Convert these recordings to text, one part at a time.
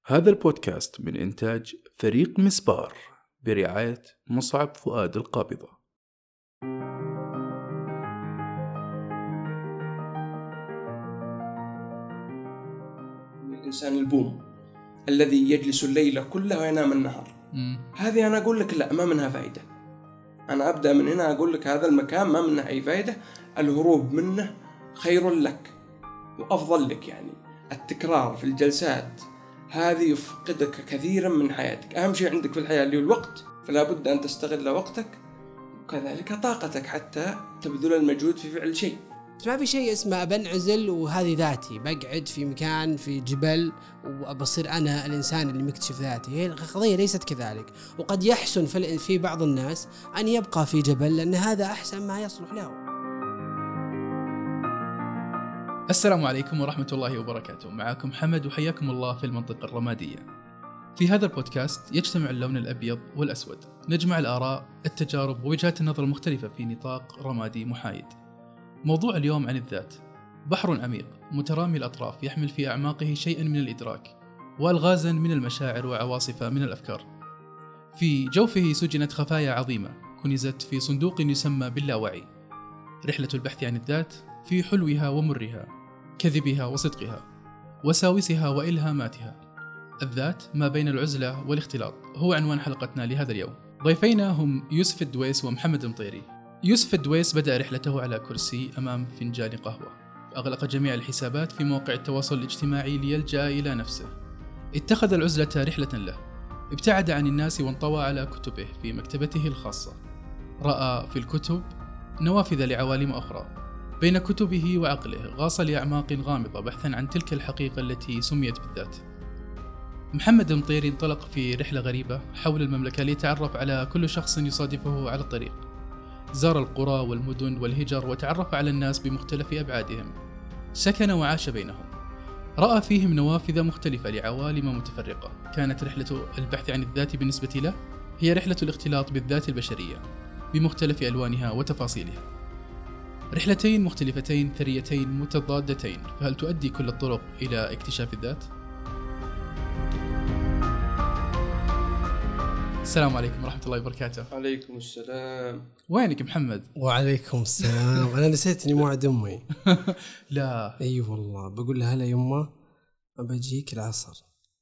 هذا البودكاست من إنتاج فريق مسبار برعاية مصعب فؤاد القابضة. الإنسان البوم الذي يجلس الليل كله وينام النهار، هذه أنا أقول لك لا، ما منها فائدة. أنا أبدأ من هنا أقول لك هذا المكان ما منه أي فائدة، الهروب منه خير لك وأفضل لك. يعني التكرار في الجلسات هذه يفقدك كثيرا من حياتك. أهم شيء عندك في الحياة اللي هو الوقت، فلا بد أن تستغل وقتك وكذلك طاقتك حتى تبذل المجهود في فعل شيء. ما في شيء اسمه بنعزل وهذه ذاتي، بقعد في مكان في جبل وبصير أنا الإنسان اللي مكتشف ذاتي. هي القضية ليست كذلك، وقد يحسن في بعض الناس أن يبقى في جبل لأن هذا أحسن ما يصلح له. السلام عليكم ورحمة الله وبركاته، معكم حمد وحياكم الله في المنطقة الرمادية. في هذا البودكاست يجتمع اللون الأبيض والأسود، نجمع الآراء، التجارب ووجهات النظر المختلفة في نطاق رمادي محايد. موضوع اليوم عن الذات، بحر عميق مترامي الأطراف يحمل في أعماقه شيئا من الإدراك وألغازا من المشاعر وعواصف من الأفكار. في جوفه سجنت خفايا عظيمة كنزت في صندوق يسمى باللاوعي. رحلة البحث عن الذات في حلوها ومرها، كذبها وصدقها، وساوسها وإلهاماتها. الذات ما بين العزلة والاختلاط هو عنوان حلقتنا لهذا اليوم. ضيفينا هم يوسف الدويس ومحمد المطيري. يوسف الدويس بدأ رحلته على كرسي أمام فنجان قهوة، أغلق جميع الحسابات في مواقع التواصل الاجتماعي ليلجأ إلى نفسه. اتخذ العزلة رحلة له، ابتعد عن الناس وانطوى على كتبه في مكتبته الخاصة. رأى في الكتب نوافذ لعوالم أخرى. بين كتبه وعقله غاص لأعماق غامضة بحثا عن تلك الحقيقة التي سميت بالذات. محمد المطيري انطلق في رحلة غريبة حول المملكة ليتعرف على كل شخص يصادفه على الطريق. زار القرى والمدن والهجر وتعرف على الناس بمختلف أبعادهم، سكن وعاش بينهم، رأى فيهم نوافذ مختلفة لعوالم متفرقة. كانت رحلة البحث عن الذات بالنسبة له هي رحلة الاختلاط بالذات البشرية بمختلف ألوانها وتفاصيلها. رحلتين مختلفتين ثريتين متضادتين، فهل تؤدي كل الطرق إلى اكتشاف الذات؟ السلام عليكم ورحمة الله وبركاته. عليكم السلام. وينك محمد؟ وعليكم السلام. أنا نسيت إني موعد أمي. لا أي والله بقول لها هلا يمه بجيك العصر.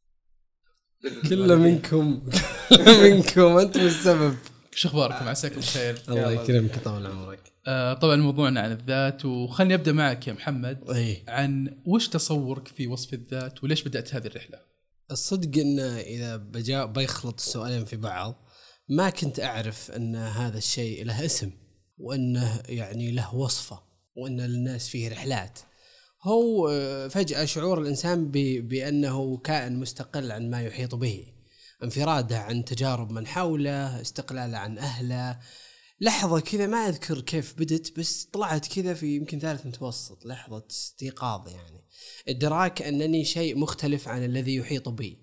كله منكم أنتم السبب. شو أخباركم؟ عساكم بخير. الله يكرمك طول عمرك. طبعا موضوعنا عن الذات، وخلني أبدأ معك يا محمد. عن وش تصورك في وصف الذات وليش بدأت هذه الرحلة؟ الصدق إن إذا بيخلط السؤالين في بعض ما كنت أعرف أن هذا الشيء له اسم، وأنه يعني له وصفة، وأن الناس فيه رحلات. هو فجأة شعور الإنسان بأنه كائن مستقل عن ما يحيط به، انفراده عن تجارب من حوله، استقلاله عن أهله. لحظة كذا ما أذكر كيف بدت، بس طلعت كذا في يمكن ثالث متوسط، لحظة استيقاظ، يعني إدراك أنني شيء مختلف عن الذي يحيط بي،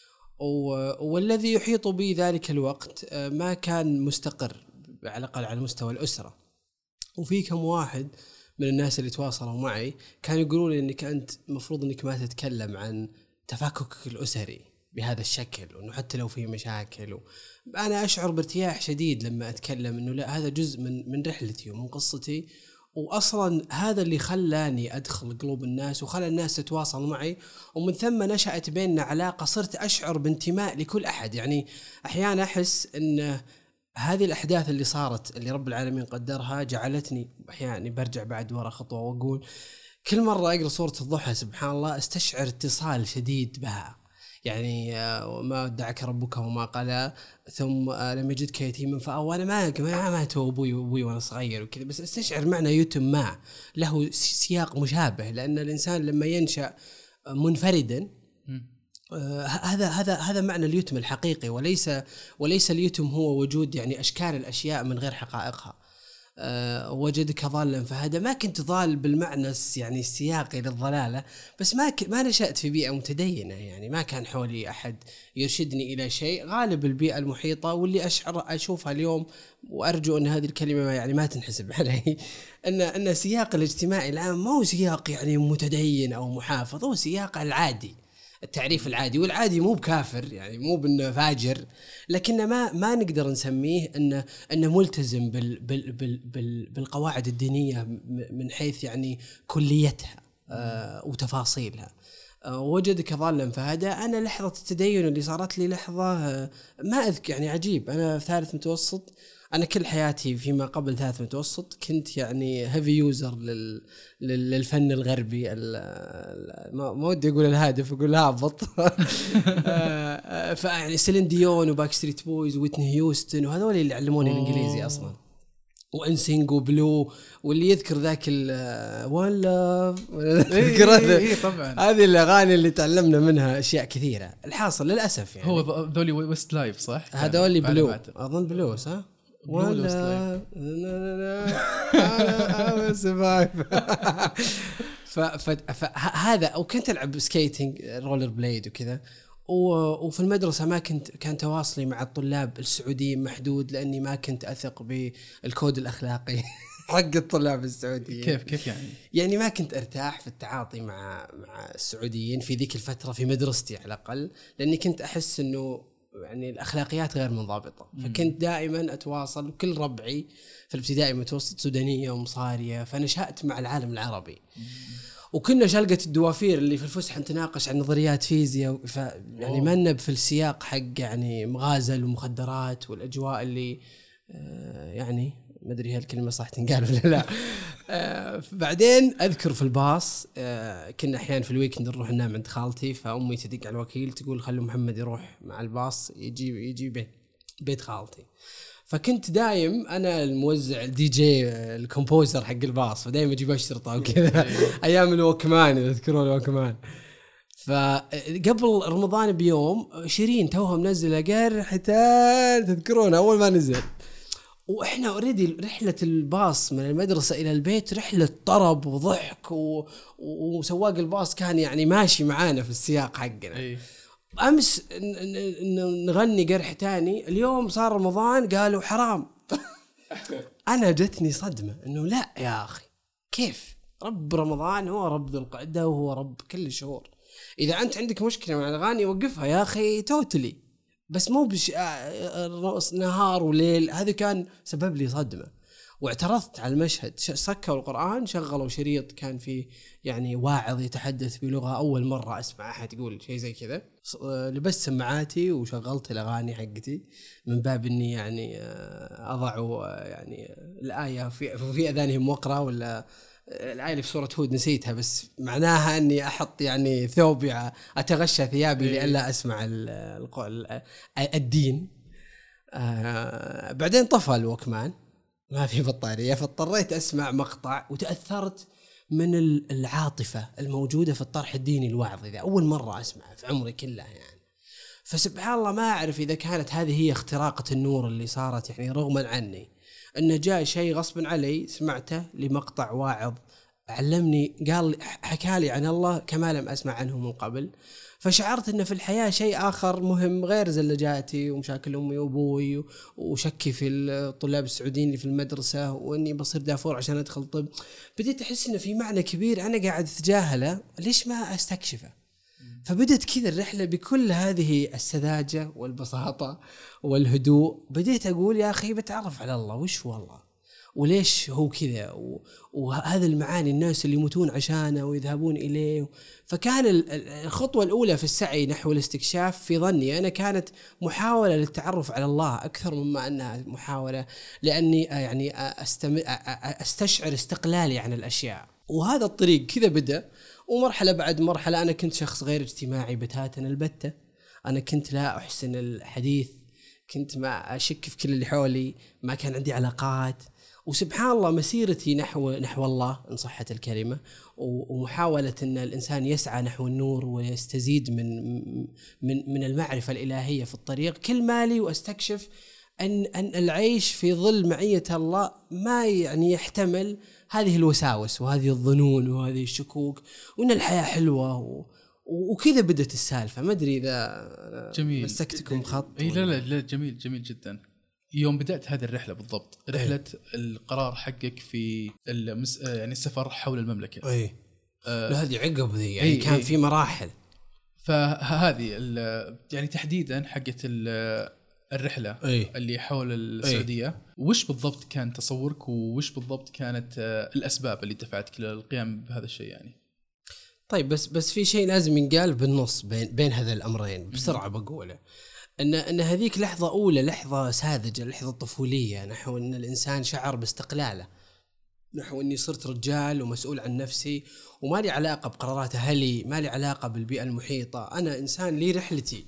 والذي يحيط بي ذلك الوقت ما كان مستقر على الأقل على مستوى الأسرة. وفي كم واحد من الناس اللي تواصلوا معي كانوا يقولون لي أنك أنت مفروض أنك ما تتكلم عن تفككك الأسري بهذا الشكل، وأنه حتى لو في مشاكل. أنا أشعر بارتياح شديد لما أتكلم أنه لا، هذا جزء من رحلتي ومن قصتي، وأصلا هذا اللي خلاني أدخل قلوب الناس وخلى الناس تتواصل معي، ومن ثم نشأت بيننا علاقة. صرت أشعر بانتماء لكل أحد. يعني أحيانا أحس أن هذه الأحداث اللي صارت اللي رب العالمين قدرها جعلتني أحيانا برجع بعد وراء خطوة وأقول كل مرة أقرأ سورة الضحى سبحان الله استشعر اتصال شديد بها. يعني ما ودعك ربك وما قلى، ثم لم يجدك يتيما فآوى. أنا ما أبوي وأنا صغير وكذا، بس استشعر معنى يتم ما له سياق مشابه، لأن الإنسان لما ينشأ منفردا هذا معنى اليتم الحقيقي، وليس اليتم هو وجود يعني أشكال الأشياء من غير حقائقها. وجدك ضالا فهذا ما كنت ضال بالمعنى يعني السياقي للضلالة، بس ما نشأت في بيئة متدينة، يعني ما كان حولي أحد يرشدني إلى شيء. غالب البيئة المحيطة واللي أشوفها اليوم، وأرجو أن هذه الكلمة يعني ما تنحسب علي، أن السياق الاجتماعي الآن ما هو سياق يعني متدين أو محافظ، هو سياق العادي التعريف العادي، والعادي مو بكافر يعني مو بأنه فاجر، لكنه ما نقدر نسميه أنه ملتزم بالقواعد الدينية من حيث يعني كليتها وتفاصيلها. وجدك ظالا فهذا. أنا لحظة التدين اللي صارت لي لحظة ما أذكر يعني عجيب. أنا في ثالث متوسط، أنا كل حياتي فيما قبل ثالث متوسط كنت يعني هيفي يوزر للفن الغربي. ما ودي أقول الهادف، أقول هابط. فيعني سيلين ديون وباك ستريت بويز وويتني هيوستن وهذول اللي علموني الإنجليزي أصلاً، وإنسينج وبلو، واللي يذكر ذاك وان لاف طبعا هذه الأغاني اللي تعلمنا منها أشياء كثيرة. الحاصل للأسف يعني هو ذولي ويست لايف صح؟ هذول بلو أظن بلو صح؟ ولا فهذا. وكنت ألعب سكيتينج رولر بليد وكذا. وفي المدرسة ما كان تواصلي مع الطلاب السعوديين محدود، لأني ما كنت أثق بالكود الأخلاقي حق الطلاب السعوديين. كيف يعني ما كنت أرتاح في التعاطي مع السعوديين في ذيك الفترة في مدرستي على الأقل، لأني كنت أحس أنه يعني الأخلاقيات غير منضبطة. فكنت دائما أتواصل، وكل ربعي في الابتدائي متوسط سودانية ومصارية، فنشأت مع العالم العربي. وكنا شلقة الدوافير اللي في الفسحة نتناقش عن نظريات فيزياء، يعني ما نب في السياق حق يعني مغازل ومخدرات والأجواء اللي يعني ما أدري هالكلمة صح تنقال ولا لا. بعدين أذكر في الباص كنا أحيانا في الويكند نروح ننام عند خالتي، فأمي تدق على الوكيل تقول خلوا محمد يروح مع الباص يجي بيت خالتي. فكنت دايم أنا الموزع الدي جي الكومبوزر حق الباص، فدايم أجيب الشرطة وكذا. أيام الوكمان إذا تذكرون الوكمان. فقبل رمضان بيوم شيرين توها منزلة قرحتان، تذكرون أول ما نزل، وإحنا أريد رحلة الباص من المدرسة إلى البيت رحلة طرب وضحك وسواق الباص كان يعني ماشي معانا في السياق حقنا. أمس نغني قرح تاني، اليوم صار رمضان قالوا حرام. أنا جتني صدمة إنه لا يا أخي، كيف رب رمضان هو رب ذو القعدة وهو رب كل الشهور. إذا أنت عندك مشكلة مع الأغاني وقفها يا أخي توتلي، بس مو نهار وليل. هذا كان سبب لي صدمة، واعترضت على المشهد. سكوا القرآن، شغلوا شريط كان فيه يعني واعظ يتحدث بلغة أول مرة أسمع أحد يقول شيء زي كذا. لبست سماعاتي وشغلت الأغاني حقتي من باب إني يعني أضع يعني الآية في أذانهم وقرأ، ولا الآية اللي في سورة هود نسيتها، بس معناها أني أحط يعني ثوبي أتغشى ثيابي لألا أسمع الدين. بعدين طفى الوكمان، ما في بطارية، فاضطريت أسمع مقطع وتأثرت من العاطفة الموجودة في الطرح الديني الوعظ. إذا أول مرة أسمع في عمري كله يعني. فسبحان الله ما أعرف إذا كانت هذه هي اختراقة النور اللي صارت يعني رغما عني، أنه جاء شيء غصبا علي سمعته لمقطع واعظ علمني، قال حكالي عن الله كما لم أسمع عنه من قبل. فشعرت أن في الحياة شيء آخر مهم غير زلجاتي ومشاكل أمي وأبوي وشكي في الطلاب السعوديين اللي في المدرسة، وأني بصير دافور عشان أدخل طب. بديت أحس أنه في معنى كبير أنا قاعد أتجاهله، ليش ما أستكشفه؟ فبدت كذا الرحلة بكل هذه السذاجة والبساطة والهدوء. بديت أقول يا أخي بتعرف على الله، وش هو الله وليش هو كذا، وهذا المعاني الناس اللي يموتون عشانه ويذهبون إليه. فكان الخطوة الأولى في السعي نحو الاستكشاف في ظني أنا كانت محاولة للتعرف على الله أكثر مما أنها محاولة لأني يعني أستشعر استقلالي عن الأشياء. وهذا الطريق كذا بدأ، ومرحلة بعد مرحلة أنا كنت شخص غير اجتماعي بتاتا البتة. أنا كنت لا أحسن الحديث، كنت ما أشك في كل اللي حولي، ما كان عندي علاقات. وسبحان الله مسيرتي نحو الله إن صحت الكلمة، ومحاولة أن الإنسان يسعى نحو النور ويستزيد من المعرفة الإلهية في الطريق، كل مالي وأستكشف أن العيش في ظل معية الله ما يعني يحتمل هذه الوساوس وهذه الظنون وهذه الشكوك، وأن الحياة حلوة وكذا بدت السالفة. ما أدري إذا جميل مسكتكم خط. لا جميل جدا. يوم بدأت هذه الرحلة بالضبط، رحلة القرار حقك في يعني السفر حول المملكة. لا هذه عقب ذي يعني كان في مراحل. فهذه يعني تحديدا حقت الرحلة اللي حول السعودية، وش بالضبط كان تصورك وش بالضبط كانت الأسباب اللي دفعتك للقيام بهذا الشيء يعني؟ طيب بس في شيء لازم ينقال بالنص بين هذا الأمرين بسرعة بقوله، أن هذيك لحظة أولى، لحظة ساذجة، لحظة طفولية نحو أن الإنسان شعر باستقلاله، نحو أني صرت رجال ومسؤول عن نفسي وما لي علاقة بقرارات أهلي، ما لي علاقة بالبيئة المحيطة، أنا إنسان لي رحلتي.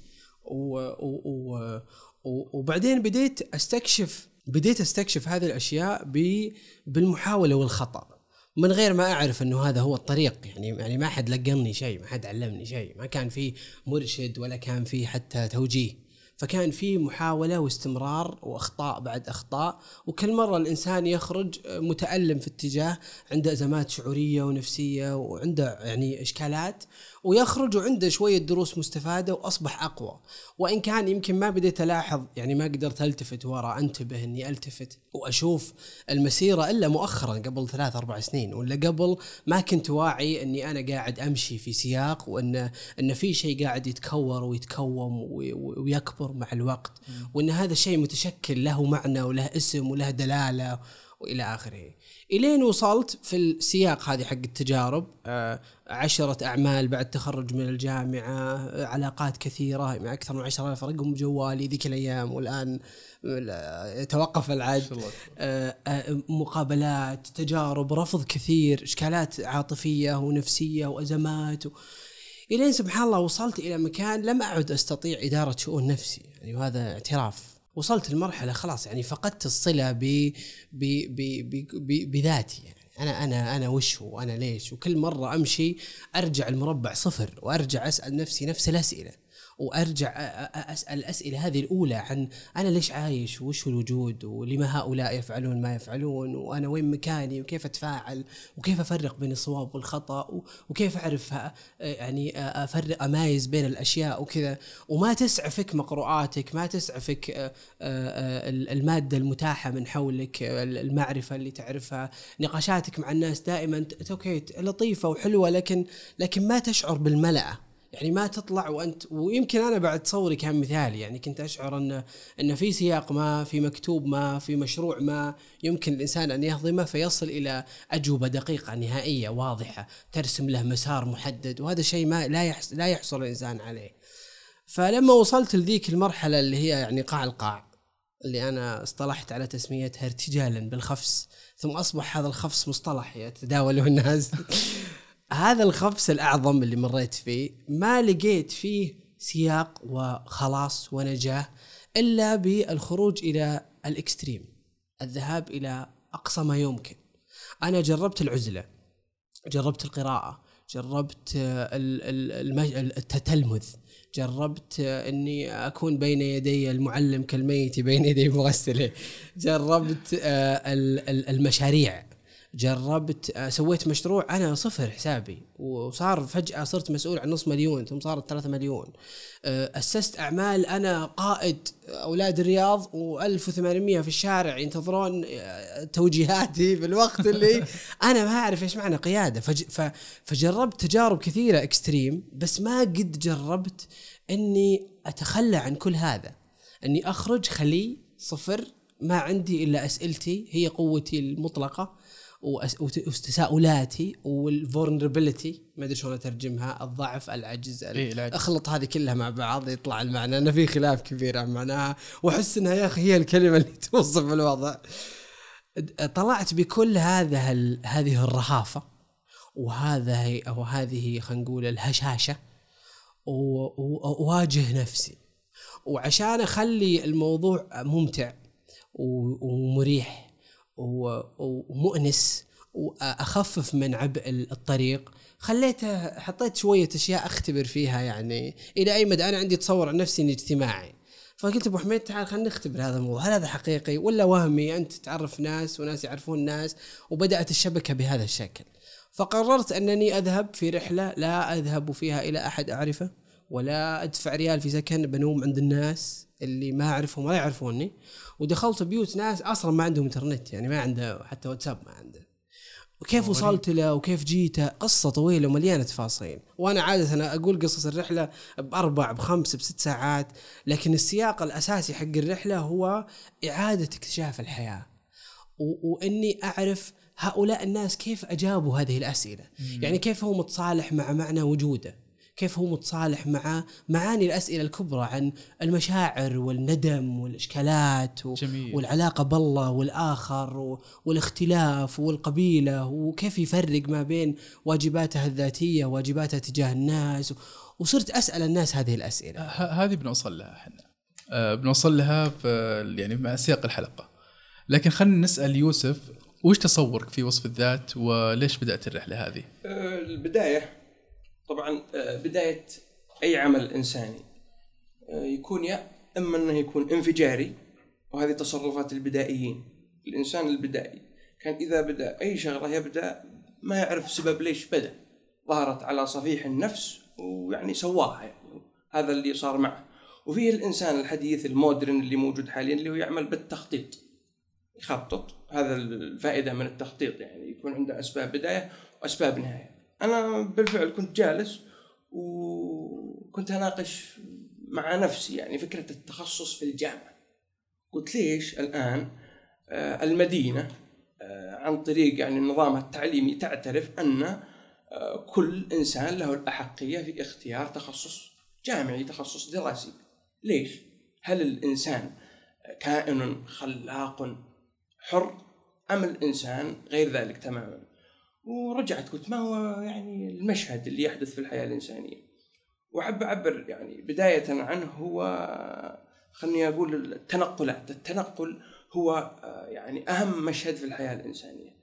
وبعدين بديت أستكشف هذه الأشياء بالمحاولة والخطأ من غير ما أعرف أنه هذا هو الطريق. يعني ما حد لقني شيء، ما حد علمني شيء، ما كان في مرشد ولا كان في حتى توجيه، فكان في محاولة واستمرار وأخطاء بعد أخطاء، وكل مرة الإنسان يخرج متألم في اتجاه، عنده أزمات شعورية ونفسية وعنده يعني إشكالات، ويخرج وعنده شوية دروس مستفادة وأصبح أقوى. وإن كان يمكن ما بديت ألاحظ، يعني ما قدرت ألتفت وراء، أنتبه أني ألتفت وأشوف المسيرة إلا مؤخرا قبل 3-4 سنين، ولا قبل ما كنت واعي أني أنا قاعد أمشي في سياق، وأن في شيء قاعد يتكور ويتكوم ويكبر مع الوقت، وأن هذا الشيء متشكل له معنى وله اسم وله دلالة وإلى آخره. إلين وصلت في السياق هذه حق التجارب، 10 أعمال بعد تخرج من الجامعة، علاقات كثيرة مع أكثر من 10,000 رقم جوالي ذيك الأيام، والآن توقف العد، مقابلات، تجارب، رفض كثير، إشكالات عاطفية ونفسية وأزمات إلين سبحان الله وصلت إلى مكان لم أعد أستطيع إدارة شؤون نفسي، يعني وهذا اعتراف. وصلت لمرحلة خلاص يعني فقدت الصلة بذاتي، يعني أنا وش هو، أنا ليش، وكل مرة أمشي أرجع المربع 0 وأرجع أسأل نفسي نفس الأسئلة، وأرجع أسأل الأسئلة هذه الأولى عن أنا ليش عايش وش الوجود ولما هؤلاء يفعلون ما يفعلون، وأنا وين مكاني وكيف أتفاعل وكيف أفرق بين الصواب والخطأ وكيف أعرف يعني أفرق أمايز بين الأشياء وكذا. وما تسعفك مقروءاتك، ما تسعفك المادة المتاحة من حولك، المعرفة اللي تعرفها، نقاشاتك مع الناس دائما أوكي لطيفة وحلوة، لكن ما تشعر بالملأ، يعني ما تطلع وأنت. ويمكن أنا بعد تصوري كان مثالي، يعني كنت أشعر أن في سياق ما، في مكتوب ما، في مشروع ما يمكن الإنسان أن يهضمه فيصل إلى أجوبة دقيقة نهائية واضحة ترسم له مسار محدد، وهذا شيء ما لا يحصل الإنسان عليه. فلما وصلت لذيك المرحلة اللي هي يعني قاع القاع، اللي أنا اصطلحت على تسميتها ارتجالا بالخفس، ثم أصبح هذا الخفس مصطلح يتداوله الناس هذا الخفس الأعظم اللي مريت فيه ما لقيت فيه سياق وخلاص ونجاة إلا بالخروج إلى الإكستريم، الذهاب إلى أقصى ما يمكن. أنا جربت العزلة، جربت القراءة، جربت التتلمذ، جربت أني أكون بين يدي المعلم كالميت بين يدي مغسله، جربت المشاريع، جربت سويت مشروع أنا 0 حسابي وصار فجأة صرت مسؤول عن 500,000 ثم صارت 3 مليون. أسست أعمال، أنا قائد أولاد الرياض و1800 في الشارع ينتظرون توجيهاتي بالوقت اللي أنا ما أعرف إيش معنى قيادة. فجربت تجارب كثيرة إكستريم، بس ما قد جربت أني أتخلى عن كل هذا، أني أخرج خلي 0، ما عندي إلا أسئلتي هي قوتي المطلقة وتساؤلاتي والفولنربيليتي، ما أدري شلون أترجمها، الضعف، العجز، أخلط هذه كلها مع بعض يطلع المعنى أنا في خلاف كبير عن معناها، وأحس أنها يا أخي هي الكلمة اللي توصف الوضع. طلعت بكل هذه الرهافة وهذه خلينا نقول الهشاشة، وواجه نفسي، وعشان أخلي الموضوع ممتع ومريح ومؤنس وأخفف من عبء الطريق، حطيت شوية أشياء أختبر فيها، يعني إلى أي مدى. أنا عندي تصور عن نفسي إني اجتماعي، فقلت أبو حميد تعال خلينا نختبر هذا الموضوع، هل هذا حقيقي ولا وهمي؟ أنت تعرف ناس وناس يعرفون ناس، وبدأت الشبكة بهذا الشكل. فقررت أنني أذهب في رحلة لا أذهب فيها إلى أحد أعرفه، ولا أدفع ريال في سكن، بنوم عند الناس اللي ما أعرفهم ولا يعرفوني، ودخلت بيوت ناس أصلا ما عندهم إنترنت، يعني ما عنده حتى واتساب ما عنده، وكيف وصلت له وكيف جيته، قصة طويلة ومليانة تفاصيل. وأنا عادة أنا أقول قصص الرحلة ب4 ب5 ب6 ساعات، لكن السياق الأساسي حق الرحلة هو إعادة اكتشاف الحياة، وإني أعرف هؤلاء الناس كيف أجابوا هذه الأسئلة. يعني كيف هو متصالح مع معنى وجوده، كيف هو متصالح مع معاني الأسئلة الكبرى عن المشاعر والندم والإشكالات والعلاقة بالله والآخر والاختلاف والقبيلة، وكيف يفرق ما بين واجباته الذاتية وواجباته تجاه الناس. وصرت أسأل الناس هذه الأسئلة. هذه بنوصل لها احنا، بنوصل لها في يعني مع سياق الحلقة. لكن خلينا نسأل يوسف، وش تصورك في وصف الذات وليش بدأت الرحلة هذه؟ البداية طبعا بداية أي عمل إنساني يكون يا إما أنه يكون انفجاري، وهذه تصرفات البدائيين. الإنسان البدائي كان إذا بدأ أي شغلة يبدأ ما يعرف سبب ليش بدأ، ظهرت على صفيح النفس ويعني سواها، يعني هذا اللي صار معه. وفيه الإنسان الحديث المودرن اللي موجود حاليا اللي هو يعمل بالتخطيط، يخطط. هذا الفائدة من التخطيط، يعني يكون عنده أسباب بداية وأسباب نهاية. أنا بالفعل كنت جالس وكنت أناقش مع نفسي يعني فكرة التخصص في الجامعة. قلت ليش الآن المدينة عن طريق يعني النظام التعليمي تعترف أن كل إنسان له الأحقية في اختيار تخصص جامعي، تخصص دراسي. ليش؟ هل الإنسان كائن خلاق حر أم الإنسان غير ذلك تماما؟ ورجعت قلت ما هو يعني المشهد اللي يحدث في الحياة الإنسانية، وأحب أعبر يعني بداية عنه هو خلني أقول التنقلات. التنقل هو يعني أهم مشهد في الحياة الإنسانية.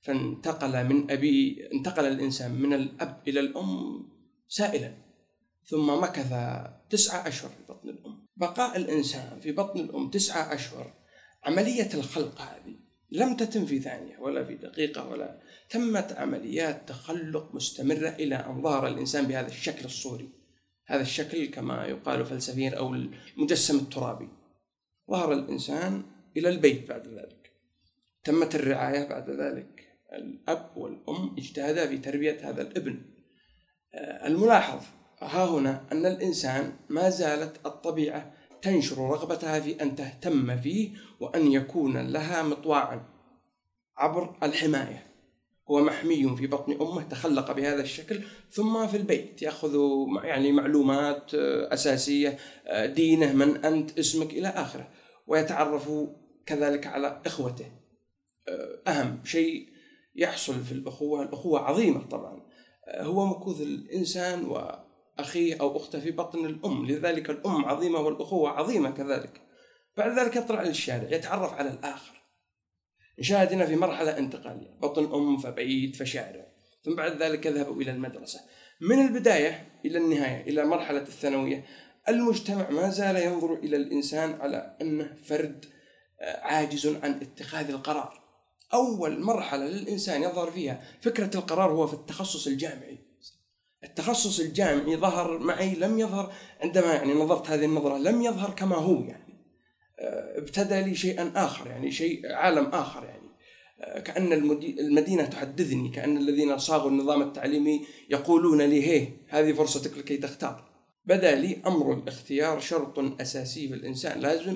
انتقل الإنسان من الأب إلى الأم سائلا، ثم مكث 9 أشهر في بطن الأم. بقاء الإنسان في بطن الأم 9 أشهر، عملية الخلق هذه لم تتم في ثانية ولا في دقيقة، ولا تمت عمليات تخلق مستمرة إلى أن ظهر الإنسان بهذا الشكل الصوري، هذا الشكل كما يقال فلسفيا أو المجسم الترابي. ظهر الإنسان إلى البيت بعد ذلك، تمت الرعاية بعد ذلك، الأب والأم اجتهدا في تربية هذا الابن. الملاحظ ها هنا أن الإنسان ما زالت الطبيعة تنشر رغبتها في أن تهتم فيه وأن يكون لها مطواعا عبر الحماية. هو محمي في بطن أمه، تخلق بهذا الشكل، ثم في البيت يأخذ يعني معلومات أساسية، دينه، من أنت، اسمك، إلى آخره، ويتعرف كذلك على إخوته. أهم شيء يحصل في الأخوة عظيمة طبعا، هو مكوث الإنسان وأخيه أو أخته في بطن الأم، لذلك الأم عظيمة والأخوة عظيمة كذلك. بعد ذلك يطلع للشارع يتعرف على الآخر. نشاهدنا في مرحلة انتقالية، بطن أم فبيت فشارع، ثم بعد ذلك يذهب إلى المدرسة. من البداية إلى النهاية إلى مرحلة الثانوية، المجتمع ما زال ينظر إلى الإنسان على أنه فرد عاجز عن اتخاذ القرار. أول مرحلة للإنسان يظهر فيها فكرة القرار هو في التخصص الجامعي. التخصص الجامعي ظهر معي، لم يظهر عندما يعني نظرت هذه النظرة، لم يظهر كما هو، يعني ابتدى لي شيئا آخر، يعني شيء عالم آخر، يعني كأن المدينة تحدثني، كأن الذين صاغوا النظام التعليمي يقولون لي هي هذه فرصتك لكي تختار. بدأ لي أمر الاختيار شرط أساسي في الإنسان، لازم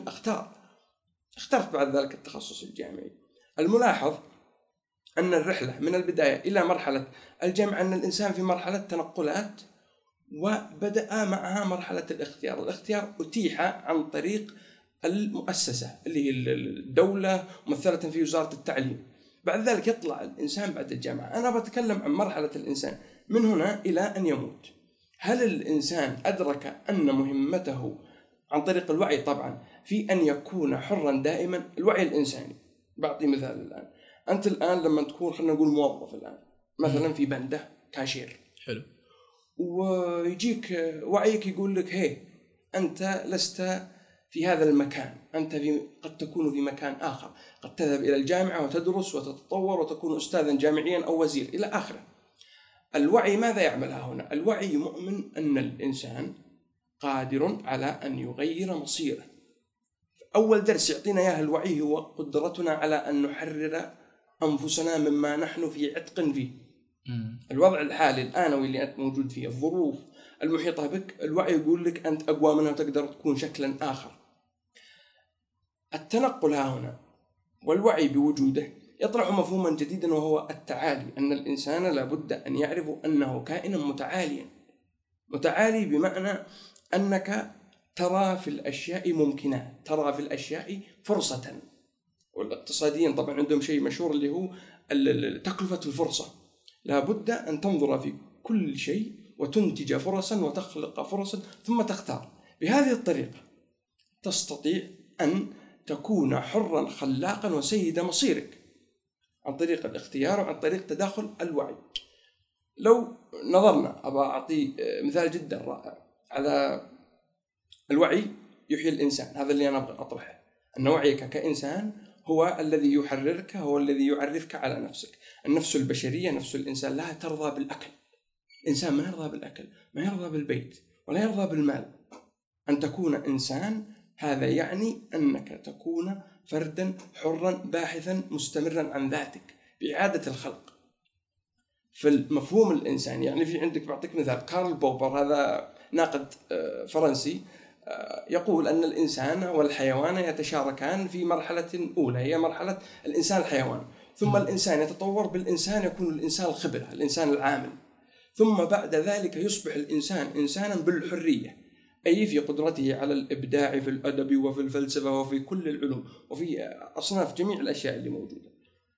اخترت بعد ذلك التخصص الجامعي. الملاحظ أن الرحلة من البداية إلى مرحلة الجامعة أن الإنسان في مرحلة تنقلات، وبدأ معها مرحلة الاختيار. الاختيار أتيح عن طريق المؤسسة اللي هي الدولة ممثلة في وزارة التعليم. بعد ذلك يطلع الإنسان بعد الجامعة. أنا بتكلم عن مرحلة الإنسان من هنا إلى أن يموت. هل الإنسان أدرك أن مهمته عن طريق الوعي طبعا في أن يكون حرا دائما؟ الوعي الإنساني، بعطي مثال الآن. أنت الآن لما تكون خلنا نقول موظف الآن مثلا في بنده كاشير، حلو، ويجيك وعيك يقول لك هي أنت لست في هذا المكان، أنت قد تكون في مكان آخر، قد تذهب إلى الجامعة وتدرس وتتطور وتكون أستاذا جامعيا أو وزير إلى آخره. الوعي ماذا يعمل هنا؟ الوعي مؤمن أن الإنسان قادر على أن يغير مصيره. أول درس يعطينا إياه الوعي هو قدرتنا على أن نحرر أنفسنا مما نحن في عتق فيه. الوضع الحالي الآنوي اللي أنت موجود فيه، الظروف المحيطة بك، الوعي يقول لك أنت أقوى منها وتقدر تكون شكلا آخر. التنقل ها هنا والوعي بوجوده يطرح مفهوما جديدا، وهو التعالي. أن الإنسان لابد أن يعرف أنه كائن متعاليا. متعالي بمعنى أنك ترى في الأشياء ممكنات، ترى في الأشياء فرصة. والاقتصاديين طبعا عندهم شيء مشهور اللي هو تكلفة الفرصة. لابد أن تنظر في كل شيء وتنتج فرصا وتخلق فرصا ثم تختار. بهذه الطريقة تستطيع أن تكون حرا خلاقا وسيد مصيرك عن طريق الاختيار وعن طريق تداخل الوعي. لو نظرنا، أبغى أعطي مثال جدا رائع على الوعي يحيي الإنسان. هذا اللي أنا أبغى أطرحه، أن وعيك كإنسان هو الذي يحررك، هو الذي يعرفك على نفسك. النفس البشرية، نفس الإنسان، لا ترضى بالأكل. إنسان ما يرضى بالأكل، ما يرضى بالبيت، ولا يرضى بالمال. أن تكون إنسان هذا يعني أنك تكون فردا حرا باحثا مستمرا عن ذاتك بإعادة الخلق. في المفهوم الإنساني يعني في عندك، بعطيك مثال، كارل بوبر هذا ناقد فرنسي يقول أن الإنسان والحيوان يتشاركان في مرحلة أولى، هي مرحلة الإنسان الحيوان، ثم الإنسان يتطور بالإنسان، يكون الإنسان الخبرة، الإنسان العامل، ثم بعد ذلك يصبح الإنسان إنسانا بالحرية، أي في قدرته على الإبداع في الأدب وفي الفلسفة وفي كل العلوم وفي أصناف جميع الأشياء اللي موجودة.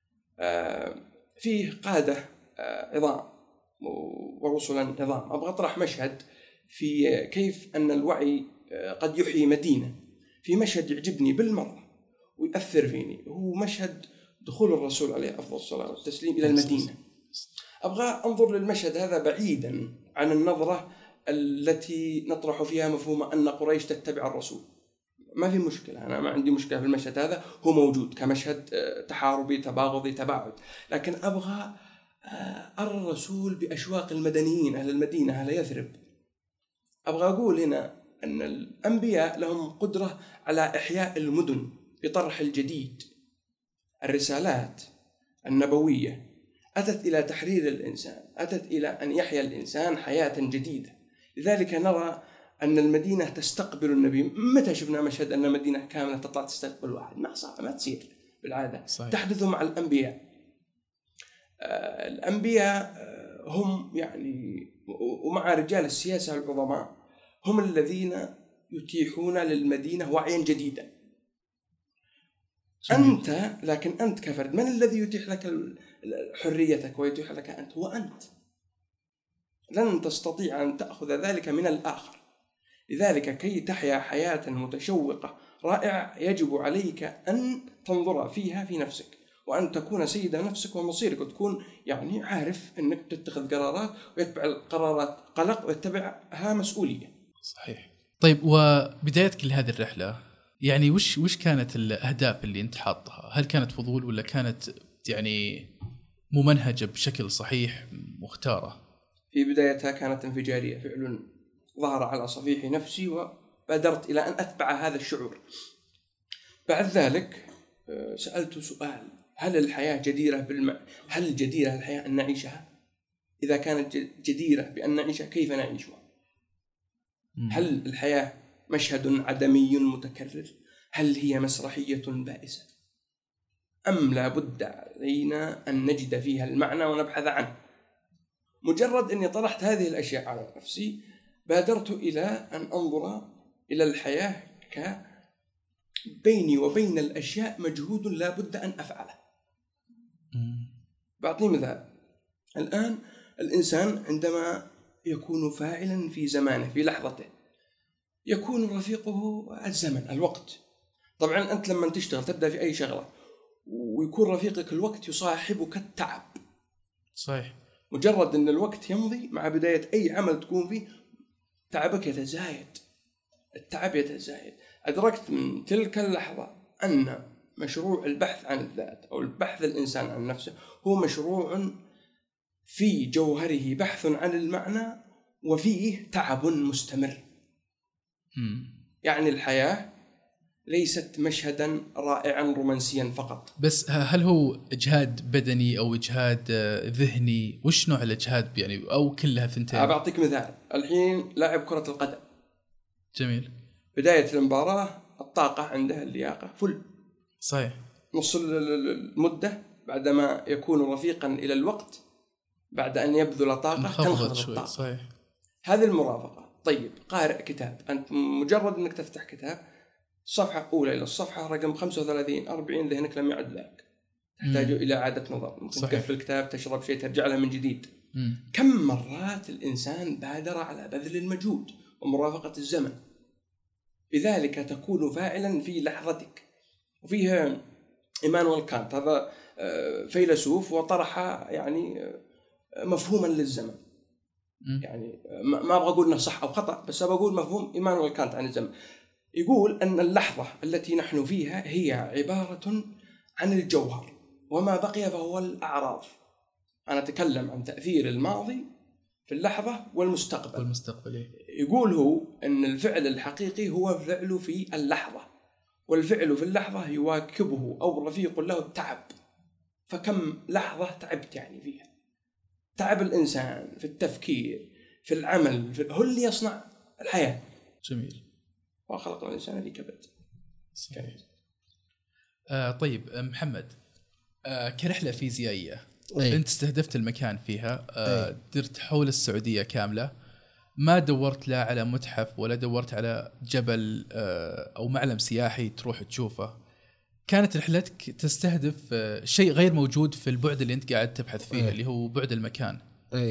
فيه قادة عظام ورسلا عظام. أبغى أطرح مشهد في كيف أن الوعي قد يحيي مدينة. في مشهد يعجبني بالمرة ويأثر فيني، هو مشهد دخول الرسول عليه أفضل الصلاة والتسليم إلى المدينة. أبغى أنظر للمشهد هذا بعيدا عن النظرة التي نطرح فيها مفهوم أن قريش تتبع الرسول. ما في مشكلة، أنا ما عندي مشكلة في المشهد هذا، هو موجود كمشهد تحاربي تباغضي تباعد، لكن أبغى أرى الرسول بأشواق المدنيين، أهل المدينة، أهل يثرب. أبغى أقول هنا أن الأنبياء لهم قدرة على إحياء المدن بطرح الجديد. الرسالات النبوية أتت إلى تحرير الإنسان، أتت إلى أن يحيا الإنسان حياة جديدة. لذلك نرى أن المدينة تستقبل النبي. متى شفنا مشهد أن مدينة كاملة تطلع تستقبل واحد؟ ما تصير بالعادة. صحيح. تحدث مع الأنبياء. الأنبياء هم يعني، ومع رجال السياسة العظماء، هم الذين يتيحون للمدينة وعيا جديدا. أنت لكن أنت كفرد، من الذي يتيح لك حريتك ويتيح لك أنت؟ هو أنت. لن تستطيع أن تأخذ ذلك من الآخر. لذلك كي تحيا حياة متشوقة رائعة يجب عليك أن تنظر فيها في نفسك، وأن تكون سيد نفسك ومصيرك، وتكون يعني عارف أنك تتخذ قرارات، ويتبع القرارات قلق ويتبعها مسؤولية. صحيح. طيب، وبدايتك لهذه الرحلة يعني وش كانت الأهداف اللي أنت حاطها؟ هل كانت فضول ولا كانت يعني ممنهجة بشكل صحيح مختارة؟ في بدايتها كانت انفجارية، فعل ظهر على صفيح نفسي وبادرت إلى أن أتبع هذا الشعور. بعد ذلك سألت سؤال: هل الحياة جديرة هل جديرة الحياة أن نعيشها؟ إذا كانت جديرة بأن نعيشها، كيف نعيشها؟ هل الحياة مشهد عدمي متكرر؟ هل هي مسرحية بائسة؟ أم لا بد علينا أن نجد فيها المعنى ونبحث عنه؟ مجرد أني طرحت هذه الأشياء على نفسي، بادرت إلى أن أنظر إلى الحياة بيني وبين الأشياء مجهود لا بد أن أفعله. بعطي مثال. الآن الإنسان عندما يكون فاعلا في زمانه، في لحظته، يكون رفيقه الزمن، الوقت. طبعا أنت لما تشتغل تبدأ في أي شغلة ويكون رفيقك الوقت، يصاحبك التعب. صحيح. مجرد أن الوقت يمضي مع بداية أي عمل تكون فيه، تعبك يتزايد، التعب يتزايد. أدركت من تلك اللحظة أن مشروع البحث عن الذات أو البحث الإنسان عن نفسه هو مشروع في جوهره بحث عن المعنى وفيه تعب مستمر. يعني الحياة ليست مشهدا رائعا رومانسيا فقط. بس هل هو إجهاد بدني أو إجهاد ذهني؟ وش نوع الإجهاد يعني، أو كلها ثنتين؟ بعطيك مثال. الحين لاعب كرة القدم، جميل، بداية المباراة الطاقة عنده، اللياقة فل، صحيح. نص المدة بعدما يكون رفيقا إلى الوقت، بعد أن يبذل طاقة تنخفض الطاقة. صحيح. هذه المرافقة. طيب قارئ كتاب، أنت مجرد أنك تفتح كتاب الصفحة الأولى إلى الصفحة رقم 35-40 ذهنك لم يعد لك، تحتاج إلى إعادة نظر. ممكن تقفل الكتاب، تشرب شيء، ترجع له من جديد. كم مرات الإنسان بادر على بذل المجهود ومرافقة الزمن، بذلك تكون فاعلا في لحظتك. وفيها إيمانويل كانت، هذا فيلسوف، وطرح يعني مفهوما للزمن. يعني ما أبغى أقول أنه صح أو خطأ، بس أبغى أقول مفهوم إيمانويل كانت عن الزمن. يقول أن اللحظة التي نحن فيها هي عبارة عن الجوهر، وما بقي فهو الأعراض. أنا أتكلم عن تأثير الماضي في اللحظة والمستقبل. يقول هو أن الفعل الحقيقي هو فعل في اللحظة، والفعل في اللحظة يواكبه أو رفيق له التعب. فكم لحظة تعبت يعني فيها؟ تعب الإنسان في التفكير، في العمل، هو اللي يصنع الحياة. جميل. وخلق الإنسان في كبد. طيب محمد، كرحلة فيزيائية أنت استهدفت المكان فيها، درت حول السعودية كاملة، ما دورت لا على متحف ولا دورت على جبل أو معلم سياحي تروح تشوفه. كانت رحلتك تستهدف شيء غير موجود في البعد اللي أنت قاعد تبحث فيه، اللي هو بعد المكان.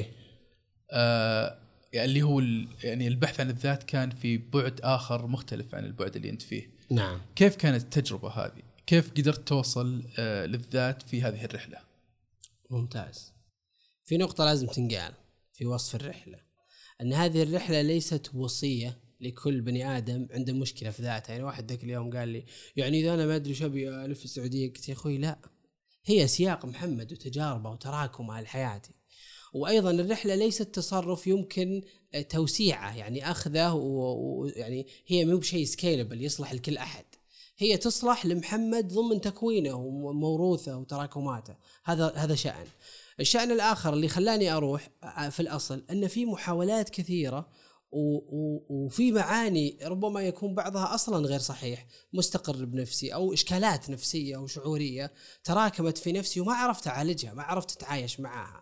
اللي هو يعني البحث عن الذات كان في بعد آخر مختلف عن البعد اللي أنت فيه. نعم. كيف كانت التجربة هذه؟ كيف قدرت توصل للذات في هذه الرحلة؟ ممتاز. في نقطة لازم تنقال في وصف الرحلة، أن هذه الرحلة ليست وصية لكل بني آدم عنده مشكلة في ذاته. يعني واحد ذاك اليوم قال لي يعني إذا أنا ما أدري شبي ألف في السعودية، قلت يا أخوي لا، هي سياق محمد وتجاربه وتراكم على حياتي. وأيضا الرحلة ليست تصرف يمكن توسيعه، يعني أخذه ويعني هي مو بشيء سكيلبل يصلح لكل أحد، هي تصلح لمحمد ضمن تكوينه وموروثه وتراكماته. هذا شأن. الشأن الآخر اللي خلاني أروح في الأصل أن في محاولات كثيرة وفي معاني ربما يكون بعضها أصلا غير صحيح، مستقر بنفسي أو إشكالات نفسية أو شعورية تراكمت في نفسي وما عرفت أعالجها، ما عرفت أتعايش معها.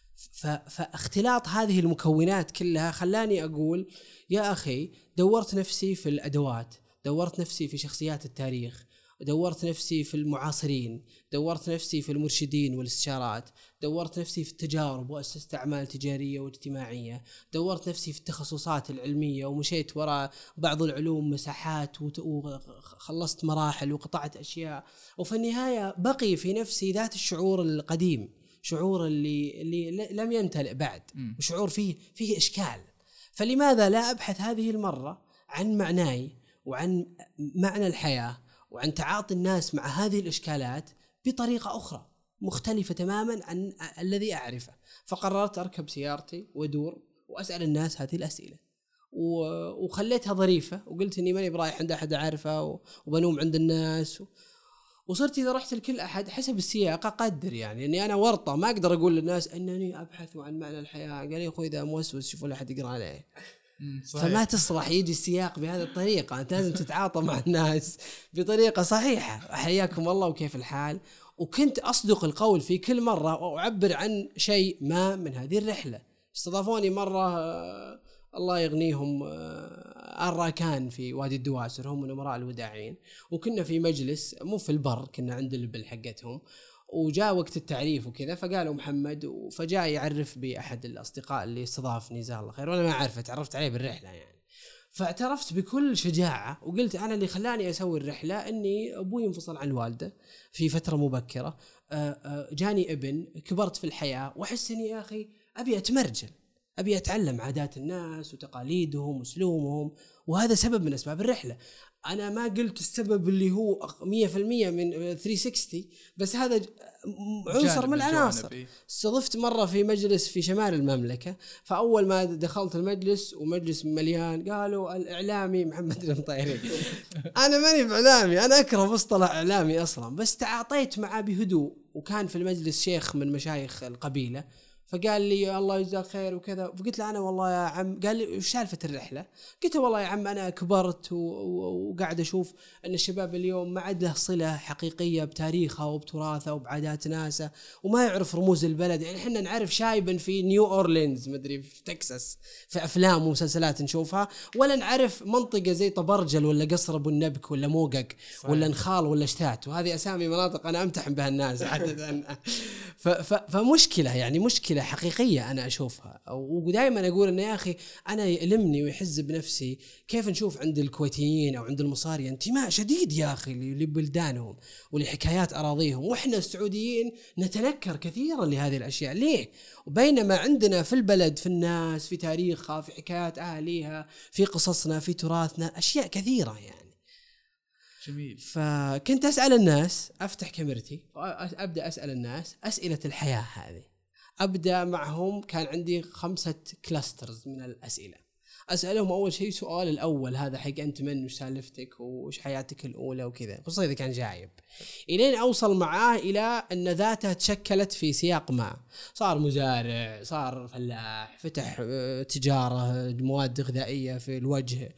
فاختلاط هذه المكونات كلها خلاني أقول يا أخي دورت نفسي في الأدوات، دورت نفسي في شخصيات التاريخ، دورت نفسي في المعاصرين، دورت نفسي في المرشدين والاستشارات، دورت نفسي في التجارب وأسست أعمال تجارية واجتماعية، دورت نفسي في التخصصات العلمية ومشيت وراء بعض العلوم مساحات وخلصت مراحل وقطعت أشياء. وفي النهاية بقي في نفسي ذات الشعور القديم، شعور اللي لم يمتلئ بعد، وشعور فيه إشكال. فلماذا لا أبحث هذه المرة عن معناي وعن معنى الحياة وعن تعاطي الناس مع هذه الإشكالات بطريقة أخرى مختلفة تماما عن الذي أعرفه. فقررت أركب سيارتي ودور وأسأل الناس هذه الأسئلة، وخليتها ظريفة، وقلت إني ماني برايح عند أحد أعرفه وبنوم عند الناس. وصرت إذا رحت لكل أحد حسب السياق أقدر، يعني أني أنا ورطة ما أقدر أقول للناس أنني أبحث عن معنى الحياة. قال لي أخوي إذا موسوس شوفوا لأحد يقرأ عليه. فما تصلح يجي السياق بهذه الطريقة، أنت لازم تتعاطى مع الناس بطريقة صحيحة. حياكم الله وكيف الحال. وكنت أصدق القول في كل مرة وأعبر عن شيء ما من هذه الرحلة. استضافوني مرة الله يغنيهم الراكان في وادي الدواسر، هم من أمراء الوداعين، وكنا في مجلس مو في البر، كنا عند البل حقتهم، وجاء وقت التعريف وكذا، فقالوا محمد، فجاء يعرف بأحد الأصدقاء اللي استضافني جزاه الله خير، وأنا ما أعرفه، تعرفت عليه بالرحلة يعني. فاعترفت بكل شجاعة وقلت أنا اللي خلاني أسوي الرحلة أني أبوي انفصل عن الوالدة في فترة مبكرة، جاني ابن، كبرت في الحياة، وأحس أني يا أخي أبي أتمرجل، أبي أتعلم عادات الناس وتقاليدهم وأسلوبهم، وهذا سبب من أسباب الرحلة. أنا ما قلت السبب اللي هو 100% من 360، بس هذا عنصر من العناصر. استضفت مرة في مجلس في شمال المملكة، فأول ما دخلت المجلس ومجلس مليان قالوا الإعلامي محمد المطيري. أنا ماني بإعلامي، أنا أكره مصطلح إعلامي أصلا، بس تعاطيت معه بهدوء. وكان في المجلس شيخ من مشايخ القبيلة، فقال لي الله يجزاك خير وكذا. فقلت له أنا والله يا عم، قال لي وش سالفة الرحلة؟ قلت والله يا عم أنا كبرت وقاعد أشوف أن الشباب اليوم ما عاد له صلة حقيقية بتاريخه وبتراثه وبعادات ناسه، وما يعرف رموز البلد. يعني إحنا نعرف شايبا في نيو أورلينز مدري في تكساس في أفلام ومسلسلات نشوفها، ولا نعرف منطقة زي طبرجل ولا قصر أبو النبك ولا موقق ولا نخال ولا شتات، وهذه أسامي مناطق أنا أمتحن بها الناس عادة. فمشكلة، يعني مشكلة حقيقية أنا أشوفها. ودائما أقول إن يا أخي أنا يألمني ويحز بنفسي كيف نشوف عند الكويتيين أو عند المصارية انتماء شديد يا أخي لبلدانهم ولحكايات أراضيهم، وإحنا السعوديين نتنكر كثيرا لهذه الأشياء. ليه؟ وبينما عندنا في البلد، في الناس، في تاريخها، في حكايات أهاليها، في قصصنا، في تراثنا، أشياء كثيرة يعني. جميل. فكنت أسأل الناس، أفتح كاميرتي أبدأ أسأل الناس أسئلة الحياة هذه. أبدأ معهم، كان عندي 5 كلاسترز من الأسئلة. أسألهم أول شيء سؤال الأول، هذا حق أنت من، وش سالفتك وش حياتك الأولى وكذا، خصوصا إذا كان جايب، إلين أوصل معاه إلى أن ذاته تشكلت في سياق ما، صار مزارع، صار فلاح، فتح تجارة مواد غذائية في الوجه،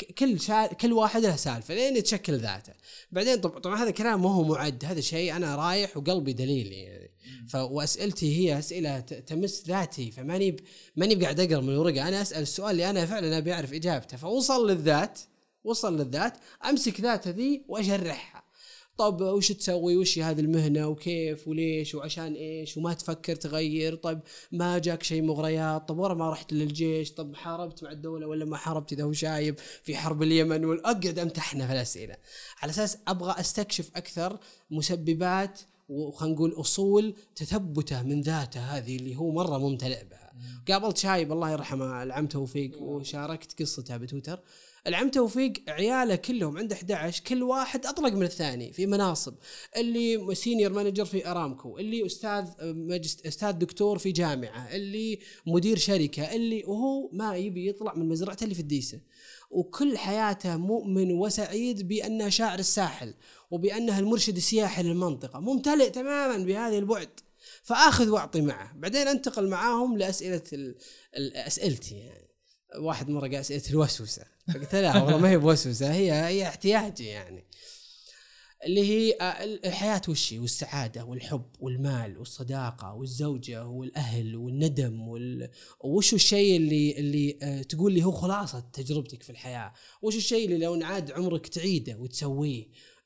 كل واحد له سالفة لين يتشكل ذاته. بعدين طبعا هذا كلام ما هو معد، هذا شيء أنا رايح وقلبي دليل يعني. وأسئلتي هي أسئلة تمس ذاتي، ماني قاعد أقرأ من ورقة، أنا أسأل السؤال اللي أنا فعلا أبي أعرف إجابته. فوصل للذات، أمسك ذات ذي وأجرحها. طب وش تسوي، وش هذه المهنة، وكيف وليش وعشان إيش، وما تفكر تغير؟ طب ما جاك شيء مغريات؟ طب ورا ما رحت للجيش؟ طب حاربت مع الدولة ولا ما حاربت إذا هو شايب في حرب اليمن؟ والأقعد أمتحنا في الأسئلة على أساس أبغى أستكشف أكثر مسببات وخلينا نقول أصول تثبته من ذاته هذه اللي هو مرة ممتلئ بها. قابلت شايب الله يرحمه العم توفيق، وشاركت قصته بتويتر. العم توفيق عياله كلهم عنده 11، كل واحد أطلق من الثاني في مناصب، اللي سينيور مانجر في أرامكو، اللي أستاذ دكتور في جامعة، اللي مدير شركة، اللي وهو ما يبي يطلع من مزرعته اللي في الديسة. وكل حياته مؤمن وسعيد بأنه شاعر الساحل وبأنه المرشد السياحي للمنطقة، ممتلئ تماما بهذه البعد. فآخذ وأعطي معه. بعدين أنتقل معاهم لأسئلة أسئلتي يعني. واحد مرة قال أسئلة الوسوسة، فقلت لا والله ما هي بوسوسة، هي احتياجي يعني، اللي هي الحياة وشي، والسعادة والحب والمال والصداقة والزوجة والأهل والندم وش الشيء اللي تقول لي هو خلاصة تجربتك في الحياة، وش الشيء اللي لو نعاد عمرك تعيده وتسويه،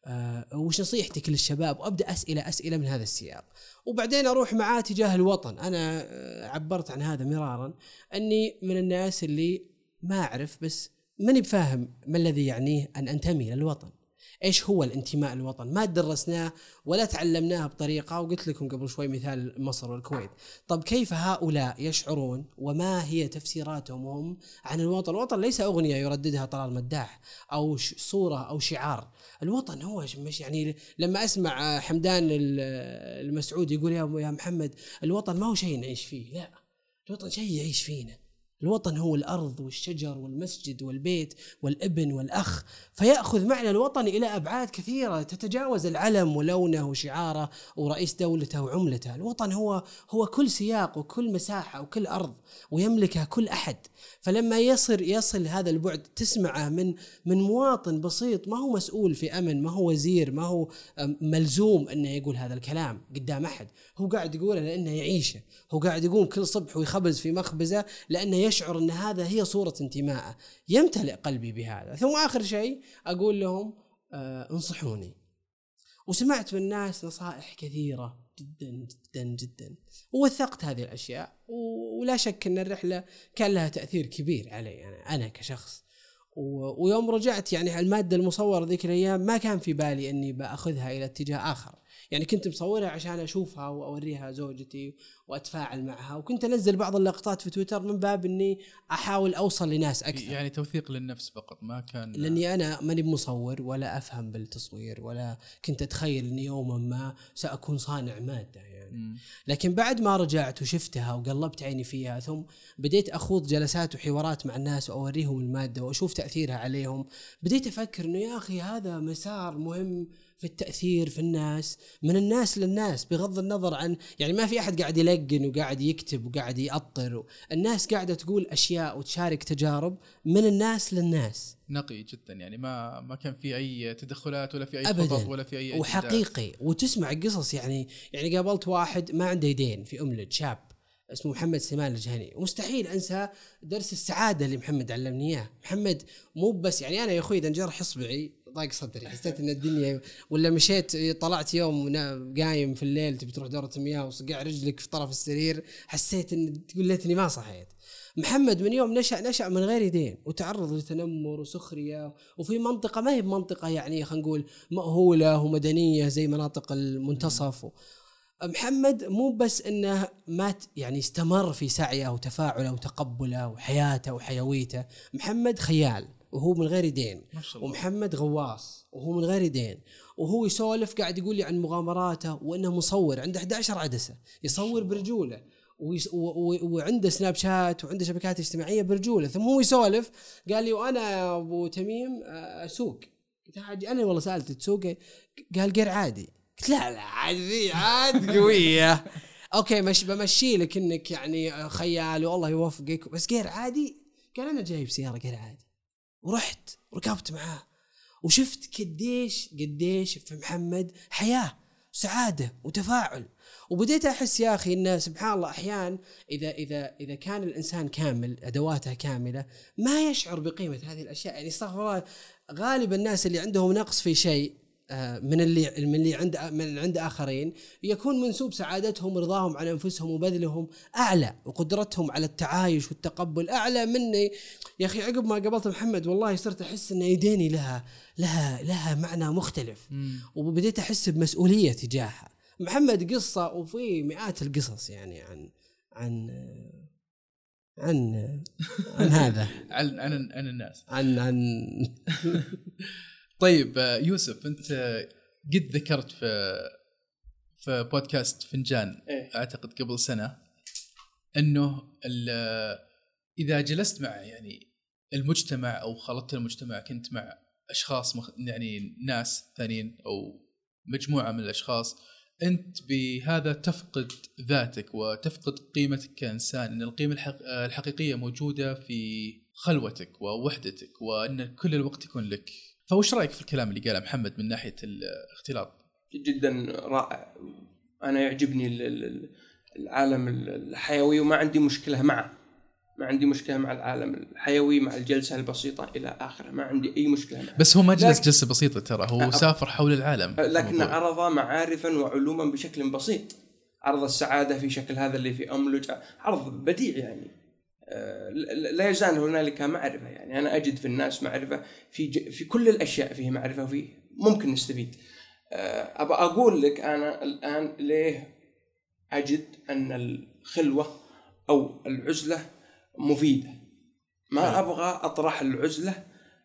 وش نصيحتك للشباب. وأبدأ أسئلة من هذا السياق. وبعدين أروح معاه تجاه الوطن. أنا عبرت عن هذا مرارا، أني من الناس اللي ما أعرف، بس ماني بفاهم ما الذي يعنيه أن أنتمي للوطن. إيش هو الانتماء للوطن؟ ما درسناه ولا تعلمناه بطريقة. وقلت لكم قبل شوي مثال مصر والكويت. طب كيف هؤلاء يشعرون وما هي تفسيراتهم هم عن الوطن؟ الوطن ليس أغنية يرددها طلال مداح أو صورة أو شعار. الوطن هو مش يعني لما أسمع حمدان المسعود يقول يا محمد الوطن ما هو شيء نعيش فيه، لا، الوطن شيء يعيش فينا. الوطن هو الأرض والشجر والمسجد والبيت والابن والأخ. فيأخذ معنى الوطن إلى أبعاد كثيرة تتجاوز العلم ولونه وشعاره ورئيس دولته وعملته. الوطن هو كل سياق وكل مساحة وكل أرض ويملكها كل أحد. فلما يصل هذا البعد تسمعه من مواطن بسيط ما هو مسؤول في أمن، ما هو وزير، ما هو ملزوم أنه يقول هذا الكلام قدام أحد، هو قاعد يقوله لأنه يعيشه، هو قاعد يقوم كل صبح ويخبز في مخبزة لأنه يشعر أن هذا هي صورة انتماءه. يمتلئ قلبي بهذا. ثم آخر شيء أقول لهم انصحوني. وسمعت من الناس نصائح كثيرة جدا جدا جدا ووثقت هذه الأشياء. ولا شك أن الرحلة كان لها تأثير كبير علي أنا كشخص. ويوم رجعت يعني المادة المصورة ذيك الأيام ما كان في بالي أني بأخذها إلى اتجاه آخر. يعني كنت مصورها عشان أشوفها وأوريها زوجتي وأتفاعل معها، وكنت أنزل بعض اللقطات في تويتر من باب إني أحاول أوصل لناس أكثر، يعني توثيق للنفس فقط، ما كان لأني أنا ماني مصور ولا أفهم بالتصوير ولا كنت أتخيل إني يوما ما سأكون صانع مادة يعني. لكن بعد ما رجعت وشفتها وقلبت عيني فيها، ثم بديت أخوض جلسات وحوارات مع الناس وأوريهم المادة وأشوف تأثيرها عليهم، بديت أفكر إنه يا أخي هذا مسار مهم في التأثير في الناس، من الناس للناس، بغض النظر عن يعني ما في أحد قاعد يلقن وقاعد يكتب وقاعد يأطر، الناس قاعدة تقول أشياء وتشارك تجارب من الناس للناس، نقي جدا يعني ما كان في أي تدخلات ولا في أي أبداً. خطط ولا في أي وحقيقي. وتسمع قصص يعني قابلت واحد ما عنده يدين في أملج، شاب اسمه محمد سليمان الجهني، ومستحيل أنسى درس السعادة اللي محمد علمني إياه. محمد مو بس يعني أنا يا أخوي إذا انجرح إصبعي ضاق صدري، حسيت إن الدنيا، ولا مشيت طلعت يوم قايم في الليل تبي تروح دورة مياه وصقع رجلك في طرف السرير، حسيت إن تقول ليتني ما صحيت. محمد من يوم نشأ من غير يدين وتعرض لتنمر وسخرية، وفي منطقة ما هي بمنطقة يعني خلينا نقول مأهولة ومدنية زي مناطق المنتصف. محمد مو بس انه مات يعني استمر في سعيه وتفاعله وتقبله وحياته وحيويته، محمد خيال وهو من غير يدين، ومحمد غواص وهو من غير يدين، وهو يسولف قاعد يقول لي عن مغامراته وانه مصور عنده 11 عدسة يصور برجوله، وعنده سناب شات وعنده شبكات اجتماعية برجوله. ثم هو يسولف قال لي وانا ابو تميم اسوق، قلت انا والله سألت تسوق؟ قال غير عادي. قلت لا عاد قوية اوكي مش بمشي لك انك يعني خيال والله يوفقك، بس غير عادي. قال انا جايب سيارة غير عادي، ورحت وركبت معاه وشفت قديش في محمد حياة سعادة وتفاعل، وبديت أحس يا أخي إن سبحان الله أحيان إذا كان الإنسان كامل أدواته كاملة ما يشعر بقيمة هذه الأشياء. يعني استغفر الله، غالب الناس اللي عندهم نقص في شيء من عند آخرين يكون منسوب سعادتهم ورضاهم عن أنفسهم وبذلهم أعلى، وقدرتهم على التعايش والتقبل أعلى مني. يا أخي عقب ما قابلت محمد والله صرت أحس إن يديني لها معنى مختلف، وبديت أحس بمسؤولية تجاهها. محمد قصة وفي مئات القصص يعني عن هذا عن الناس عن طيب يوسف، أنت قد ذكرت في بودكاست فنجان أعتقد قبل سنة أنه إذا جلست مع يعني المجتمع أو خلطت المجتمع، كنت مع أشخاص يعني ناس ثانيين أو مجموعة من الأشخاص، أنت بهذا تفقد ذاتك وتفقد قيمتك كإنسان، أن القيمة الحقيقية موجودة في خلوتك ووحدتك، وأن كل الوقت يكون لك. فوش رأيك في الكلام اللي قاله محمد من ناحية الاختلاط؟ جدا رائع. أنا يعجبني العالم الحيوي وما عندي مشكلة معه، ما عندي مشكلة مع العالم الحيوي، مع الجلسة البسيطة إلى آخره، ما عندي أي مشكلة معه. بس هو ما جلس جلسة بسيطة، ترى هو سافر حول العالم، لكن عرض معارفا وعلوما بشكل بسيط. عرض السعادة في شكل هذا اللي في أملج، عرض بديع يعني. لا يزال هنالك معرفة، يعني أنا أجد في الناس معرفة في كل الأشياء، فيه معرفة وفيه ممكن نستفيد. أبى أقول لك أنا الآن ليه أجد أن الخلوة أو العزلة مفيدة. ما أبغى أطرح العزلة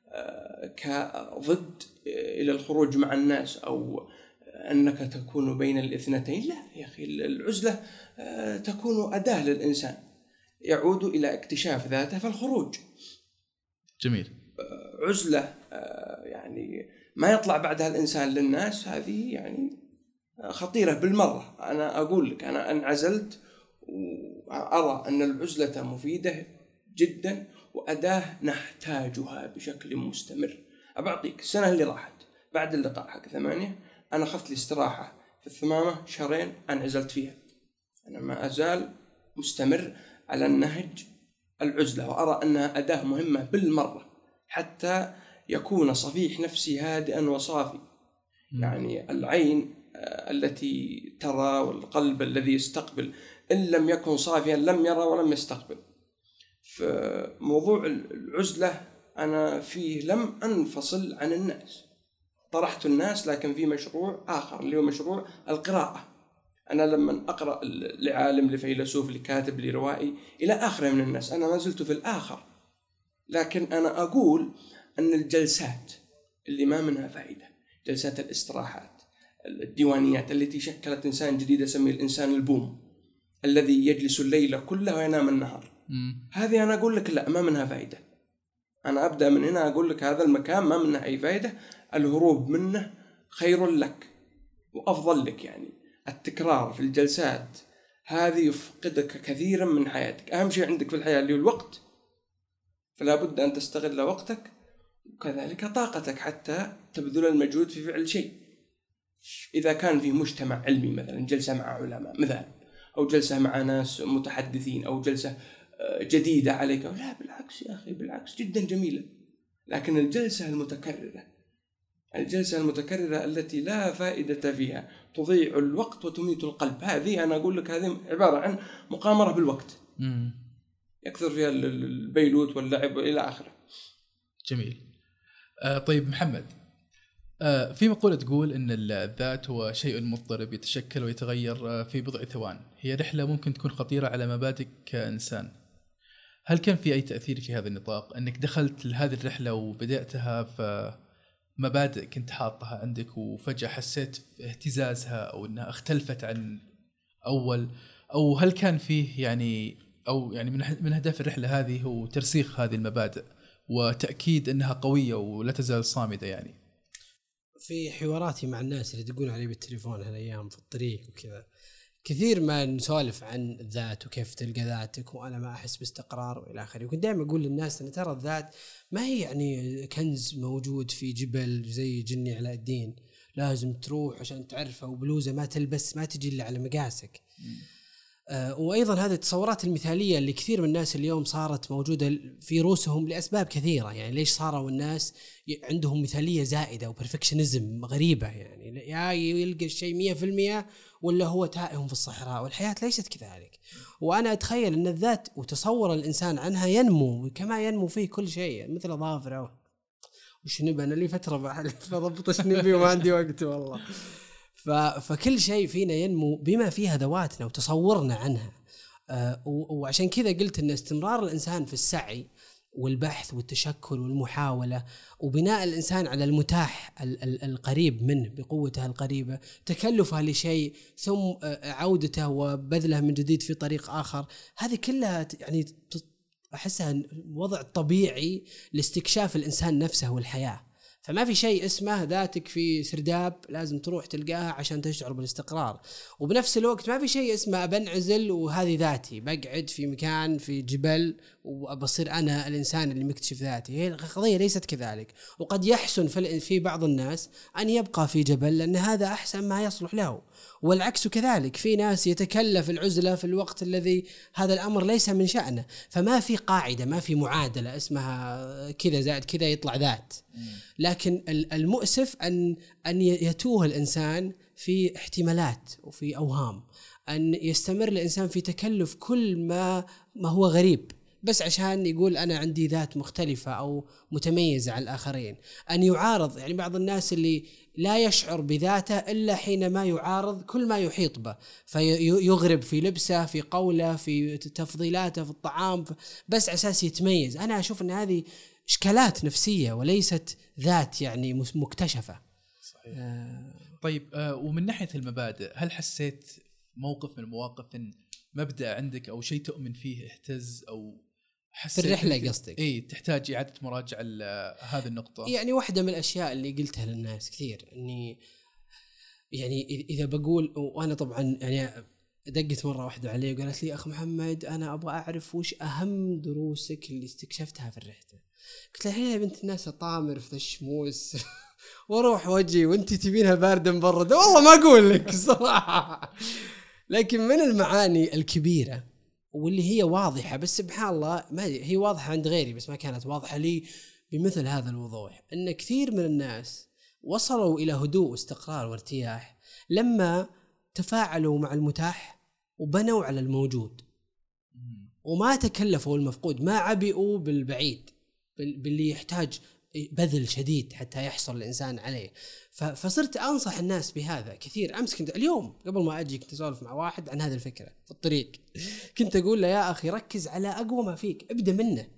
كضد إلى الخروج مع الناس أو أنك تكون بين الاثنتين. لا يا أخي، العزلة تكون أداة للإنسان يعود إلى اكتشاف ذاته فالخروج. جميل. عزلة يعني ما يطلع بعدها الإنسان للناس، هذه يعني خطيرة بالمرة. أنا أقول لك أنا انعزلت وأرى أن العزلة مفيدة جدا وأداة نحتاجها بشكل مستمر. أبعطيك السنة اللي راحت بعد اللقاء حق 8، أنا أخذت لي استراحة في الثمامة شهرين انعزلت فيها. أنا ما أزال مستمر على النهج العزلة، وأرى أنها أداة مهمة بالمرة حتى يكون صفيح نفسي هادئا وصافي. يعني العين التي ترى والقلب الذي يستقبل إن لم يكن صافيا لم يرى ولم يستقبل. فموضوع العزلة أنا فيه لم أنفصل عن الناس طرحت الناس، لكن في مشروع آخر اللي هو مشروع القراءة. أنا لما أقرأ لعالم، لفيلسوف، لكاتب، لروائي إلى آخره من الناس، أنا ما زلت في الآخر. لكن أنا أقول أن الجلسات اللي ما منها فائدة، جلسات الاستراحات، الديوانيات التي شكلت إنسان جديد أسميه الإنسان البوم الذي يجلس الليل كله وينام النهار، هذه أنا أقول لك لا، ما منها فائدة. أنا أبدأ من هنا أقول لك هذا المكان ما منه أي فائدة، الهروب منه خير لك وأفضل لك. يعني التكرار في الجلسات هذه يفقدك كثيرا من حياتك. أهم شيء عندك في الحياة اللي هو الوقت، فلا بد أن تستغل وقتك وكذلك طاقتك حتى تبذل المجهود في فعل شيء. إذا كان في مجتمع علمي مثلا، جلسة مع علماء مثلا، أو جلسة مع ناس متحدثين، أو جلسة جديدة عليك، لا بالعكس يا أخي، بالعكس جدا جميلة. لكن الجلسة المتكررة التي لا فائدة فيها، تضيع الوقت وتميت القلب، هذه أنا أقول لك هذه عبارة عن مقامرة بالوقت. يكثر فيها البيلوت واللعب إلى آخره. جميل. طيب محمد، في مقولة تقول إن الذات هو شيء مضطرب يتشكل ويتغير في بضع ثوان، هي رحلة ممكن تكون خطيرة على مبادئك كإنسان. هل كان في أي تأثير في هذا النطاق أنك دخلت لهذه الرحلة وبدأتها في مبادئ كنت حاطها عندك وفجأة حسيت اهتزازها أو أنها اختلفت عن أول، أو هل كان فيه يعني من أهداف الرحلة هذه هو ترسيخ هذه المبادئ وتأكيد أنها قوية ولا تزال صامدة؟ يعني في حواراتي مع الناس اللي تقول علي بالتليفون هالأيام في الطريق وكذا، كثير ما نسولف عن الذات وكيف تلقى ذاتك وأنا ما أحس باستقرار وإلى آخره. وكنت دائما أقول للناس أن ترى الذات ما هي يعني كنز موجود في جبل زي جني علاء الدين لازم تروح عشان تعرفه، وبلوزة ما تلبس ما تجي إلا على مقاسك. وأيضا هذه التصورات المثالية اللي كثير من الناس اليوم صارت موجودة في رؤوسهم لأسباب كثيرة. يعني ليش صاروا الناس عندهم مثالية زائدة وبرفكشنزم غريبة، يعني يا يلقى الشيء 100% ولا هو تائه في الصحراء، والحياة ليست كذلك. وأنا أتخيل أن الذات وتصور الإنسان عنها ينمو كما ينمو فيه كل شيء، مثل ظافره وشنب. أنا لي فترة بضبط شنبي وما عندي وقت والله. فكل شيء فينا ينمو بما فيها ذواتنا وتصورنا عنها. وعشان كذا قلت أن استمرار الإنسان في السعي والبحث والتشكل والمحاولة وبناء الإنسان على المتاح القريب منه بقوته القريبة، تكلفه لشيء ثم عودته وبذله من جديد في طريق آخر، هذه كلها يعني أحسها وضع طبيعي لاستكشاف الإنسان نفسه والحياة. فما في شيء اسمه ذاتك في سرداب لازم تروح تلقاها عشان تشعر بالاستقرار، وبنفس الوقت ما في شيء اسمه بنعزل وهذه ذاتي، بقعد في مكان في جبل وبصير أنا الإنسان اللي مكتشف ذاتي. هي القضية ليست كذلك. وقد يحسن في بعض الناس أن يبقى في جبل لأن هذا أحسن ما يصلح له، والعكس كذلك. في ناس يتكلف العزلة في الوقت الذي هذا الأمر ليس من شأنه. فما في قاعدة، ما في معادلة اسمها كذا زائد كذا يطلع ذات. لكن المؤسف أن يتوه الإنسان في احتمالات وفي أوهام، أن يستمر الإنسان في تكلف كل ما هو غريب بس عشان يقول أنا عندي ذات مختلفة أو متميزة عن الآخرين. أن يعارض، يعني بعض الناس اللي لا يشعر بذاته إلا حينما يعارض كل ما يحيط به، فيغرب في لبسه، في قوله، في تفضيلاته في الطعام، بس أساس يتميز. أنا أشوف أن هذه إشكالات نفسية وليست ذات يعني مكتشفة. صحيح. طيب ومن ناحية المبادئ، هل حسيت موقف من المواقف إن مبدأ عندك أو شيء تؤمن فيه اهتز أو في الرحلة قصدك؟ إيه، تحتاج إعادة مراجعة هذه النقطة. يعني واحدة من الأشياء اللي قلتها للناس كثير إني يعني إذا بقول، وأنا طبعا يعني دقت مرة واحدة علي وقالت لي أخ محمد أنا أبغى أعرف وش أهم دروسك اللي استكشفتها في الرحلة. قلت لها يا بنت الناس طامر في الشموس واروح وجهي وانت تبينها باردة مبرد، والله ما أقول لك صراحة. لكن من المعاني الكبيرة واللي هي واضحة، بس سبحان الله ما هي واضحة عند غيري بس ما كانت واضحة لي بمثل هذا الوضوح، أن كثير من الناس وصلوا إلى هدوء واستقرار وارتياح لما تفاعلوا مع المتاح وبنوا على الموجود وما تكلفوا المفقود، ما عبئوا بالبعيد باللي يحتاج بذل شديد حتى يحصل الإنسان عليه. فصرت أنصح الناس بهذا كثير. أمس كنت اليوم قبل ما أجي كنت أسولف مع واحد عن هذه الفكرة في الطريق، كنت أقول له يا أخي ركز على أقوى ما فيك، ابدأ منه،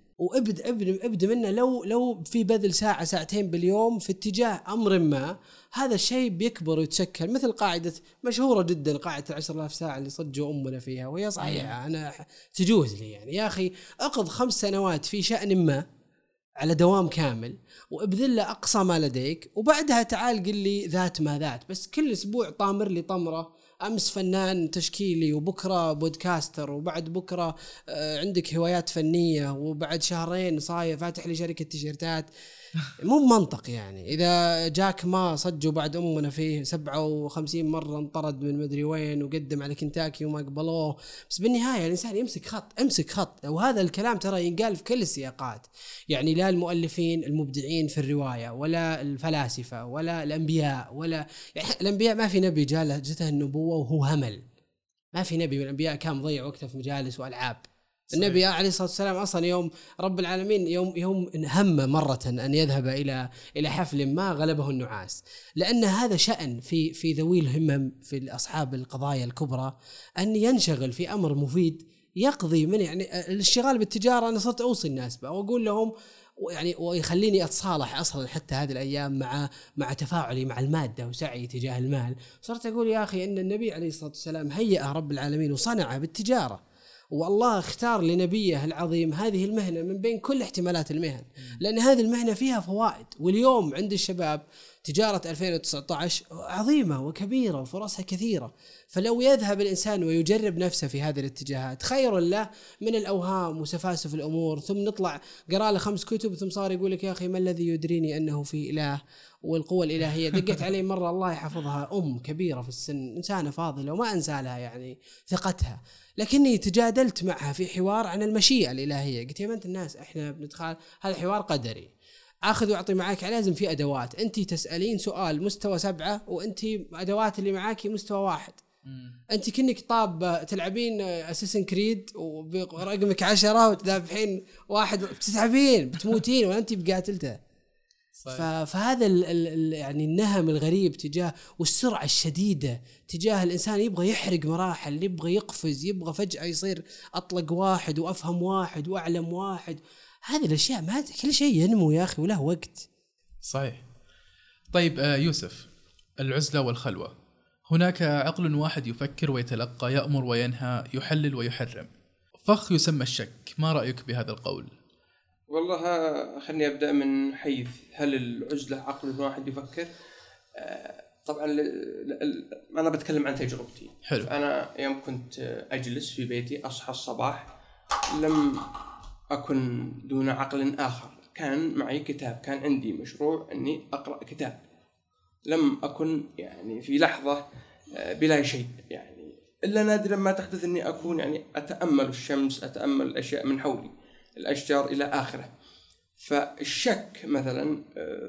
وابدأ منه. لو في بذل ساعة ساعتين باليوم في اتجاه أمر ما، هذا الشيء بيكبر ويتشكل. مثل قاعدة مشهورة جدا، قاعدة 10,000 ساعة اللي صجوا أمنا فيها، وهي صحيحة، أنا تجوز لي يعني. يا أخي أقض 5 سنوات في شأن ما على دوام كامل، وابذل له أقصى ما لديك، وبعدها تعال قل لي ذات ما ذات. بس كل أسبوع طامر لي طمرة، أمس فنان تشكيلي، وبكرة بودكاستر، وبعد بكرة عندك هوايات فنية، وبعد شهرين صاير فاتح لي شركة تيشيرتات. مو منطق يعني. إذا جاك ما صجوا بعد أمنا فيه 57 مرة انطرد من مدري وين، وقدم على كنتاكي وما قبلوه، بس بالنهاية الإنسان امسك خط. وهذا الكلام ترى ينقال في كل السياقات يعني، لا المؤلفين المبدعين في الرواية، ولا الفلاسفة، ولا الأنبياء، ولا يعني الأنبياء ما في نبي جاءته النبوة وهو همل. ما في نبي من الأنبياء كان مضيع وقته في مجالس وألعاب. صحيح. النبي عليه الصلاة والسلام أصلا يوم رب العالمين يوم هم مرة أن يذهب إلى حفل ما، غلبه النعاس. لأن هذا شأن في ذوي الهمم، في أصحاب القضايا الكبرى، أن ينشغل في أمر مفيد يقضي من يعني الاشتغال بالتجارة. أنا صرت أوصي الناس بقى وأقول لهم يعني، ويخليني أتصالح أصلا حتى هذه الأيام مع تفاعلي مع المادة وسعي تجاه المال. صرت أقول يا أخي إن النبي عليه الصلاة والسلام هيأ رب العالمين وصنع بالتجارة، والله اختار لنبيه العظيم هذه المهنة من بين كل احتمالات المهن، لأن هذه المهنة فيها فوائد. واليوم عند الشباب تجارة 2019 عظيمة وكبيرة وفرصها كثيرة. فلو يذهب الإنسان ويجرب نفسه في هذه الاتجاهات خير له من الأوهام وسفاسف الأمور، ثم نطلع قرأ له 5 كتب ثم صار يقول لك يا أخي ما الذي يدريني أنه في إله والقوة الإلهية. دقت علي مرة الله يحفظها كبيرة في السن، إنسانة فاضلة وما أنسى لها يعني ثقتها، لكني تجادلت معها في حوار عن المشيئة الإلهية. قلت يا بنت الناس احنا بندخل هذا حوار قدري، اخذ واعطي معاك، لازم في ادوات. انت تسالين سؤال مستوى 7 وانت ادوات اللي معاكي مستوى 1. انت كنك طاب تلعبين اساسن كريد ورقمك 10 وتذبحين واحد، بتتعبين بتموتين وانت بقاتلته. فهذا يعني النهم الغريب تجاه والسرعة الشديدة تجاه الإنسان، يبغى يحرق مراحل، يبغى يقفز، يبغى فجأة يصير أطلق واحد وأفهم واحد وأعلم واحد. هذه الأشياء ما كل شيء ينمو يا أخي وله وقت. صحيح. طيب يوسف، العزلة والخلوة، هناك عقل واحد يفكر ويتلقى، يأمر وينهى، يحلل ويحرم، فخ يسمى الشك. ما رأيك بهذا القول؟ والله خلني أبدأ من حيث هل العزلة عقل واحد يفكر؟ طبعا أنا بتكلم عن تجربتي. حلو. أنا يوم كنت أجلس في بيتي أصحى الصباح لم أكن دون عقل آخر، كان معي كتاب، كان عندي مشروع أني أقرأ كتاب. لم أكن يعني في لحظة بلا شيء يعني، إلا نادرا ما تحدث أني أكون يعني أتأمل الشمس، أتأمل الأشياء من حولي، الأشجار إلى آخره. فالشك مثلا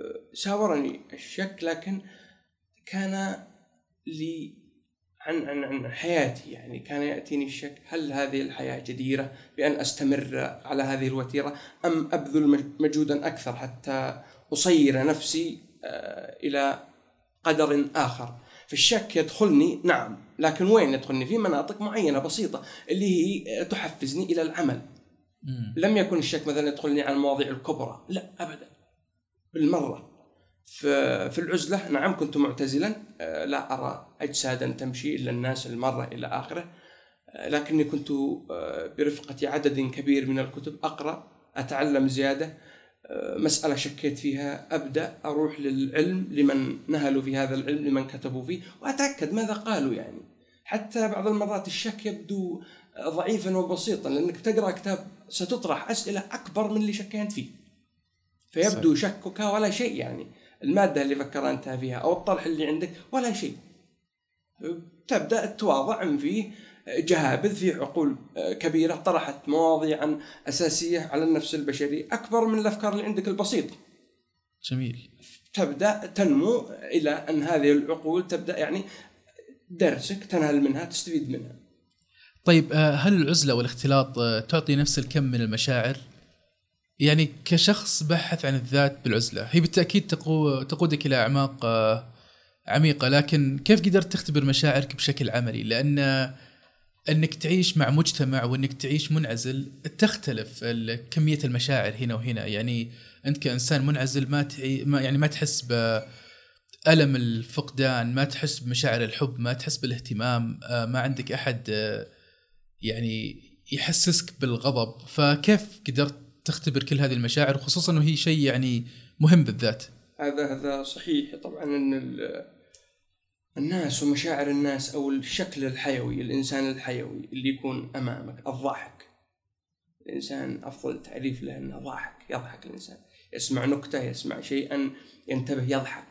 ساورني الشك، لكن كان لي عن حياتي يعني، كان يأتيني الشك هل هذه الحياة جديرة بأن أستمر على هذه الوتيرة، أم أبذل مجهودا أكثر حتى أصير نفسي إلى قدر آخر. فالشك يدخلني نعم، لكن وين يدخلني؟ في مناطق معينة بسيطة اللي هي تحفزني إلى العمل. لم يكن الشك مثلا يدخلني عن المواضيع الكبرى، لا أبدا بالمرة. في العزلة نعم كنت معتزلا، لا أرى أجسادا تمشي إلا الناس المرة إلى آخره، لكني كنت برفقة عدد كبير من الكتب أقرأ، أتعلم زيادة. مسألة شكيت فيها أبدأ أروح للعلم، لمن نهلوا في هذا العلم، لمن كتبوا فيه، وأتأكد ماذا قالوا يعني. حتى بعض المرات الشك يبدو ضعيفا وبسيطا، لأنك تقرأ كتاب ستطرح أسئلة أكبر من اللي شكيت فيه، فيبدو شكك ولا شيء يعني. المادة اللي فكر أنت فيها أو الطرح اللي عندك ولا شيء، تبدأ تواضع فيه جهابذ في عقول كبيرة طرحت مواضيعا أساسية على النفس البشري أكبر من الأفكار اللي عندك البسيطة. جميل. تبدأ تنمو إلى أن هذه العقول تبدأ يعني درسك تنهل منها، تستفيد منها. طيب هل العزلة والاختلاط تعطي نفس الكم من المشاعر؟ يعني كشخص بحث عن الذات بالعزلة، هي بالتأكيد تقودك إلى أعماق عميقة، لكن كيف قدرت تختبر مشاعرك بشكل عملي؟ لأن أنك تعيش مع مجتمع وأنك تعيش منعزل تختلف كمية المشاعر هنا وهنا. يعني أنت كإنسان منعزل ما تحس بألم الفقدان، ما تحس بمشاعر الحب، ما تحس بالاهتمام، ما عندك أحد يعني يحسسك بالغضب. فكيف قدرت تختبر كل هذه المشاعر، وخصوصا أنه هي شيء يعني مهم بالذات؟ هذا صحيح طبعا، أن الناس ومشاعر الناس أو الشكل الحيوي، الإنسان الحيوي اللي يكون أمامك، الضاحك. الإنسان أفضل تعريف له أنه ضاحك، يضحك الإنسان، يسمع نكتة، يسمع شيئا ينتبه يضحك.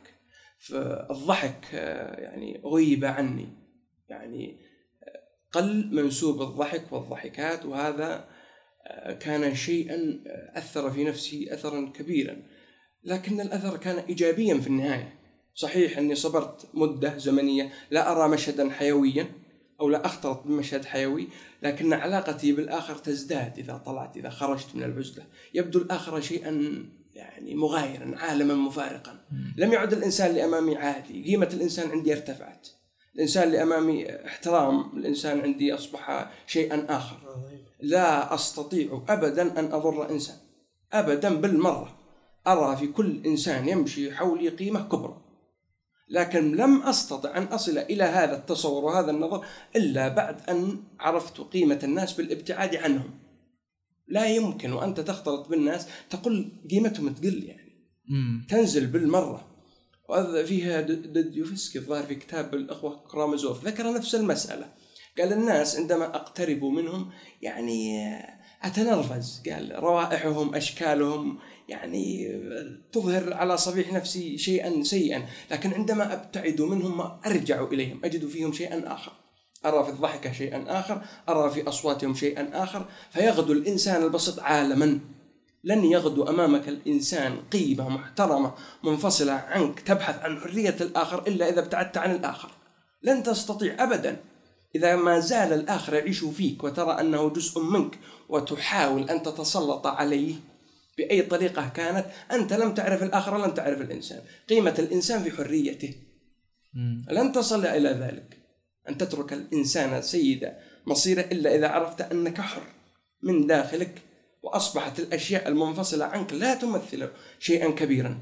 فالضحك يعني غيب عني، يعني قل منسوب الضحك والضحكات، وهذا كان شيئا أثر في نفسي أثرا كبيرا، لكن الأثر كان إيجابيا في النهاية. صحيح أني صبرت مدة زمنية لا أرى مشهدا حيويا أو لا أختلط بمشهد حيوي، لكن علاقتي بالآخر تزداد إذا طلعت، إذا خرجت من العزلة. يبدو الآخر شيئا يعني مغايرا، عالما مفارقا. لم يعد الإنسان لأمامي عادي، قيمة الإنسان عندي ارتفعت. الإنسان اللي أمامي احترام الإنسان عندي أصبح شيئا آخر. لا أستطيع أبدا أن أضر إنسان أبدا بالمرة. أرى في كل إنسان يمشي حولي قيمة كبرى، لكن لم أستطع أن أصل إلى هذا التصور وهذا النظر إلا بعد أن عرفت قيمة الناس بالابتعاد عنهم. لا يمكن وأنت تختلط بالناس تقول قيمتهم تقل، يعني تنزل بالمرة. وهذا فيها دودويفسكي الظاهر في كتاب الأخوة كرامازوف ذكر نفس المسألة. قال الناس عندما أقترب منهم يعني أتنرفز، قال روائحهم أشكالهم يعني تظهر على صفيح نفسي شيئا سيئا، لكن عندما أبتعد منهم أرجع إليهم أجد فيهم شيئا آخر. أرى في الضحكة شيئا آخر، أرى في أصواتهم شيئا آخر. فيغدو الإنسان البسيط عالما. لن يغدو أمامك الإنسان قيمة محترمة منفصلة عنك تبحث عن حرية الآخر إلا إذا ابتعدت عن الآخر. لن تستطيع أبدا إذا ما زال الآخر يعيش فيك وترى أنه جزء منك وتحاول أن تتسلط عليه بأي طريقة كانت. أنت لم تعرف الآخر، لن تعرف الإنسان. قيمة الإنسان في حريته. لن تصل إلى ذلك أن تترك الإنسان سيد مصيره إلا إذا عرفت أنك حر من داخلك، وأصبحت الأشياء المنفصلة عنك لا تمثل شيئا كبيرا.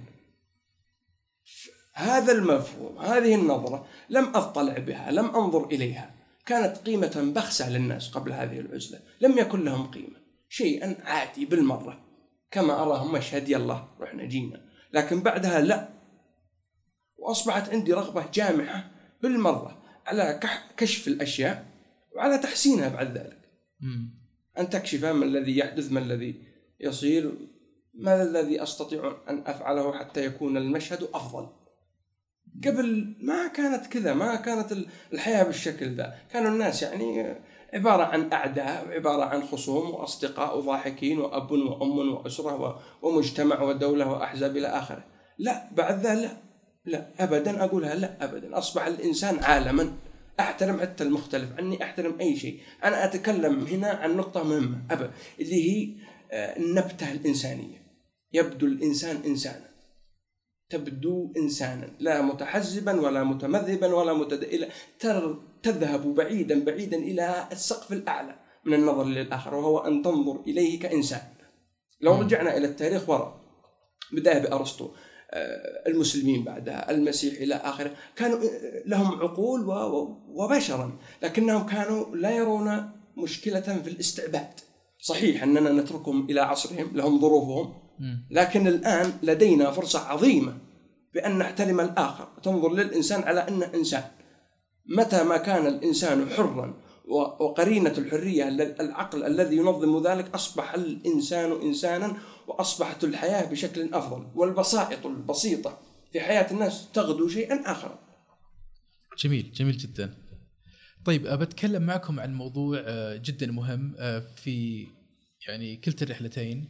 هذا المفهوم، هذه النظرة لم أطلع بها، لم أنظر إليها. كانت قيمة بخسة للناس قبل هذه العزلة، لم يكن لهم قيمة، شيئا عادي بالمرة، كما أراهم مشهد يلا رحنا جينا. لكن بعدها لا، وأصبحت عندي رغبة جامحة بالمرة على كشف الأشياء وعلى تحسينها بعد ذلك. أن تكشف ما الذي يحدث، ما الذي يصير، ماذا الذي أستطيع أن أفعله حتى يكون المشهد أفضل. قبل ما كانت كذا، ما كانت الحياة بالشكل ذا. كانوا الناس يعني عبارة عن أعداء، وعبارة عن خصوم وأصدقاء وضاحكين وأب وأم وأسرة ومجتمع ودولة وأحزاب إلى آخره. لا، بعد ذا لا أبدا أقولها، لا أبدا. أصبح الإنسان عالما. أحترم حتى المختلف عني، أحترم أي شيء. أنا أتكلم هنا عن نقطة مهمة اللي هي النبتة الإنسانية. يبدو الإنسان إنسانا، تبدو إنسانا، لا متحزبا ولا متمذبا ولا متدئلا. تذهب بعيدا بعيدا إلى السقف الأعلى من النظر للآخر، وهو أن تنظر إليه كإنسان. لو رجعنا إلى التاريخ وراء، بداية بأرسطو، المسلمين بعدها، المسيح إلى آخره، كانوا لهم عقول وبشرا، لكنهم كانوا لا يرون مشكلة في الاستعباد. صحيح أننا نتركهم إلى عصرهم، لهم ظروفهم، لكن الآن لدينا فرصة عظيمة بأن نحترم الآخر وتنظر للإنسان على أنه إنسان. متى ما كان الإنسان حرا وقرينة الحرية العقل الذي ينظم ذلك، أصبح الإنسان إنسانا، وأصبحت الحياة بشكل أفضل، والبسائط البسيطة في حياة الناس تغدو شيئا آخر. جميل، جميل جدا. طيب، أبتكلم معكم عن موضوع جدا مهم في يعني كلتا الرحلتين.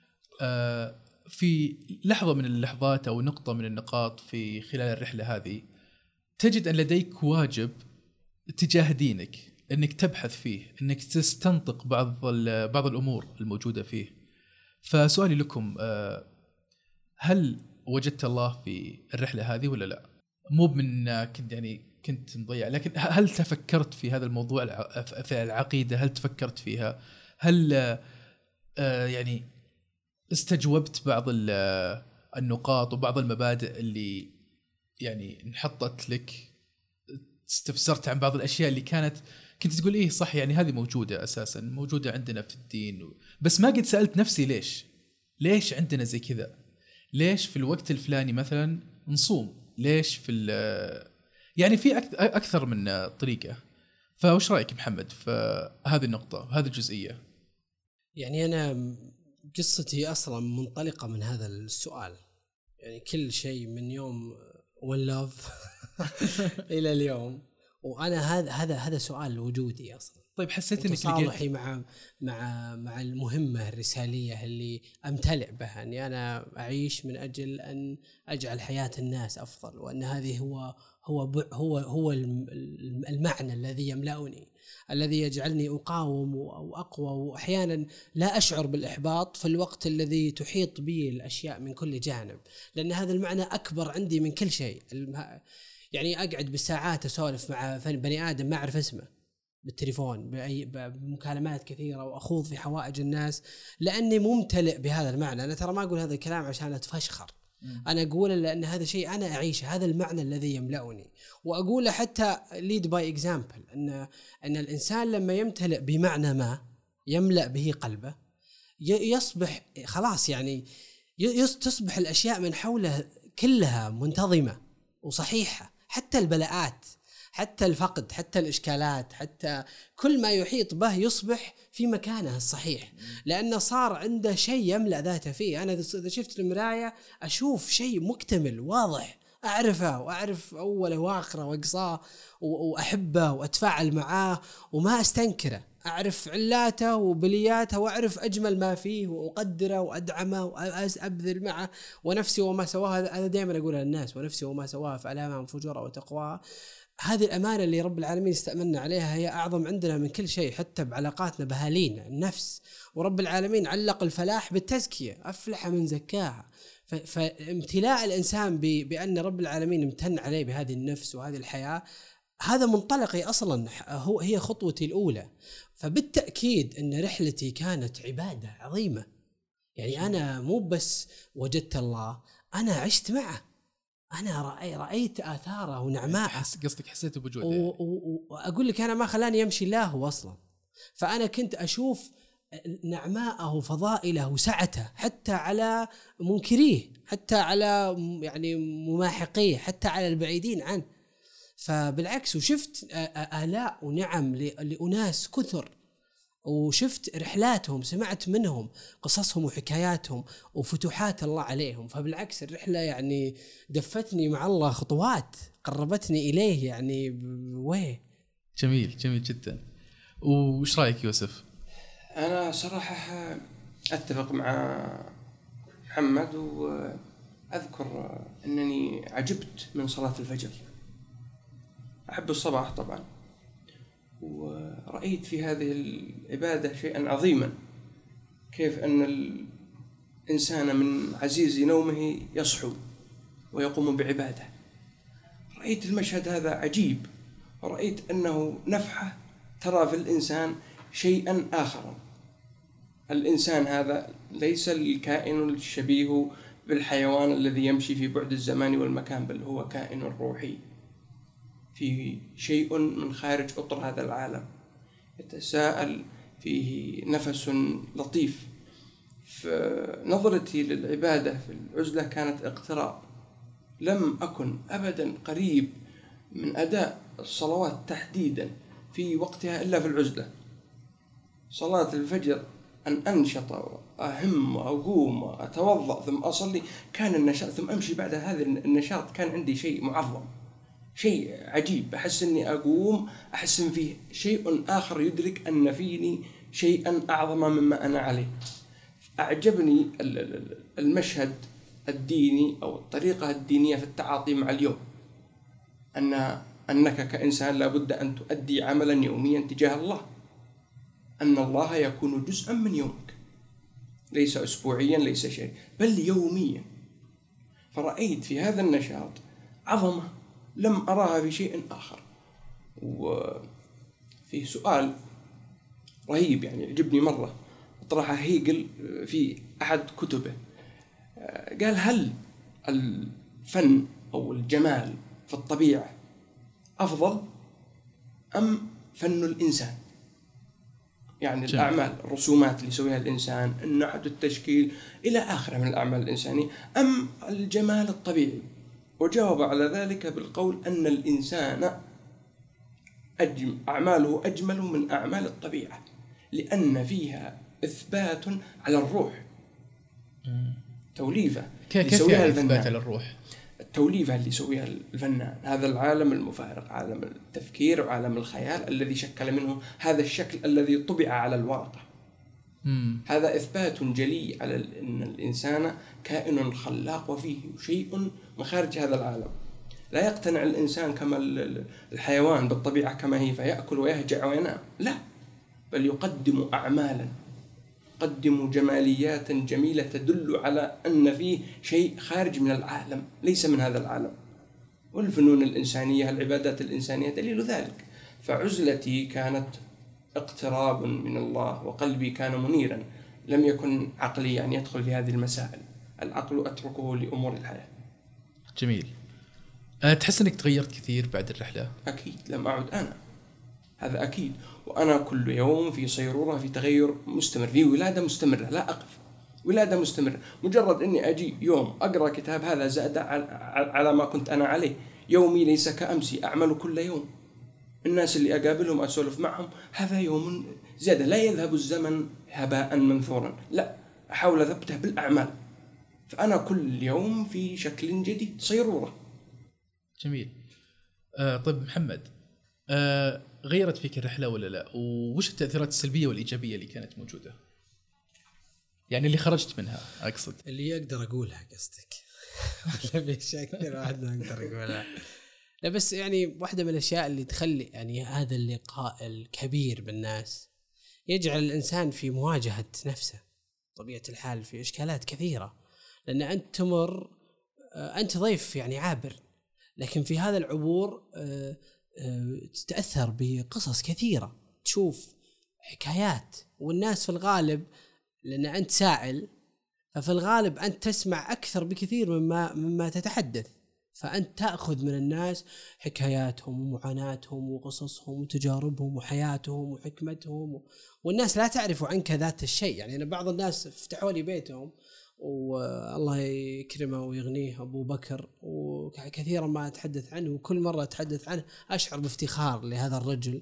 في لحظة من اللحظات أو نقطة من النقاط في خلال الرحلة هذه، تجد أن لديك واجب تجاه دينك، أنك تبحث فيه، أنك تستنطق بعض الأمور الموجودة فيه. فسؤالي لكم، هل وجدت الله في الرحلة هذه ولا لا؟ مو من كنت مضيع، لكن هل تفكرت في هذا الموضوع في العقيدة؟ هل تفكرت فيها؟ هل يعني استجوبت بعض النقاط وبعض المبادئ اللي يعني انحطت لك؟ استفسرت عن بعض الأشياء اللي كنت تقول إيه صح، يعني هذه موجودة أساسا، موجودة عندنا في الدين، بس ما قد سألت نفسي ليش عندنا زي كذا؟ ليش في الوقت الفلاني مثلا نصوم؟ ليش في يعني في أكثر من طريقة. فوش رأيك محمد في هذه النقطة، هذه الجزئية؟ يعني أنا قصتي أصلا منطلقة من هذا السؤال، يعني كل شيء من يوم One Love إلى اليوم، وأنا هذا سؤال وجودي أصلا. طيب حسيت إنك تصالحي مع المهمة الرسالية اللي أمتلئ بها، أني أنا أعيش من أجل أن أجعل حياة الناس أفضل، وأن هذه هو المعنى الذي يملأني، الذي يجعلني أقاوم وأقوى، وأحيانا لا أشعر بالإحباط في الوقت الذي تحيط بي الأشياء من كل جانب، لأن هذا المعنى أكبر عندي من كل شيء. يعني أقعد بالساعات أسولف مع بني آدم ما أعرف اسمه بالتليفون بمكالمات كثيرة، وأخوض في حوائج الناس لأني ممتلئ بهذا المعنى. أنا ترى ما أقول هذا الكلام عشان أتفشخر، أنا أقول لأن هذا شيء أنا أعيشه، هذا المعنى الذي يملأني. وأقول حتى lead by example أن الإنسان لما يمتلئ بمعنى ما يملأ به قلبه يصبح خلاص، يعني تصبح الأشياء من حوله كلها منتظمة وصحيحة، حتى البلاءات، حتى الفقد، حتى الإشكالات، حتى كل ما يحيط به يصبح في مكانه الصحيح، لأنه صار عنده شيء يملأ ذاته فيه. أنا إذا شفت المراية أشوف شيء مكتمل واضح، أعرفه وأعرف أوله وآخره وأقصاه وأحبه وأتفاعل معاه وما أستنكره، أعرف علاته وبلياته وأعرف أجمل ما فيه وأقدره وأدعمه وأبذل معه. ونفسي وما سواها، هذا دائما أقولها للناس، ونفسي وما سواها فألامها من فجورها وتقواها. هذه الأمانة اللي رب العالمين استأمننا عليها هي أعظم عندنا من كل شيء، حتى بعلاقاتنا بأهالينا النفس. ورب العالمين علق الفلاح بالتزكية، أفلح من زكاها. فامتلاء الإنسان بأن رب العالمين امتن عليه بهذه النفس وهذه الحياة، هذا منطلقي أصلا، هي خطوتي الأولى. فبالتأكيد أن رحلتي كانت عبادة عظيمة. يعني أنا مو بس وجدت الله، أنا عشت معه، أنا رأيت آثاره ونعماءه. قصدك حسيت بوجوده؟ وأقول لك أنا ما خلاني يمشي الله أصلا، فأنا كنت أشوف نعماءه وفضائله وسعته حتى على منكريه، حتى على يعني مماحقيه، حتى على البعيدين عنه. فبالعكس، وشفت آلاء ونعم لأناس كثر، وشفت رحلاتهم، سمعت منهم قصصهم وحكاياتهم وفتوحات الله عليهم. فبالعكس الرحلة يعني دفتني مع الله خطوات، قربتني إليه يعني جميل جدا. وش رأيك يوسف؟ أنا صراحة أتفق مع محمد، وأذكر أنني عجبت من صلاة الفجر. أحب الصباح طبعا، ورأيت في هذه العبادة شيئا عظيما، كيف أن الإنسان من عزيز نومه يصحو ويقوم بعبادة. رأيت المشهد هذا عجيب، ورأيت أنه نفحة ترى في الإنسان شيئا آخر. الإنسان هذا ليس الكائن الشبيه بالحيوان الذي يمشي في بعد الزمان والمكان، بل هو كائن روحي، فيه شيء من خارج أطر هذا العالم، يتساءل، فيه نفس لطيف. فنظرتي للعبادة في العزلة كانت اقتراب. لم أكن أبدا قريب من أداء الصلوات تحديدا في وقتها إلا في العزلة. صلاة الفجر أن أنشط وأهم وأقوم وأتوضأ ثم أصلي كان النشاط، ثم أمشي بعد هذا النشاط كان عندي شيء معظم، شيء عجيب. أحس أني أقوم، أحس أن فيه شيء آخر يدرك أن فيني شيئا أعظم مما أنا عليه. أعجبني المشهد الديني أو الطريقة الدينية في التعاطي مع اليوم، أنك كإنسان لابد أن تؤدي عملا يوميا تجاه الله، أن الله يكون جزءا من يومك، ليس أسبوعيا، ليس شيء، بل يوميا. فرأيت في هذا النشاط عظمة لم أراها في شيء آخر. وفي سؤال رهيب يعني عجبني مرة طرحه هيجل في أحد كتبه، قال: هل الفن أو الجمال في الطبيعة أفضل أم فن الإنسان؟ يعني الأعمال، الرسومات اللي يسويها الإنسان، النحت والتشكيل إلى آخره من الأعمال الإنسانية، أم الجمال الطبيعي؟ وجاوب على ذلك بالقول أن الإنسان أعماله أجمل من أعمال الطبيعة، لأن فيها إثبات على الروح. توليفة كيف يعني إثبات على الروح؟ التوليفة اللي يسويها الفنان، هذا العالم المفارق، عالم التفكير وعالم الخيال الذي شكل منه هذا الشكل الذي طبع على الورقة. هذا إثبات جلي على أن الإنسان كائن خلاق وفيه شيء من خارج هذا العالم. لا يقتنع الإنسان كما الحيوان بالطبيعة كما هي فيأكل ويهجع وينام، لا، بل يقدم أعمالا، يقدم جماليات جميلة تدل على أن فيه شيء خارج من العالم ليس من هذا العالم. والفنون الإنسانية، العبادات الإنسانية دليل ذلك. فعزلتي كانت اقتراب من الله، وقلبي كان منيرا، لم يكن عقلي يعني يدخل في هذه المسائل، العقل أتركه لأمور الحياة. جميل. تحس أنك تغيرت كثير بعد الرحلة؟ أكيد، لم أعد أنا، هذا أكيد. وأنا كل يوم في صيرورة، في تغير مستمر، في ولادة مستمرة، لا أقف، ولادة مستمرة. مجرد أني أجي يوم أقرأ كتاب هذا زاد على ما كنت أنا عليه. يومي ليس كأمسي، أعمل كل يوم. الناس اللي أقابلهم أسولف معهم هذا يوم زاد، لا يذهب الزمن هباء منثورا، لا، أحاول أثبته بالأعمال. فأنا كل يوم في شكل جديد، صيرورة. جميل. طيب محمد، غيرت فيك الرحلة ولا لا؟ وش التأثيرات السلبية والإيجابية اللي كانت موجودة؟ يعني اللي خرجت منها أقصد. اللي أقدر أقولها قصدك ولا بشكل واحد ما أقدر أقولها؟ لا بس يعني واحدة من الأشياء اللي تخلي يعني هذا اللقاء الكبير بالناس يجعل الإنسان في مواجهة نفسه طبيعة الحال في إشكالات كثيرة، لأن أنت تمر، أنت ضيف يعني عابر، لكن في هذا العبور تتأثر بقصص كثيرة، تشوف حكايات، والناس في الغالب لأن أنت سائل ففي الغالب أنت تسمع أكثر بكثير مما تتحدث، فأنت تأخذ من الناس حكاياتهم ومعاناتهم وقصصهم وتجاربهم وحياتهم وحكمتهم، والناس لا تعرف عنك ذات الشيء. يعني أنا بعض الناس فتحوا لي بيتهم والله يكرمه ويغنيه أبو بكر، وكثيرا ما أتحدث عنه، وكل مرة أتحدث عنه أشعر بافتخار لهذا الرجل،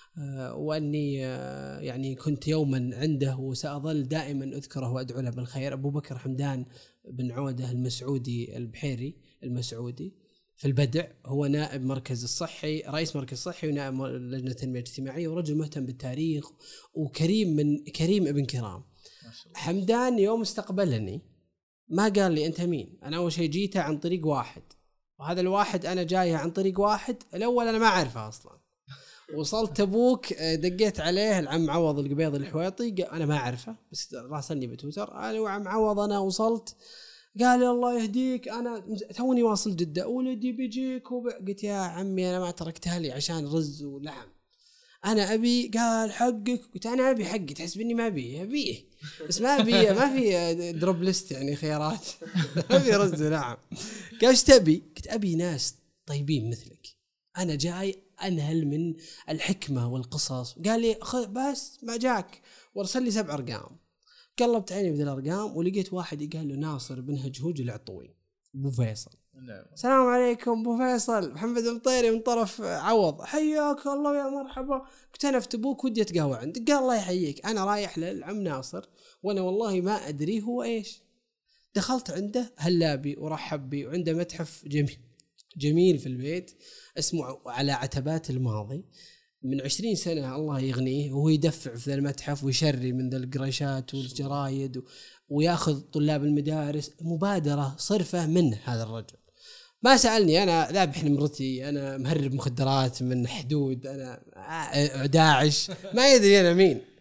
وأني يعني كنت يوما عنده وسأظل دائما أذكره وأدعو له بالخير. أبو بكر حمدان بن عودة المسعودي البحيري المسعودي في البدع، هو نائب مركز الصحي، رئيس مركز الصحي ونائب لجنة التنمية الاجتماعية، ورجل مهتم بالتاريخ وكريم من كريم ابن كرام. حمدان يوم استقبلني ما قال لي أنت مين، أنا أول شيء جيته عن طريق واحد، وهذا الواحد أنا جايه عن طريق واحد الأول أنا ما أعرفه أصلا. وصلت تبوك دقيت عليه العم عوض القبيض الحويطي، أنا ما أعرفه بس راسلني بتويتر، أنا وعم عوض أنا وصلت، قال لي الله يهديك أنا توني واصل جدة ولدي بيجيك قلت يا عمي أنا ما تركتها لي عشان رز ولحم، أنا أبي. قال حقك، قلت أنا أبي حقي، تحسب إني ما أبيه بس ما في دروب ليست يعني خيارات أبي رز ولحم. قال إيش تبي؟ قلت أبي ناس طيبين مثلك، أنا جاي أنهل من الحكمة والقصص. قال لي بس ما جاك، وارسل لي 7 أرقام. قلبت عيني بذي الأرقام ولقيت واحد قال له ناصر بن هجهوج العطوي أبو فيصل. السلام عليكم أبو فيصل، محمد المطيري من طرف عوض، حياك الله يا مرحبا. كنت أنا في تبوك ودي أتقهوى عندك. قال الله يحييك، أنا رايح للعم ناصر وأنا والله ما أدري هو إيش. دخلت عنده هلابي ورحب بي، وعنده متحف جميل في البيت اسمه على عتبات الماضي من 20 سنة الله يغنيه، وهو يدفع في ذا المتحف ويشري من ذا القريشات والجرايد وياخذ طلاب المدارس. مبادرة صرفة من هذا الرجل. ما سألني، أنا ذابح نمرتي، أنا مهرب مخدرات من حدود، أنا داعش، ما يدري أنا مين.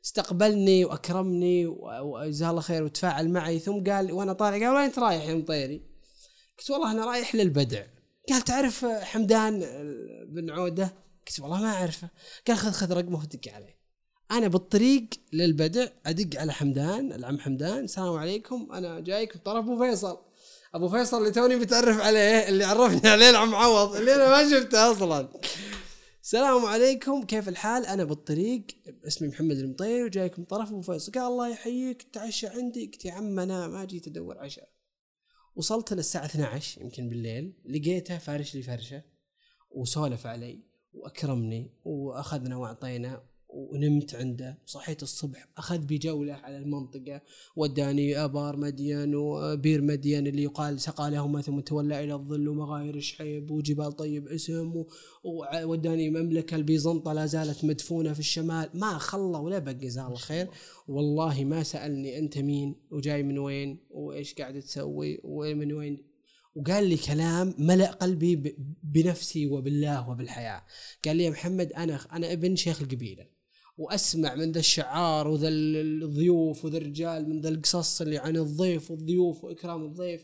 استقبلني وأكرمني وجزاه الله خير وتفاعل معي، ثم قال وأنا طالع قال وين أنت رايح يا مطيري؟ قلت والله أنا رايح للبدع. قال تعرف حمدان بن عودة؟ قلت والله ما أعرفه. قال خذ رقمه ودق عليه. أنا بالطريق للبدع أدق على حمدان، العم حمدان، السلام عليكم أنا جايك من طرف أبو فيصل اللي توني بتعرف عليه، اللي عرفني عليه العم عوض اللي أنا ما شفته أصلا. السلام عليكم كيف الحال؟ أنا بالطريق اسمي محمد المطيري وجايك من طرف أبو فيصل. قال الله يحييك تعشى عندي. قلت يا عم أنا ما جيت أدور عشاء. وصلت للساعة 12 يمكن بالليل، لقيته فارش لي فرشة وسولف علي وأكرمني وأخذنا وأعطينا ونمت عنده. صحيت الصبح أخذ بجولة على المنطقة، وداني آبار مدين وبير مدين اللي يقال سقى لهما ثم تولى إلى الظل ومغاير شحيب وجبال طيب اسم، ووداني مملكة البيزنطة لا زالت مدفونة في الشمال. ما خلى ولا بقى جزاه الله خير. والله ما سألني أنت مين وجاي من وين وإيش قاعد تسوي ومن وين، وقال لي كلام ملأ قلبي بنفسي وبالله وبالحياة. قال لي يا محمد أنا ابن شيخ القبيلة، وأسمع من ذا الشعار وذا الضيوف وذا الرجال من ذا القصص اللي عن الضيف والضيوف وإكرام الضيف.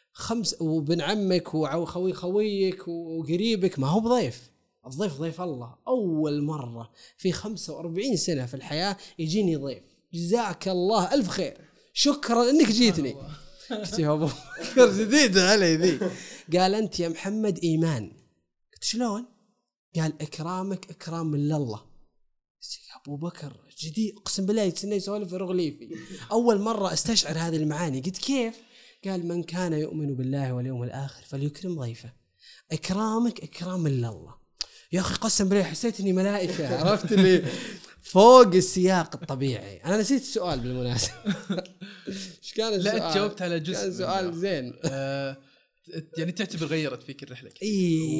وبن عمك خويك وقريبك ما هو بضيف، الضيف ضيف الله. أول مرة في 45 سنة في الحياة يجيني ضيف، جزاك الله ألف خير، شكرا أنك جيتني. قلت يا أبو بكر جديدة علي ذي. قال أنت يا محمد إيمان. قلت شلون؟ قال إكرامك إكرام من الله. أبو بكر جديد أقسم بالله يتسنى يسولف رغليفي، أول مرة استشعر هذه المعاني. قلت كيف؟ قال من كان يؤمن بالله واليوم الآخر فليكرم ضيفه، إكرامك إكرام من الله. يا أخي قسم بالله حسيت إني ملائكة، عرفت اللي فوق السياق الطبيعي. أنا نسيت السؤال بالمناسبة. إيش كان السؤال؟ لا جاوبت على جزء. كان سؤال زين. يعني تعتبر غيرت فيك الرحلة؟ إيه.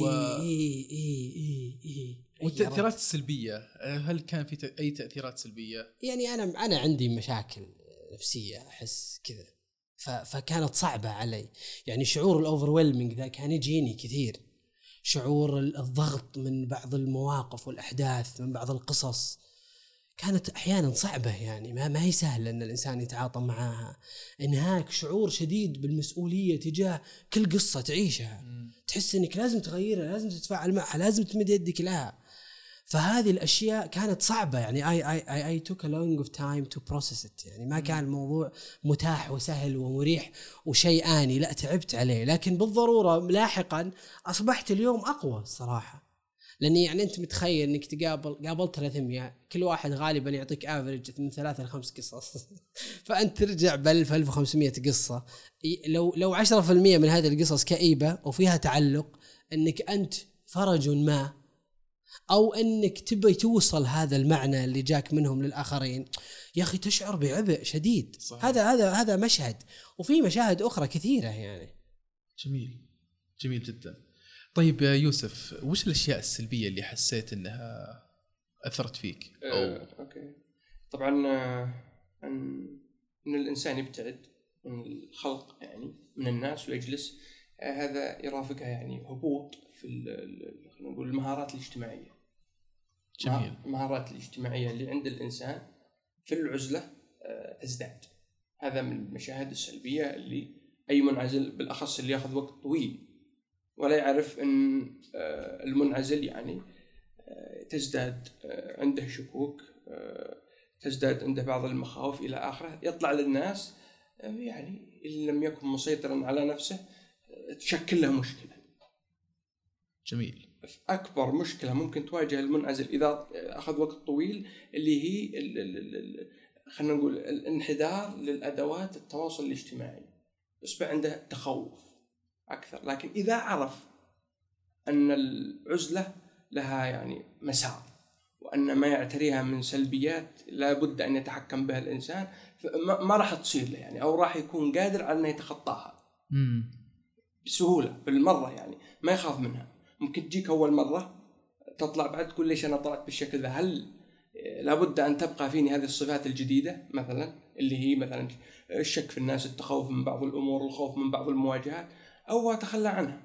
والتأثيرات السلبية، هل كان في أي تأثيرات سلبية؟ يعني أنا عندي مشاكل نفسية أحس كذا، فكانت صعبة علي. يعني شعور الأوفرويلمينج ذا كان يجيني كثير، شعور الضغط من بعض المواقف والأحداث، من بعض القصص كانت أحيانا صعبة. يعني ما هي سهلة أن الإنسان يتعاطى معها. إنهاك شعور شديد بالمسؤولية تجاه كل قصة تعيشها، تحس إنك لازم تغيرها، لازم تتفاعل معها، لازم تمد يدك لها. فهذه الأشياء كانت صعبة. يعني I took a long of time to process it. يعني ما كان الموضوع متاح وسهل ومريح وشيء آني، لا تعبت عليه. لكن بالضرورة لاحقا أصبحت اليوم أقوى الصراحة، لأني يعني أنت متخيل إنك قابلت 300، كل واحد غالبا يعطيك average من 3 إلى 5 قصص. فأنت ترجع ب1500 قصة، لو 10% من هذه القصص كئيبة وفيها تعلق إنك أنت فرج ما، أو أنك تبي توصل هذا المعنى اللي جاك منهم للآخرين، يا أخي تشعر بعبء شديد. هذا مشهد، وفي مشاهد أخرى كثيرة يعني. جميل جدا. طيب يا يوسف، وش الأشياء السلبية اللي حسيت أنها أثرت فيك؟ أوكي. طبعا أن الإنسان يبتعد من الخلق، يعني من الناس، ويجلس هذا يرافقها يعني هبوط في خلينا نقول المهارات الاجتماعية. جميل. المهارات الاجتماعية اللي عند الإنسان في العزلة تزداد. هذا من المشاهد السلبية اللي أي منعزل بالأخص اللي يأخذ وقت طويل ولا يعرف أن المنعزل يعني تزداد عنده شكوك، تزداد عنده بعض المخاوف إلى آخره، يطلع للناس يعني إن لم يكن مسيطرا على نفسه تشكل له مشكلة. جميل. أكبر مشكلة ممكن تواجه المنعزل إذا أخذ وقت طويل اللي هي خلينا نقول الانحدار للأدوات التواصل الاجتماعي، يصبح عنده تخوف أكثر. لكن إذا عرف أن العزلة لها يعني مسار، وأن ما يعتريها من سلبيات لا بد أن يتحكم بها الإنسان، ما راح تصير له يعني، أو راح يكون قادر على أن يتخطاها بسهولة بالمرة، يعني ما يخاف منها. ممكن تجيك أول مرة تطلع بعد تقول ليش أنا طلعت بالشكل ذا، هل لابد أن تبقى فيني هذه الصفات الجديدة مثلا، اللي هي مثلا الشك في الناس، التخوف من بعض الأمور، الخوف من بعض المواجهات، أو أتخلى عنها.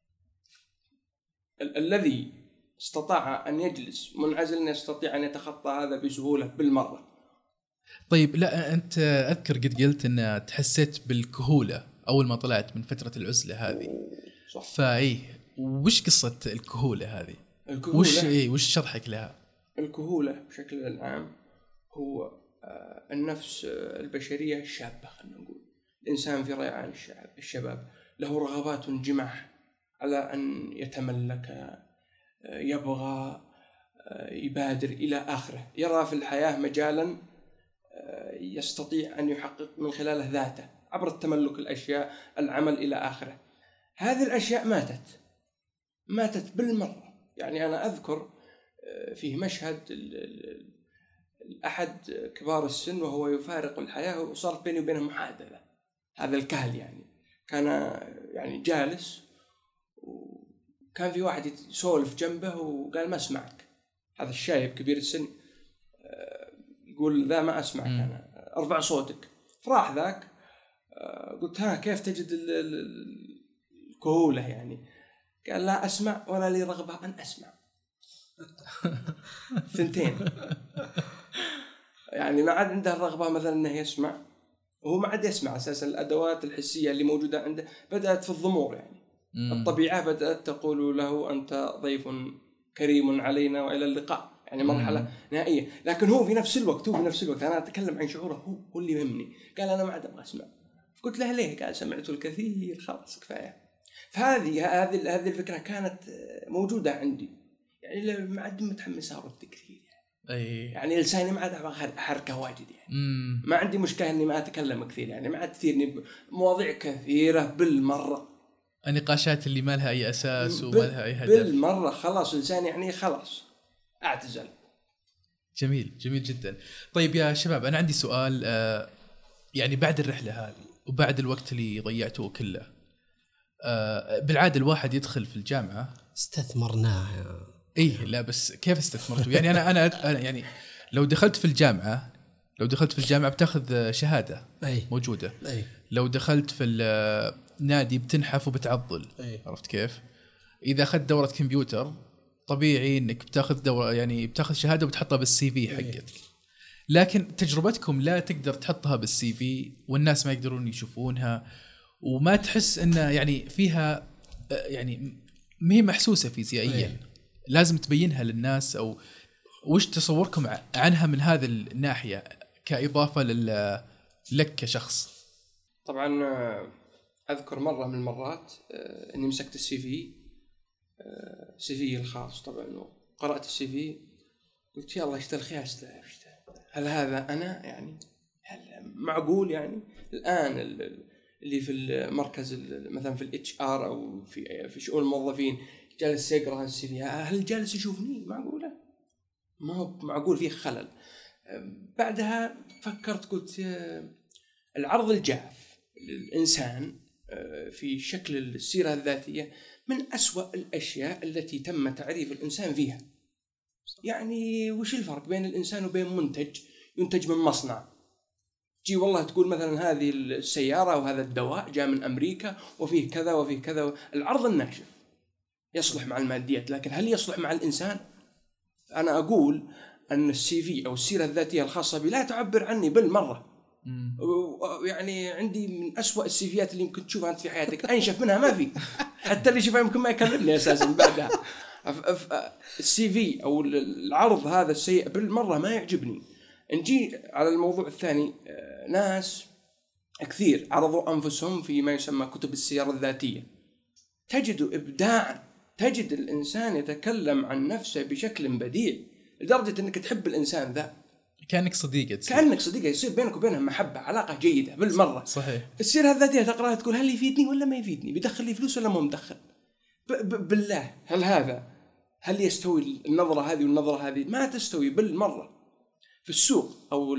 الذي استطاع أن يجلس منعزل يستطيع أن يتخطى هذا بسهولة بالمرة، طيب لا أنت أذكر قد قلت أن تحسيت بالكهولة أول ما طلعت من فترة العزلة هذه. صح. فأيه وش قصة الكهولة هذه؟ الكهولة وش شرحك لها؟ الكهولة بشكل عام هو النفس البشرية الشابة، خلينا نقول الإنسان في ريعان الشباب له رغبات جمح على أن يتملك، يبغى، يبادر إلى آخره، يرى في الحياة مجالا يستطيع أن يحقق من خلاله ذاته عبر التملك الأشياء، العمل إلى آخره. هذه الأشياء ماتت بالمرة. يعني أنا أذكر فيه مشهد أحد كبار السن وهو يفارق الحياة وصارت بيني وبينه محادثة. هذا الكهل يعني كان يعني جالس وكان في واحد يسولف جنبه وقال ما أسمعك. هذا الشايب كبير السن يقول ذا ما أسمعك أنا، أرفع صوتك. فراح ذاك قلت ها كيف تجد الكهولة يعني؟ قال لا أسمع ولا لي رغبة أن أسمع. ثنتين يعني ما عاد عنده الرغبة مثلا أنه يسمع، وهو ما عاد يسمع أساسا. الأدوات الحسية اللي موجودة عنده بدأت في الضمور، يعني الطبيعة بدأت تقول له أنت ضيف كريم علينا وإلى اللقاء، يعني مرحلة نهائية. لكن هو في نفس الوقت أنا أتكلم عن شعوره، هو اللي يهمني. قال أنا ما عاد أبغى أسمع. قلت له ليه؟ قال سمعت الكثير خلاص كفاية. فهذه الفكرة كانت موجودة عندي، يعني ما عاد متحمس أرد كثير يعني لساني ما عاد أحركه واجد يعني. ما عندي مشكلة إني ما أتكلم كثير، يعني ما عاد تثيرني مواضيع كثيرة بالمرة، النقاشات اللي ما لها أي أساس وما لها أي هدف بالمرة. خلاص لساني يعني خلاص أعتزل. جميل جدا. طيب يا شباب أنا عندي سؤال، يعني بعد الرحلة هذه وبعد الوقت اللي ضيعته كله، بالعادة الواحد يدخل في الجامعة استثمرناه. إيه لا بس كيف استثمرته؟ يعني أنا يعني لو دخلت في الجامعة بتاخذ شهادة موجودة. لو دخلت في النادي بتنحف وبتعضل. عرفت كيف؟ إذا أخذت دورة كمبيوتر طبيعي إنك بتاخذ دورة، يعني بتاخذ شهادة وبتحطها بالسي في حقك. لكن تجربتكم لا تقدر تحطها بالسي في والناس ما يقدرون يشوفونها، وما تحس إنه يعني فيها يعني ما هي محسوسة فيزيائيا. لازم تبينها للناس. أو وش تصوركم عنها من هذا الناحية كإضافة لك كشخص؟ طبعا أذكر مرة من المرات أني مسكت السي في الخاص طبعا، وقرأت السي في قلت يلا اشتغل خياسته. هل هذا أنا يعني؟ هل معقول يعني الآن اللي في المركز مثلا في الHR أو في شؤون الموظفين جالس يقرأ السي في، هل جالس يشوفني؟ معقولة؟ ما هو معقول، فيه خلل. بعدها فكرت قلت العرض الجاف للإنسان في شكل السيرة الذاتية من أسوأ الأشياء التي تم تعريف الإنسان فيها. يعني وش الفرق بين الإنسان وبين منتج ينتج من مصنع؟ تجي والله تقول مثلا هذه السيارة وهذا الدواء جاء من أمريكا وفيه كذا وفيه كذا. العرض الناشف يصلح مع الماديات، لكن هل يصلح مع الإنسان؟ أنا أقول أن السي في أو السيرة الذاتية الخاصة بي لا تعبر عني بالمرة. يعني عندي من أسوأ السيفيات اللي يمكن تشوفها أنت في حياتك، أنشف منها ما في، حتى اللي يشوفها يمكن ما يكلمني أساسا بعدها. السي في أو العرض هذا السيء بالمرة ما يعجبني. نجي على الموضوع الثاني، ناس كثير عرضوا أنفسهم في ما يسمى كتب السيرة الذاتية، تجد إبداعا، تجد الإنسان يتكلم عن نفسه بشكل بديع لدرجة أنك تحب الإنسان ذا كأنك صديقة يصير بينك وبينه محبة، علاقة جيدة بالمرة. صحيح. السيرة الذاتية تقرأها تقول هل يفيدني ولا ما يفيدني، بيدخل لي فلوس ولا ما مدخل. بالله هل يستوي النظرة هذه والنظرة هذه؟ ما تستوي بالمرة. في السوق أو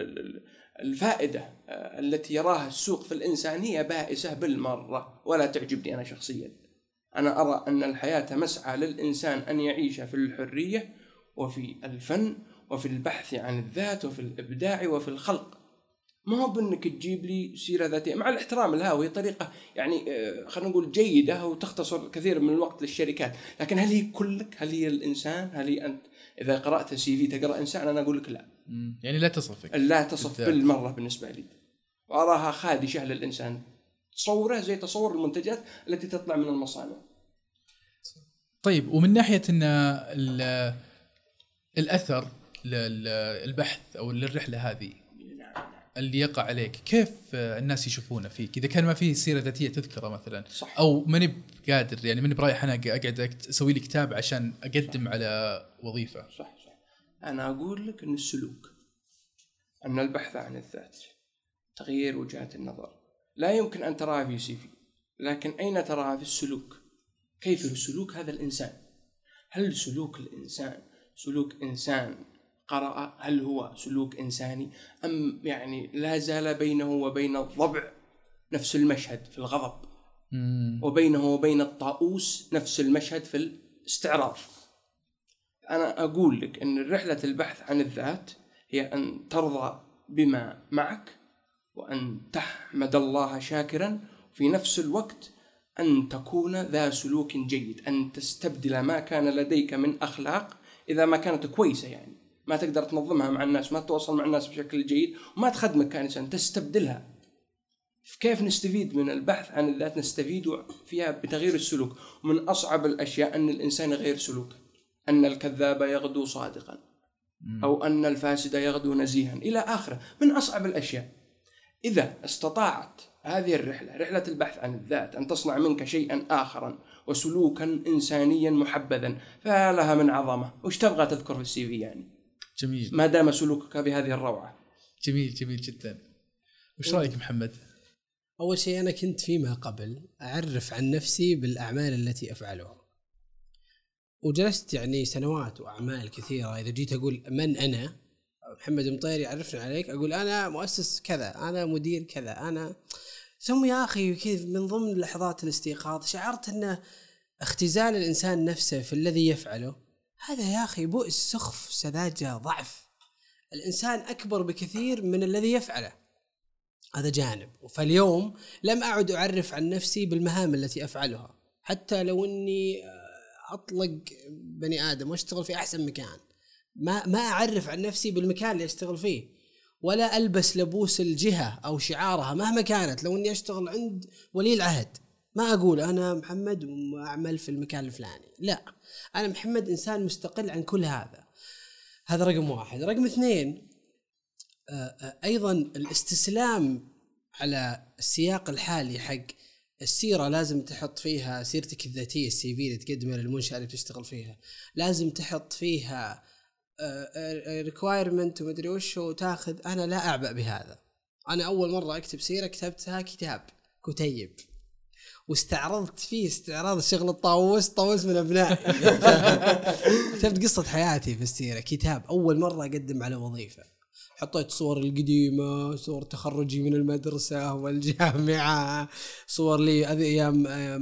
الفائدة التي يراها السوق في الإنسان هي بائسة بالمرة ولا تعجبني أنا شخصيا. أنا أرى أن الحياة مسعى للإنسان أن يعيش في الحرية وفي الفن وفي البحث عن الذات وفي الإبداع وفي الخلق. ما هو بأنك تجيب لي سيرة ذاتية، مع الاحترام لها وهي طريقة يعني خلينا نقول جيدة وتختصر كثير من الوقت للشركات، لكن هل هي كلك؟ هل هي الإنسان؟ هل هي أنت؟ إذا قرأت سي في تقرأ إنسان؟ أنا أقول لك لا، يعني لا تصفك، لا تصف بالمرة بالنسبة لي، وأراها خادشة للإنسان. تصوره زي تصور المنتجات التي تطلع من المصانع. طيب، ومن ناحية أن الأثر للبحث أو للرحلة هذه اللي يقع عليك، كيف الناس يشوفونه فيك؟ إذا كان ما فيه سيرة ذاتية تذكره مثلا، صح. أو ماني قادر، يعني ماني برايح أنا أقعد أسوي لي كتاب عشان أقدم صح. على وظيفة. صح. أنا أقول لك أن السلوك، أن البحث عن الذات، تغيير وجهات النظر، لا يمكن أن تراها في CV، لكن أين تراها؟ في السلوك. كيف السلوك هذا الإنسان؟ هل سلوك الإنسان سلوك إنسان قرأ؟ هل هو سلوك إنساني؟ أم يعني لا زال بينه وبين الضبع نفس المشهد في الغضب، وبينه وبين الطاووس نفس المشهد في الاستعراض؟ أنا أقول لك أن رحلة البحث عن الذات هي أن ترضى بما معك، وأن تحمد الله شاكرا، في نفس الوقت أن تكون ذا سلوك جيد، أن تستبدل ما كان لديك من أخلاق إذا ما كانت كويسة، يعني ما تقدر تنظمها مع الناس، ما تتواصل مع الناس بشكل جيد، وما تخدمك كإنسان، تستبدلها. كيف نستفيد من البحث عن الذات؟ نستفيد فيها بتغيير السلوك. ومن أصعب الأشياء أن الإنسان يغير سلوكه، أن الكذاب يغدو صادقا، أو أن الفاسد يغدو نزيها، إلى آخره، من أصعب الأشياء. إذا استطاعت هذه الرحلة، رحلة البحث عن الذات، أن تصنع منك شيئا آخرا وسلوكا إنسانيا محبذا، فلها من عظمة. وش تبغى تذكر في CV يعني؟ جميل، ما دام سلوكك بهذه الروعة. جميل جدا. وش رأيك محمد؟ أول شيء، أنا كنت فيما قبل أعرف عن نفسي بالأعمال التي أفعلها، وجلست يعني سنوات وأعمال كثيرة. إذا جيت أقول من أنا، محمد مطير يعرفني عليك، أقول أنا مؤسس كذا، أنا مدير كذا، أنا ثم يا أخي كيف من ضمن لحظات الاستيقاظ شعرت أن اختزال الإنسان نفسه في الذي يفعله هذا يا أخي بؤس، سخف، سذاجة، ضعف. الإنسان أكبر بكثير من الذي يفعله، هذا جانب. فاليوم لم أعد أعرف عن نفسي بالمهام التي أفعلها، حتى لو أني أطلق بني آدم واشتغل في أحسن مكان، ما أعرف عن نفسي بالمكان اللي أشتغل فيه، ولا ألبس لبوس الجهة أو شعارها مهما كانت. لو أني أشتغل عند ولي العهد ما أقول أنا محمد وأعمل في المكان الفلاني، لا، أنا محمد إنسان مستقل عن كل هذا. هذا رقم واحد. رقم اثنين، أيضا الاستسلام على السياق الحالي حق السيرة. لازم تحط فيها سيرتك الذاتية، CV اللي تقدمها للمنشأة اللي بتشتغل فيها، لازم تحط فيها requirement ومدري وش، وتاخذ. أنا لا أعبأ بهذا. أنا أول مرة أكتب سيرة كتبتها كتيب، واستعرضت فيه استعراض شغل طاووس من أبنائي. كتبت قصة حياتي في السيرة، كتاب. أول مرة أقدم على وظيفة، حطيت صور القديمة، صور تخرجي من المدرسة والجامعة، صور لي أيام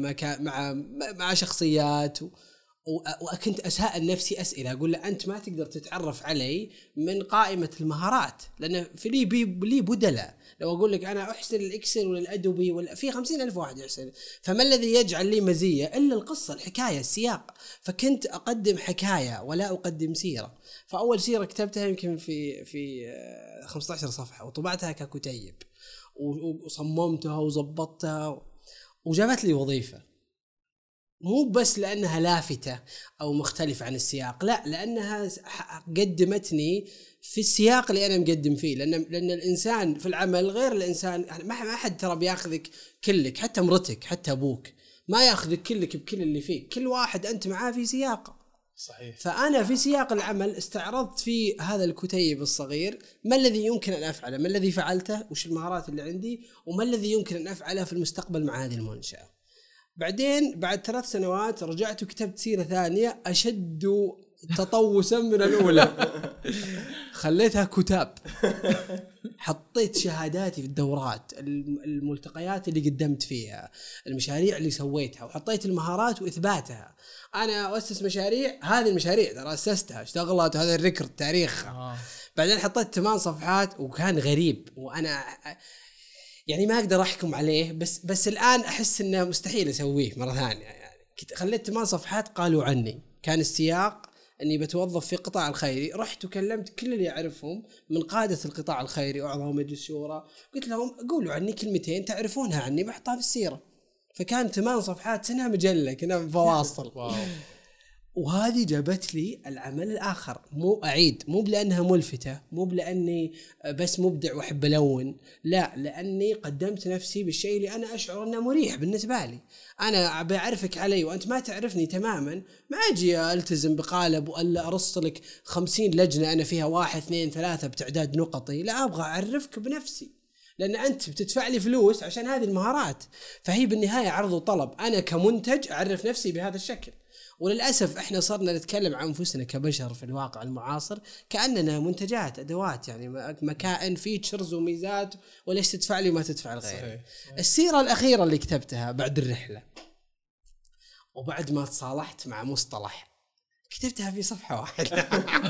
مع شخصيات، وكنت أسأل نفسي أسئلة، أقول له أنت ما تقدر تتعرف علي من قائمة المهارات، لأن في لي بدلة. لو أقول لك أنا أحسن الإكسل ولا الأدوبي ولا في 50,000 واحد يحسن، فما الذي يجعل لي مزية إلا القصة، الحكاية، السياق. فكنت أقدم حكاية ولا أقدم سيرة. فأول سيرة كتبتها يمكن في 15 صفحة، وطبعتها ككتيب، وصممتها وضبطتها، وجابت لي وظيفة. مو بس لأنها لافتة أو مختلفة عن السياق، لا، لأنها قدمتني في السياق اللي أنا مقدم فيه. لأن الإنسان في العمل غير الإنسان، ما أحد ترى بياخذك كلك، حتى مرتك، حتى أبوك ما ياخذك كلك بكل اللي فيك. كل واحد أنت معاه في سياق. صحيح. فأنا في سياق العمل استعرضت في هذا الكتيب الصغير ما الذي يمكن أن أفعله، ما الذي فعلته، وش المهارات اللي عندي، وما الذي يمكن أن أفعله في المستقبل مع هذه المنشأة. بعدين بعد 3 سنوات رجعت وكتبت سيرة ثانية أشد تطوسا من الأولى. خليتها كتاب، حطيت شهاداتي في الدورات، الملتقيات اللي قدمت فيها، المشاريع اللي سويتها، وحطيت المهارات وإثباتها. أنا أسس مشاريع، هذه المشاريع ترى أسستها، اشتغلت، وهذا الريكورد تاريخ. بعدين حطيت 8 صفحات، وكان غريب، وأنا يعني ما أقدر أحكم عليه، بس الآن أحس إنه مستحيل أسويه مرة ثانية. يعني خليت 8 صفحات قالوا عني، كان السياق أني بتوظف في القطاع الخيري، رحت وكلمت كل اللي يعرفهم من قادة القطاع الخيري وأعضاء مجلس الشورى، قلت لهم قولوا عني كلمتين تعرفونها عني بحطها في السيرة. فكان 8 صفحات سنة مجلة كنا فواصل. وهذه جابت لي العمل الآخر، مو بلأنها ملفتة، مو بلأني بس مبدع وأحب ألون، لا، لأني قدمت نفسي بالشيء اللي أنا أشعر أنه مريح بالنسبة لي. أنا بعرفك علي وأنت ما تعرفني تماما، ما أجي ألتزم بقالب وألا أرص لك 50 لجنة أنا فيها 1 2 3 بتعداد نقطي، لا، أبغى أعرفك بنفسي، لأن أنت بتدفع لي فلوس عشان هذه المهارات، فهي بالنهاية عرض وطلب. أنا كمنتج أعرف نفسي بهذا الشكل. وللأسف إحنا صرنا نتكلم عن أنفسنا كبشر في الواقع المعاصر كأننا منتجات، أدوات، يعني مكائن، فيتشرز وميزات، وليش تدفع لي وما تدفع لغيري. السيرة الأخيرة اللي كتبتها بعد الرحلة وبعد ما تصالحت مع مصطلح، كتبتها في صفحة واحدة.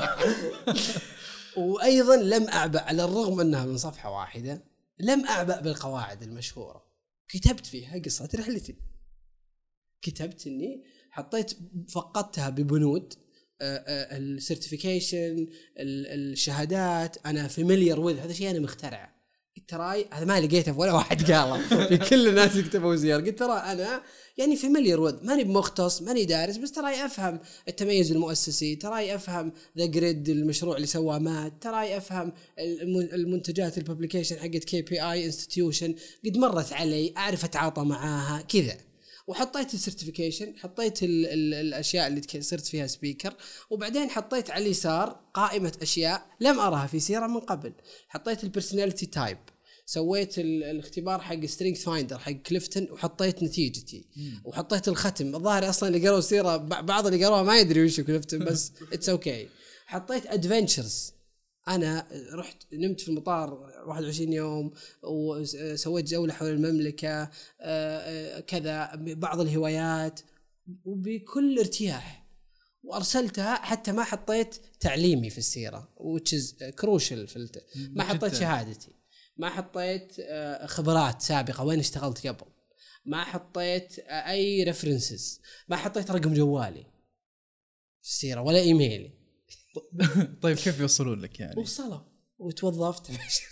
وأيضا لم أعبأ، على الرغم أنها من صفحة واحدة، لم أعبأ بالقواعد المشهورة. كتبت فيها قصة رحلتي، كتبت أني حطيت فقدتها ببنود السيرتيفيكيشن، الشهادات، أنا فاميليار وذ، هذا شيء أنا مخترعه. قلت تراي هذا ما لقيته في ولا واحد قاله في كل الناس يكتبوا زيارة. قلت ترى أنا يعني فاميليار وذ، ماني بمختص، ماني دارس، بس تراي أفهم التميز المؤسسي، تراي أفهم ذا جريد المشروع اللي سواه مات، تراي أفهم المنتجات الببليكيشن حقت KPI institution قد مرت علي، أعرف أتعاطى معاها كذا. وحطيت السيرتيفيكيشن، حطيت الأشياء اللي صرت فيها سبيكر، وبعدين حطيت على اليسار قائمة أشياء لم أرها في سيرة من قبل. حطيت البرسوناليتي تايب، سويت الاختبار حق سترينث فايندر حق كليفتون وحطيت نتيجتي، وحطيت الختم. الظاهر أصلا اللي قرأوا سيرة بعض اللي قرأوها ما يدري وش كليفتون، بس اتس اوكي. حطيت ادفنتشرز، أنا رحت نمت في المطار 21 يوم وسويت جولة حول المملكة، كذا، بعض الهوايات وبكل ارتياح، وأرسلتها. حتى ما حطيت تعليمي في السيرة which is crucial ما حطيت شهادتي، ما حطيت خبرات سابقة وين اشتغلت قبل، ما حطيت أي ريفرنسز، ما حطيت رقم جوالي في السيرة ولا إيميلي. طيب كيف يوصلون لك يعني؟ وصلوا وتوظفت.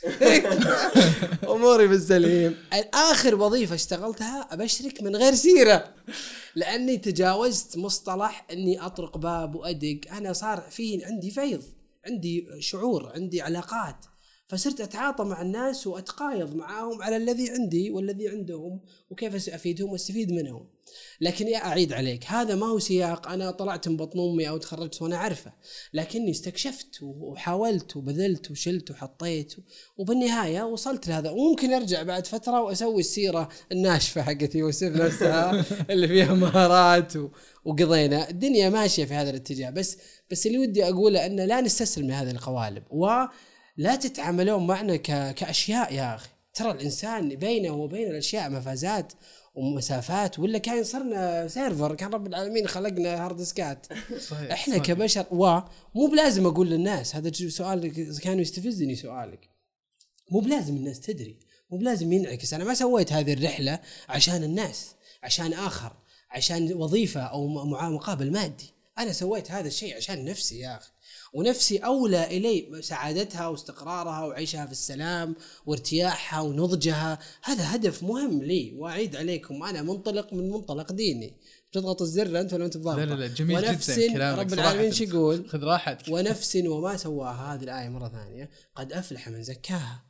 أموري بالسليم. آخر وظيفة اشتغلتها أبشرك من غير سيرة، لأني تجاوزت مصطلح أني أطرق باب وأدق. أنا صار فيه عندي فيض، عندي شعور، عندي علاقات، فصرت أتعاطى مع الناس وأتقايض معاهم على الذي عندي والذي عندهم وكيف أفيدهم واستفيد منهم. لكن يا أعيد عليك، هذا ما هو سياق أنا طلعت من بطن أمي أو تخرجت وأنا عارفة، لكني استكشفت وحاولت وبذلت وشلت وحطيت، وبالنهاية وصلت لهذا. وممكن أرجع بعد فترة وأسوي السيرة الناشفة حقتي وسيف نفسها اللي فيها مهارات وقضينا. الدنيا ماشية في هذا الاتجاه. بس اللي ودي أقوله أن لا نستسلم لهذه القوالب، ولا تتعاملون معنا كأشياء. يا أخي ترى الإنسان بينه وبين الأشياء مفازات ومسافات، ولا كان صرنا سيرفر، كان رب العالمين خلقنا هارد ديسكات. احنا صحيح. كبشر، ومو بلازم اقول للناس هذا سؤال كانوا يستفزني سؤالك، مو بلازم الناس تدري، مو بلازم ينعكس. انا ما سويت هذه الرحلة عشان الناس، عشان آخر، عشان وظيفة او مقابل مادي. انا سويت هذا الشيء عشان نفسي يا اخي، ونفسي أولى إلي سعادتها واستقرارها وعيشها في السلام وارتياحها ونضجها. هذا هدف مهم لي. وأعيد عليكم أنا منطلق من منطلق ديني. تضغط الزر أنت ولا أنت بضغط؟ لا جميل جدا كلامك. رب العالمين شو يقول؟ خذ راحتك. ونفس وما سواها، هذه الآية مرة ثانية، قد أفلح من زكاها.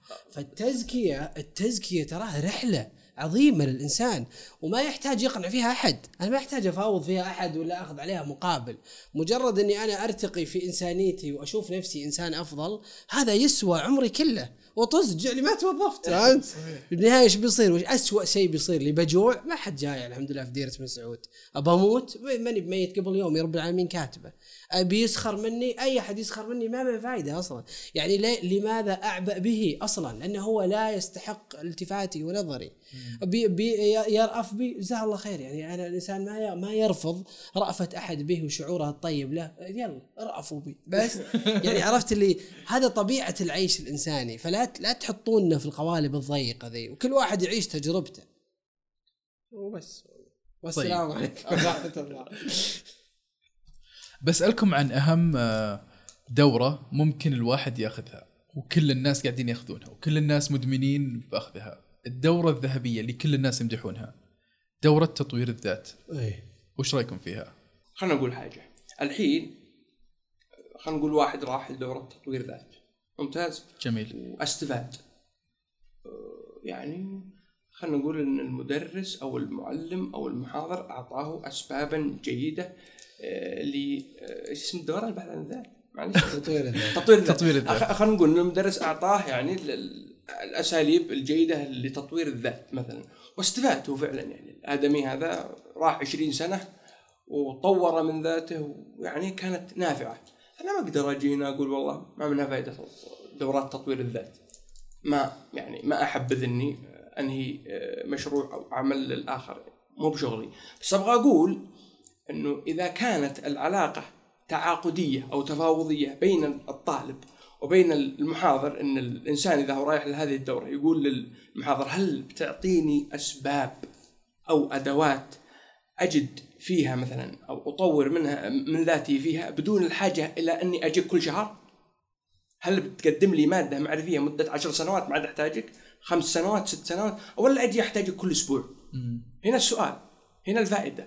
فالتزكية تراها رحلة عظيمة للإنسان وما يحتاج يقنع فيها أحد. أنا ما يحتاج أفاوض فيها أحد ولا أخذ عليها مقابل. مجرد أني أنا أرتقي في إنسانيتي وأشوف نفسي إنسان أفضل، هذا يسوى عمري كله. وطز جعلي ما توظفت. بالنهاية إيش بيصير؟ وش أسوأ شيء بيصير لي؟ بجوع، ما حد جاي الحمد لله في ديرة بن سعود. أبى أموت، ماني بميت قبل يوم، يا رب العالمين كاتبه. أبي يسخر مني، أي أحد يسخر مني ما من فايدة أصلا. يعني لماذا أعبأ به أصلا؟ لأنه هو لا يستحق التفاتي ونظري. يرأف بي جزاه الله خير. يعني أنا الإنسان ما يرفض رأفة أحد به وشعوره الطيب له، يلا رأفوا بي بس. يعني عرفت اللي هذا طبيعة العيش الإنساني. فلا تحطوننا في القوالب الضيقة ذي، وكل واحد يعيش تجربته وبس. والسلام عليكم ورحمة الله. بسألكم عن أهم دورة ممكن الواحد يأخذها وكل الناس قاعدين يأخذونها وكل الناس مدمنين بأخذها، الدورة الذهبية اللي كل الناس يمدحونها، دورة تطوير الذات. وش رأيكم فيها؟ خلنا نقول حاجة الحين، خلنا نقول واحد راح لدورة تطوير ذات، ممتاز جميل واستفاد، يعني خلنا نقول إن المدرس أو المعلم أو المحاضر أعطاه أسبابا جيدة اسم الدورة البحث عن الذات، تطوير الذات. خلنا نقول إن المدرس أعطاه يعني الأساليب الجيدة لتطوير الذات مثلا، واستفاد هو فعلا. يعني الآدمي هذا راح 20 سنة وطور من ذاته، يعني كانت نافعة. أنا ما أقدر أجينا أقول والله ما منها فائدة دورات تطوير الذات، ما أحبذ إني أنهي مشروع أو عمل للآخر، مو بشغلي. بس أبغى أقول إنه إذا كانت العلاقة تعاقدية أو تفاوضية بين الطالب وبين المحاضر، إن الإنسان إذا هو رايح لهذه الدورة يقول للمحاضر هل بتعطيني أسباب أو أدوات أجد فيها مثلا أو أطور منها من ذاتي فيها بدون الحاجة إلى أني أجيك كل شهر؟ هل بتقدم لي مادة معرفية مدة 10 سنوات ما عاد أحتاجك، 5 سنوات 6 سنوات، ولا أجي أحتاجك كل أسبوع؟ هنا السؤال، هنا الفائدة.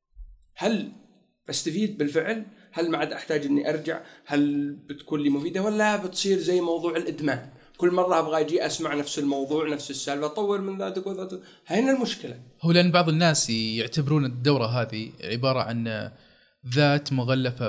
هل بستفيد بالفعل؟ هل ما عاد أحتاج أني أرجع؟ هل بتكون لي مفيدة؟ ولا بتصير زي موضوع الإدمان، كل مرة أبغى أجي أسمع نفس الموضوع نفس السالفة، أطور من ذاتك وذاتك؟ هنا المشكلة. هو لأن بعض الناس يعتبرون الدورة هذه عبارة عن ذات مغلفة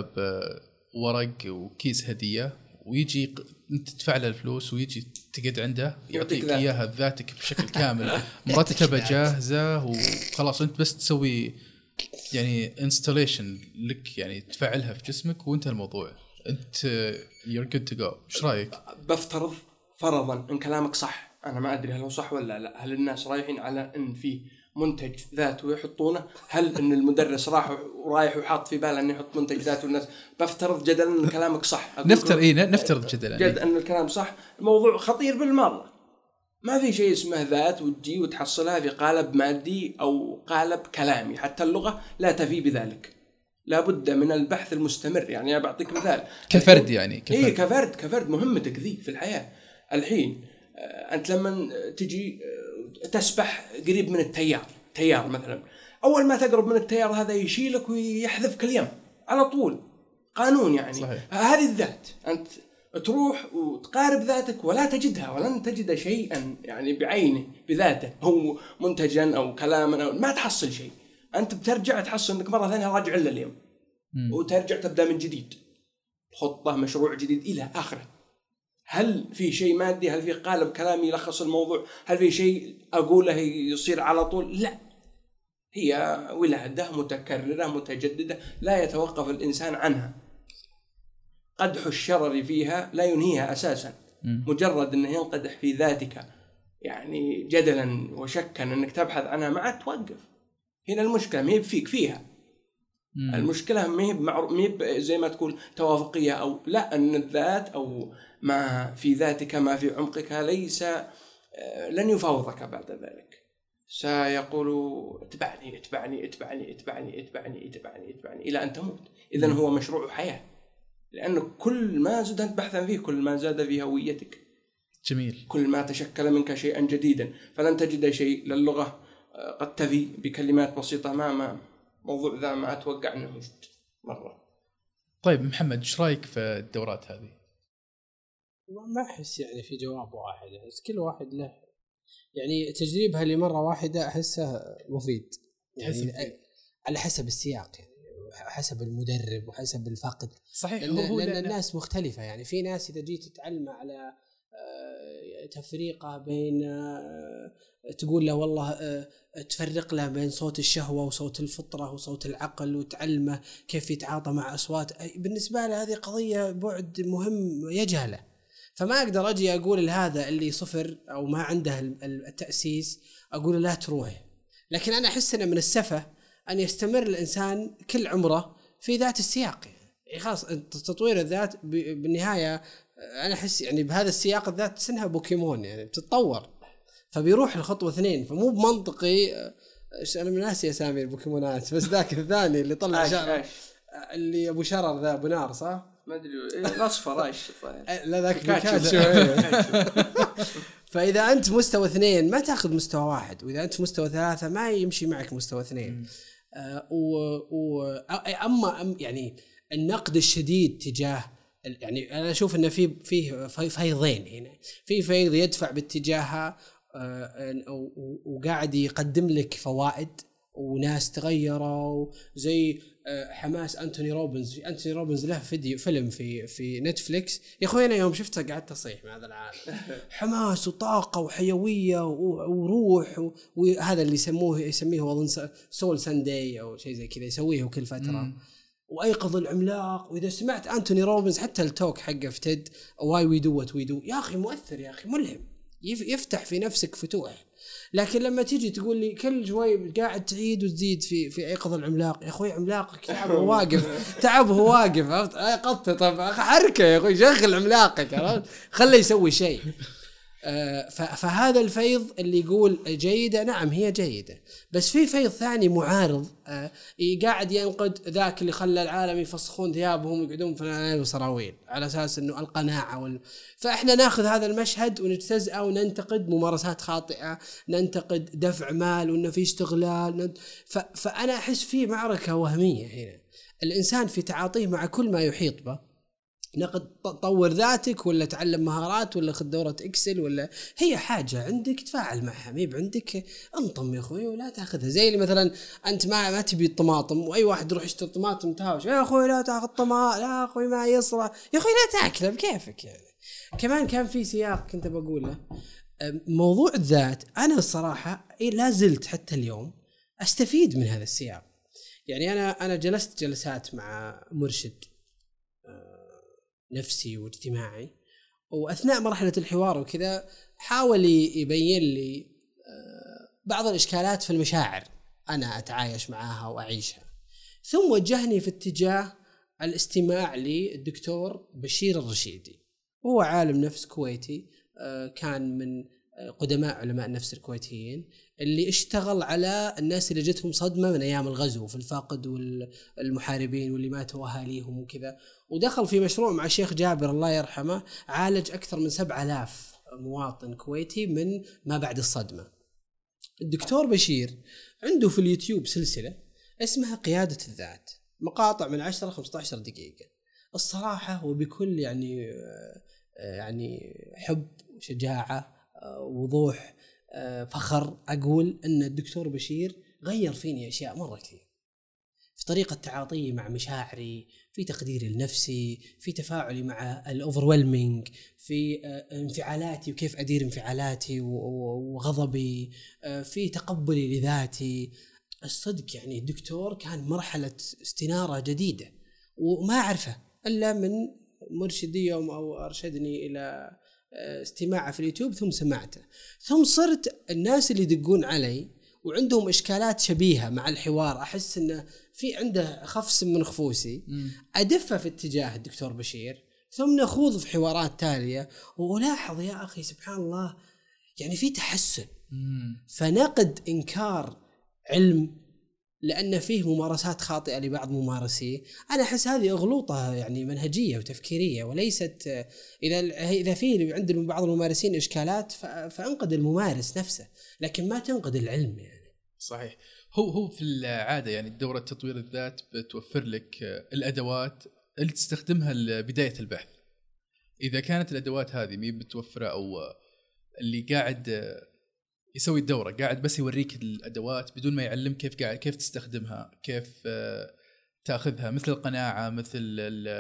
بورق وكيس هدية، ويجي انت تدفع له الفلوس ويجي تقعد عنده يعطيك اياها ذاتك بشكل كامل مرتبه جاهزه، وخلاص انت بس تسوي يعني انستليشن لك، يعني تفعلها في جسمك وانتهى الموضوع، انت you're good to go. ايش رايك؟ بفترض فرضا ان كلامك صح، انا ما ادري هل هو صح ولا لا. هل الناس رايحين على ان في منتج ذات ويحطونه؟ هل ان المدرس رايح وحاط في باله انه يحط منتج ذات والناس؟ بفترض جدلا ان كلامك صح، نفترض جدلا ان الكلام صح. الموضوع خطير بالمره، ما في شيء اسمه ذات وتجي وتحصلها في قالب مادي او قالب كلامي، حتى اللغه لا تفي بذلك، لابد من البحث المستمر. يعني أنا بعطيك مثال كفرد، يعني كفرد مهمتك ذي في الحياه. الحين انت لما تجي تسبح قريب من تيار مثلا، أول ما تقرب من التيار هذا يشيلك ويحذفك اليم على طول، قانون يعني. صحيح. هذه الذات، أنت تروح وتقارب ذاتك ولا تجدها، ولن تجد شيئا يعني بعينه بذاته، هو منتجا أو كلاما، أو ما تحصل شيء. أنت بترجع تحصل أنك مرة ثانية راجع لليوم، وترجع تبدأ من جديد، خطة مشروع جديد إلى آخره. هل في شيء مادي؟ هل في قالب كلامي يلخص الموضوع؟ هل في شيء أقوله يصير على طول؟ لا، هي ولادة متكررة متجددة لا يتوقف الإنسان عنها. قدح الشرر فيها لا ينهيها أساسا، مجرد أنه ينقدح في ذاتك يعني جدلا وشكا أنك تبحث عنها ما عاد توقف. هنا المشكلة ما هي فيك فيها، المشكلة ما هي زي ما تقول توافقية أو لا، أن الذات أو ما في ذاتك ما في عمقك ليس لن يفاوضك بعد ذلك، سيقول اتبعني اتبعني اتبعني اتبعني اتبعني اتبعني اتبعني إلى أن تموت. إذن هو مشروع حياة، لأنه كل ما زدت بحثا فيه كل ما زاد في هويتك. جميل. كل ما تشكل منك شيئا جديدا، فلن تجد شيء. للغة قد تفي بكلمات بسيطة، ما موضوع ذا ما أتوقع أنه موجود مرة. طيب محمد، إيش رأيك في الدورات هذه؟ ما أحس يعني في جواب واحد، أحس كل واحد له يعني تجريبها لمرة واحدة أحسه مفيد، يعني على حسب السياق، يعني حسب المدرب وحسب الفقد. صحيح. لأن الناس مختلفة، يعني في ناس إذا جيت تتعلم على تفريقه بين تقول له والله تفرق له بين صوت الشهوة وصوت الفطرة وصوت العقل، وتعلمه كيف يتعاطى مع أصوات، بالنسبة له هذه قضية بعد مهم يجهله. فما أقدر أجي أقول لهذا اللي صفر أو ما عنده التأسيس أقول لا تروح. لكن أنا أحس أنه من السفة أن يستمر الإنسان كل عمره في ذات السياق، يعني خلاص تطوير الذات بالنهاية أنا أحس يعني بهذا السياق الذات سنها بوكيمون، يعني بتتطور، فبيروح الخطوة 2. فمو بمنطقي أنا من ناسي أسامي البوكيمونات، بس ذاك الثاني اللي طلع اللي ابو شرر ذا ابو نار صح ما ادري الاصفر ايش لا ذاك بيكاتشو. فاذا انت مستوى 2 ما تاخذ مستوى 1، واذا انت مستوى 3 ما يمشي معك مستوى 2. اما يعني النقد الشديد تجاه، يعني انا اشوف ان فيه فيضين هنا، في فيض يدفع باتجاهها وقاعد يقدم لك فوائد وناس تغيروا زي حماس أنتوني روبنز له فيلم في نتفليكس يا أخوي. أنا يوم شفته قعدت أصيح مع هذا العالم. حماس وطاقة وحيوية وروح، وهذا اللي يسميه أظن سول سانداي أو شيء زي كذا يسويه كل فترة. وأيقظ العملاق. وإذا سمعت أنتوني روبنز حتى التوك حقه في تيد واي وي دو وات وي دو يا أخي مؤثر، يا أخي ملهم، يفتح في نفسك فتوح. لكن لما تيجي تقول لي كل شوي قاعد تعيد وتزيد في أيقظ العملاق، يا أخوي عملاقك تعبه واقف تعبه واقف، عرفت؟ أيقظته طب حركة يا أخوي، شغل عملاقك، عرفت؟ خليه يسوي شيء. فهذا الفيض اللي يقول جيدة، نعم هي جيدة، بس في فيض ثاني معارض قاعد ينقد ذاك اللي خلى العالم يفسخون ثيابهم ويقعدون فنانين وسراويل على أساس أنه القناعة فإحنا ناخذ هذا المشهد ونجتزئه وننتقد ممارسات خاطئة، ننتقد دفع مال وأنه في استغلال. فأنا أحس في معركة وهمية هنا. الإنسان في تعاطيه مع كل ما يحيط به، نقد طور ذاتك ولا تعلم مهارات ولا خذ دورة إكسل، ولا هي حاجة عندك تفاعل معها، ميب عندك انطم يا أخوي ولا تأخذها. زي اللي مثلا أنت ما تبي الطماطم، وأي واحد يروح يشتري طماطم تهاوش، يا أخوي لا تأخذ طماطم، لا أخوي ما يصلح، يا أخوي لا تأكله بكيفك. يعني كمان كان في سياق كنت بقوله موضوع الذات. أنا الصراحة لا زلت حتى اليوم أستفيد من هذا السياق. يعني أنا جلست جلسات مع مرشد نفسي واجتماعي، وأثناء مرحلة الحوار وكذا حاول يبين لي بعض الإشكالات في المشاعر أنا أتعايش معها وأعيشها، ثم وجهني في اتجاه الاستماع للدكتور بشير الرشيدي. هو عالم نفس كويتي، كان من قدماء علماء النفس الكويتيين اللي اشتغل على الناس اللي جتهم صدمة من أيام الغزو في الفاقد والمحاربين واللي ماتوا أهاليهم وكذا، ودخل في مشروع مع الشيخ جابر الله يرحمه، عالج أكثر من 7000 مواطن كويتي من ما بعد الصدمة. الدكتور بشير عنده في اليوتيوب سلسلة اسمها قيادة الذات، مقاطع من 10-15 دقيقة. الصراحة وبكل يعني حب وشجاعة وضوح فخر أقول أن الدكتور بشير غير فيني أشياء مرة كثير، في طريقة تعاطيي مع مشاعري، في تقديري لنفسي، في تفاعلي مع الأوفرويلمينج، في انفعالاتي وكيف أدير انفعالاتي وغضبي، في تقبلي لذاتي. الصدق يعني الدكتور كان مرحلة استنارة جديدة وما أعرفه إلا من مرشدي يوم أو أرشدني إلى استماعه في اليوتيوب، ثم سمعته، ثم صرت الناس اللي يدقون علي وعندهم إشكالات شبيهة مع الحوار أحس إنه في عنده خفس من خفوسي، أدفه في اتجاه الدكتور بشير، ثم نخوض في حوارات تالية ولاحظ يا أخي سبحان الله يعني في تحسن. فنقد إنكار علم لأن فيه ممارسات خاطئة لبعض ممارسيه، أنا أحس هذه أغلوطة يعني منهجية وتفكيرية، وليست إذا فيه عند بعض الممارسين إشكالات فأنقد الممارس نفسه، لكن ما تنقد العلم. يعني صحيح. هو في العادة يعني دورة تطوير الذات بتوفر لك الأدوات اللي تستخدمها لبداية البحث. إذا كانت الأدوات هذه مي بتوفرها، أو اللي قاعد يسوي الدورة قاعد بس يوريك الأدوات بدون ما يعلمك كيف تستخدمها، كيف تأخذها، مثل القناعة، مثل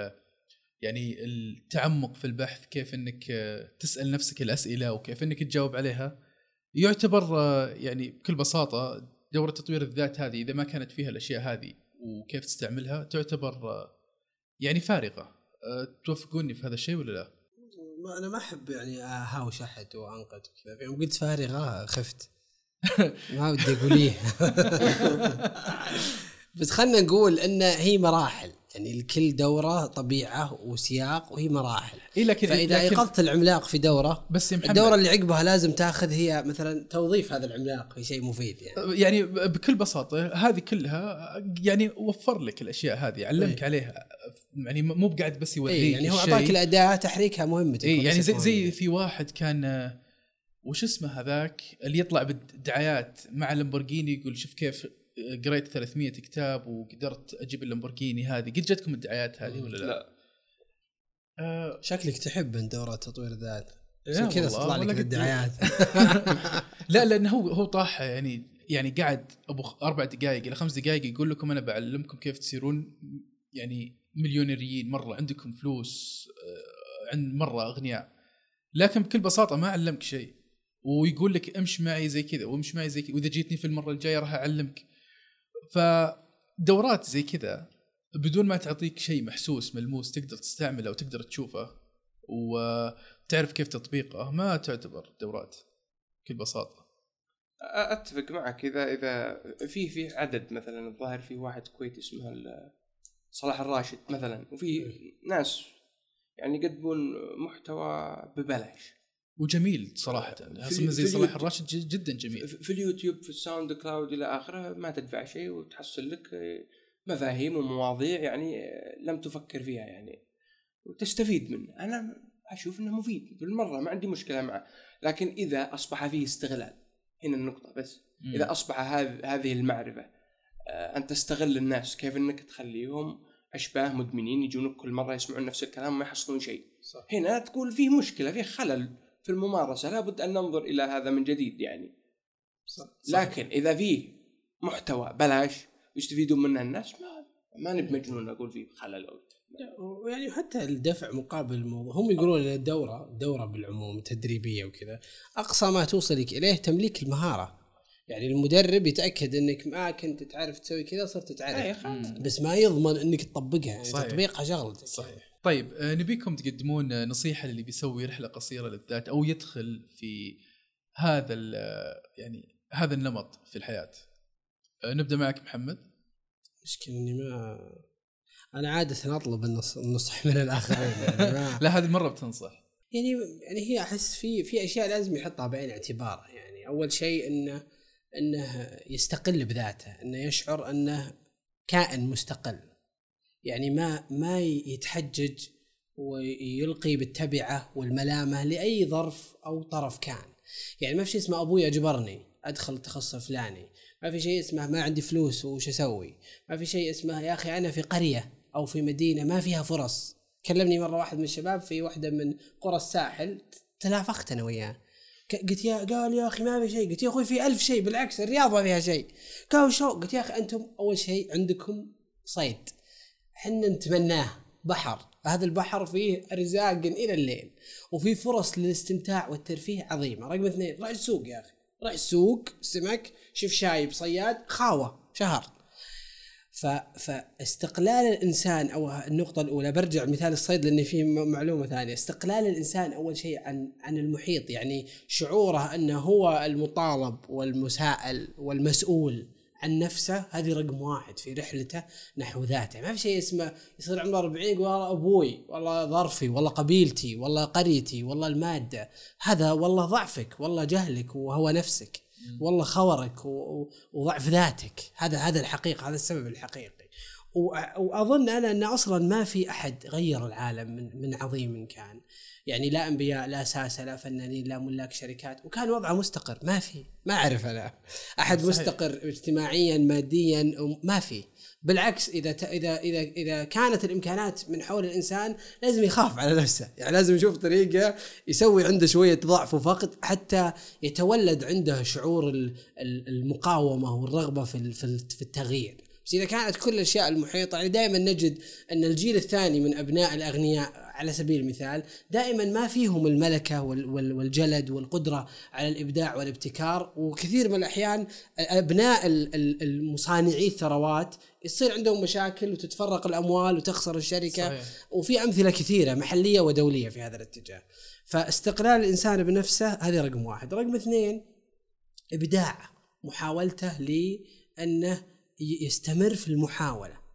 يعني التعمق في البحث، كيف أنك تسأل نفسك الأسئلة وكيف أنك تجاوب عليها، يعتبر يعني بكل بساطة دورة تطوير الذات هذه إذا ما كانت فيها الأشياء هذه وكيف تستعملها تعتبر يعني فارغة. توافقوني في هذا الشيء ولا لا؟ أنا ما أحب يعني أهاوش أحد وأنقد كذا، يوم قلت فارغة خفت ما بدي أقوليه. بس خلنا نقول إن هي مراحل، يعني الكل دورة طبيعة وسياق وهي مراحل. لكن فإذا أيقظت العملاق في دورة، بس الدورة اللي عقبها لازم تأخذ هي مثلا توظيف هذا العملاق في شيء مفيد. يعني بكل بساطة هذه كلها يعني وفر لك الأشياء هذه، علمك عليها، يعني مو بقعد بس يوريك يعني هو أعطاك الأداة تحريكها مهمة. يعني زي في واحد كان وش اسمه هذاك اللي يطلع بالدعايات مع لامبورغيني يقول شوف كيف قريت 300 كتاب وقدرت أجيب اللامبورغيني هذه. قد جتكم الدعايات هذه ولا لا؟ شكلك تحب من دورة تطوير الذات كذا تطلع لك الدعايات. لا لأنه هو طاح يعني قاعد أبو 4 دقائق إلى 5 دقائق يقول لكم أنا بعلمكم كيف تصيرون يعني مليونيريين مرة، عندكم فلوس، عند مرة أغنياء، لكن بكل بساطة ما علمك شيء، ويقول لك امشي معي زي كذا وامشي معي زي كذا، وإذا جيتني في المرة الجاية راح أعلمك. فدورات زي كذا بدون ما تعطيك شيء محسوس ملموس تقدر تستعمله وتقدر تشوفه وتعرف كيف تطبيقه ما تعتبر دورات بكل بساطة. أتفق معك. إذا في عدد مثلا الظاهر في واحد كويتي اسمه صلاح الراشد مثلا، وفي ناس يعني يقدمون محتوى ببلاش وجميل صراحة. زي صلاح الراشد جدا جميل في اليوتيوب في الساوند كلاود إلى آخره، ما تدفع شيء وتحصل لك مفاهيم ومواضيع يعني لم تفكر فيها يعني وتستفيد منه. أنا أشوف أنه مفيد بالمرة، ما عندي مشكلة معه. لكن إذا أصبح فيه استغلال، هنا النقطة بس. إذا أصبح هذه المعرفة أن تستغل الناس، كيف أنك تخليهم أشباه مدمنين يجونك كل مرة يسمعون نفس الكلام ما يحصلون شيء، هنا تقول فيه مشكلة، فيه خلل في الممارسة، لابد أن ننظر إلى هذا من جديد يعني. لكن إذا فيه محتوى بلاش يستفيدون منه الناس، ما نبي مجنون أقول فيه خلل. يعني حتى الدفع مقابل الموضوع، هم يقولون أن الدورة بالعموم تدريبية وكذا، أقصى ما توصلك إليه تمليك المهارة. يعني المدرب يتأكد أنك ما كنت تعرف تسوي كذا صرت تعرف، بس ما يضمن أنك تطبقها. يعني تطبيقها شغلتك. صحيح. طيب نبيكم تقدمون نصيحة للي بيسوي رحلة قصيرة للذات أو يدخل في هذا يعني هذا النمط في الحياة. نبدأ معك محمد. مشكلة إني أنا عادة أطلب النصح من الآخرين يعني لا هذه مرة بتنصح. يعني هي أحس في أشياء لازم يحطها بعين اعتباره. يعني أول شيء إنه يستقل بذاته، إنه يشعر إنه كائن مستقل، يعني ما يتحجج ويلقي بالتبعة والملامة لأي ظرف أو طرف كان. يعني ما في شيء اسمه أبوي أجبرني أدخل التخصص الفلاني، ما في شيء اسمه ما عندي فلوس وش أسوي، ما في شيء اسمه يا أخي أنا في قرية أو في مدينة ما فيها فرص. كلمني مرة واحد من الشباب في واحدة من قرى الساحل، تلافقت أنا وياه، قلت قال يا أخي ما في شيء، قلت يا أخوي في 1000 شيء، بالعكس الرياض ما فيها شيء. قال شو؟ قلت يا أخي أنتم أول شيء عندكم صيد، حنا نتمناه بحر، هذا البحر فيه أرزاق إلى الليل وفيه فرص للاستمتاع والترفيه عظيمة. رقم 2 راح السوق يا أخي، راح السوق سمك، شوف شايب صياد خاوة شهر. فاستقلال الإنسان أو النقطة الأولى، برجع مثال الصيد لأن فيه معلومة ثانية. استقلال الإنسان أول شيء عن المحيط، يعني شعوره أنه هو المطالب والمسائل والمسؤول عن نفسه، هذه رقم 1 في رحلته نحو ذاته. ما في شيء اسمه يصير عمره 40 يقول والله أبوي والله ظرفي والله قبيلتي والله قريتي والله المادة، هذا والله ضعفك والله جهلك وهو نفسك والله خورك وضعف ذاتك. هذا الحقيقة، هذا السبب الحقيقي. وأظن أنا أن أصلا ما في أحد غير العالم من عظيم كان، يعني لا أنبياء لا ساسة لا فنانين لا ملاك شركات، وكان وضعه مستقر. ما أعرف أنا أحد صحيح. مستقر اجتماعيا ماديا ما في. بالعكس إذا كانت الإمكانات من حول الإنسان لازم يخاف على نفسه، يعني لازم يشوف طريقة يسوي عنده شوية ضعف وفقد حتى يتولد عنده شعور المقاومة والرغبة في التغيير. بس إذا كانت كل الأشياء المحيطة، يعني دائما نجد أن الجيل الثاني من أبناء الأغنياء على سبيل المثال دائما ما فيهم الملكة والجلد والقدرة على الإبداع والابتكار. وكثير من الأحيان أبناء المصانعي الثروات يصير عندهم مشاكل وتتفرق الأموال وتخسر الشركة. صحيح. وفي أمثلة كثيرة محلية ودولية في هذا الاتجاه. فاستقلال الإنسان بنفسه هذه رقم 1. رقم 2 إبداع، محاولته لأنه يستمر في المحاولة.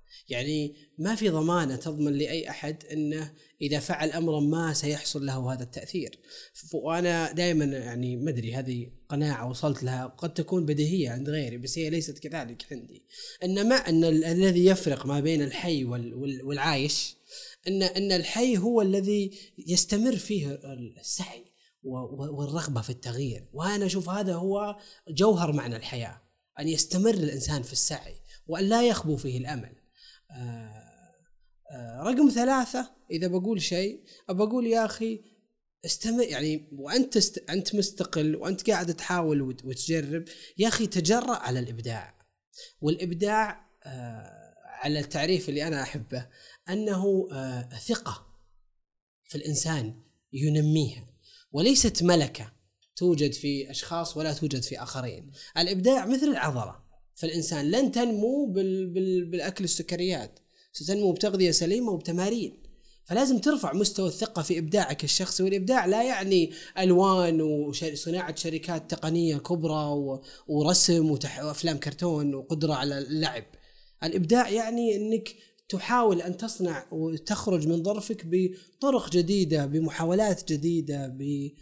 يعني ما في ضمانة تضمن لأي أحد أنه إذا فعل أمرا ما سيحصل له هذا التأثير. وأنا دائما يعني مدري هذه قناعة وصلت لها، قد تكون بديهية عند غيري بس هي ليست كذلك عندي، أن الذي يفرق ما بين الحي والعايش أن الحي هو الذي يستمر فيه السعي والرغبة في التغيير. وأنا أشوف هذا هو جوهر معنى الحياة، أن يستمر الإنسان في السعي وأن لا يخبو فيه الأمل. رقم 3 إذا بقول شيء أقول يا أخي استمر، يعني وأنت مستقل وأنت قاعد تحاول وتجرب، يا أخي تجرأ على الإبداع. والإبداع على التعريف اللي أنا أحبه أنه ثقة في الإنسان ينميها، وليست ملكة توجد في أشخاص ولا توجد في آخرين. الإبداع مثل العضلة فالإنسان لن تنمو بالأكل السكريات، ستنمو بتغذية سليمة وبتمارين. فلازم ترفع مستوى الثقة في إبداعك الشخصي. والإبداع لا يعني ألوان وصناعة شركات تقنية كبرى ورسم وأفلام كرتون وقدرة على اللعب. الإبداع يعني أنك تحاول أن تصنع وتخرج من ظرفك بطرق جديدة، بمحاولات جديدة.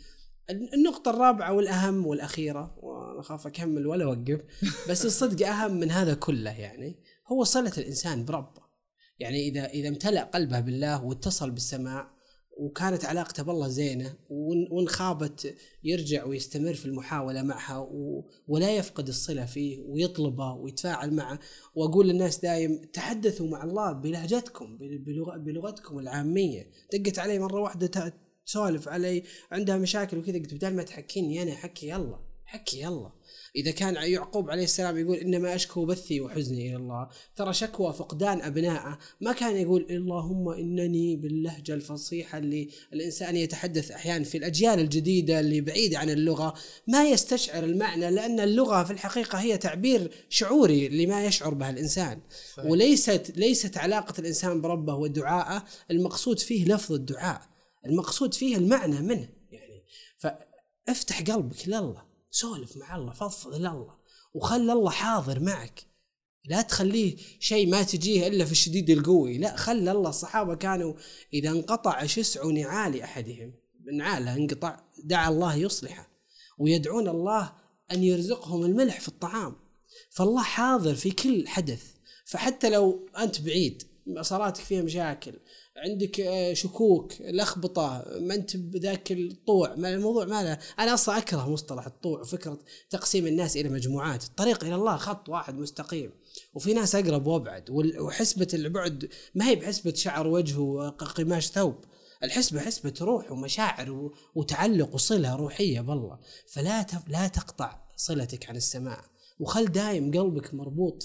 النقطة الرابعة والأهم والأخيرة، وأنا خاف أكمل ولا أوقف، بس الصدق أهم من هذا كله، يعني هو صلة الإنسان بربه. يعني إذا امتلأ قلبه بالله واتصل بالسماء وكانت علاقته بالله زينة وإن خابت يرجع ويستمر في المحاولة معها ولا يفقد الصلة فيه ويطلبه ويتفاعل معه. وأقول للناس دائم تحدثوا مع الله بلهجتكم بلغتكم العامية. دقت علي مرة واحدة تسولف علي عندها مشاكل وكذا، قلت بدال ما تحكيني أنا حكي يلا. إذا كان يعقوب عليه السلام يقول إنما أشكو بثي وحزني إلى الله، ترى شكوى فقدان أبنائه، ما كان يقول اللهم إنني باللهجة الفصيحة اللي الإنسان يتحدث أحيانا في الأجيال الجديدة اللي بعيدة عن اللغة ما يستشعر المعنى، لأن اللغة في الحقيقة هي تعبير شعوري لما يشعر به الإنسان. صحيح. وليست علاقة الإنسان بربه ودعاءه المقصود فيه لفظ الدعاء، المقصود فيه المعنى منه. يعني فافتح قلبك لله، سولف مع الله، فضفض لله وخلي الله حاضر معك. لا تخليه شيء ما تجيه إلا في الشديد القوي، لا خلي الله. الصحابة كانوا إذا انقطع شسع نعال أحدهم، نعاله انقطع، دعا الله يصلحه، ويدعون الله أن يرزقهم الملح في الطعام. فالله حاضر في كل حدث. فحتى لو أنت بعيد، صلاتك فيها مشاكل، عندك شكوك، لخبطة، ما أنت بذاك الطوع، ما الموضوع ما له. أنا أصلا أكره مصطلح الطوع وفكرة تقسيم الناس إلى مجموعات. الطريق إلى الله خط واحد مستقيم، وفي ناس أقرب وأبعد. وحسبة البعد ما هي بحسبة شعر وجه وقماش ثوب، الحسبة حسبة روح ومشاعر وتعلق وصلة روحية بالله. لا تقطع صلتك عن السماء، وخل دائم قلبك مربوط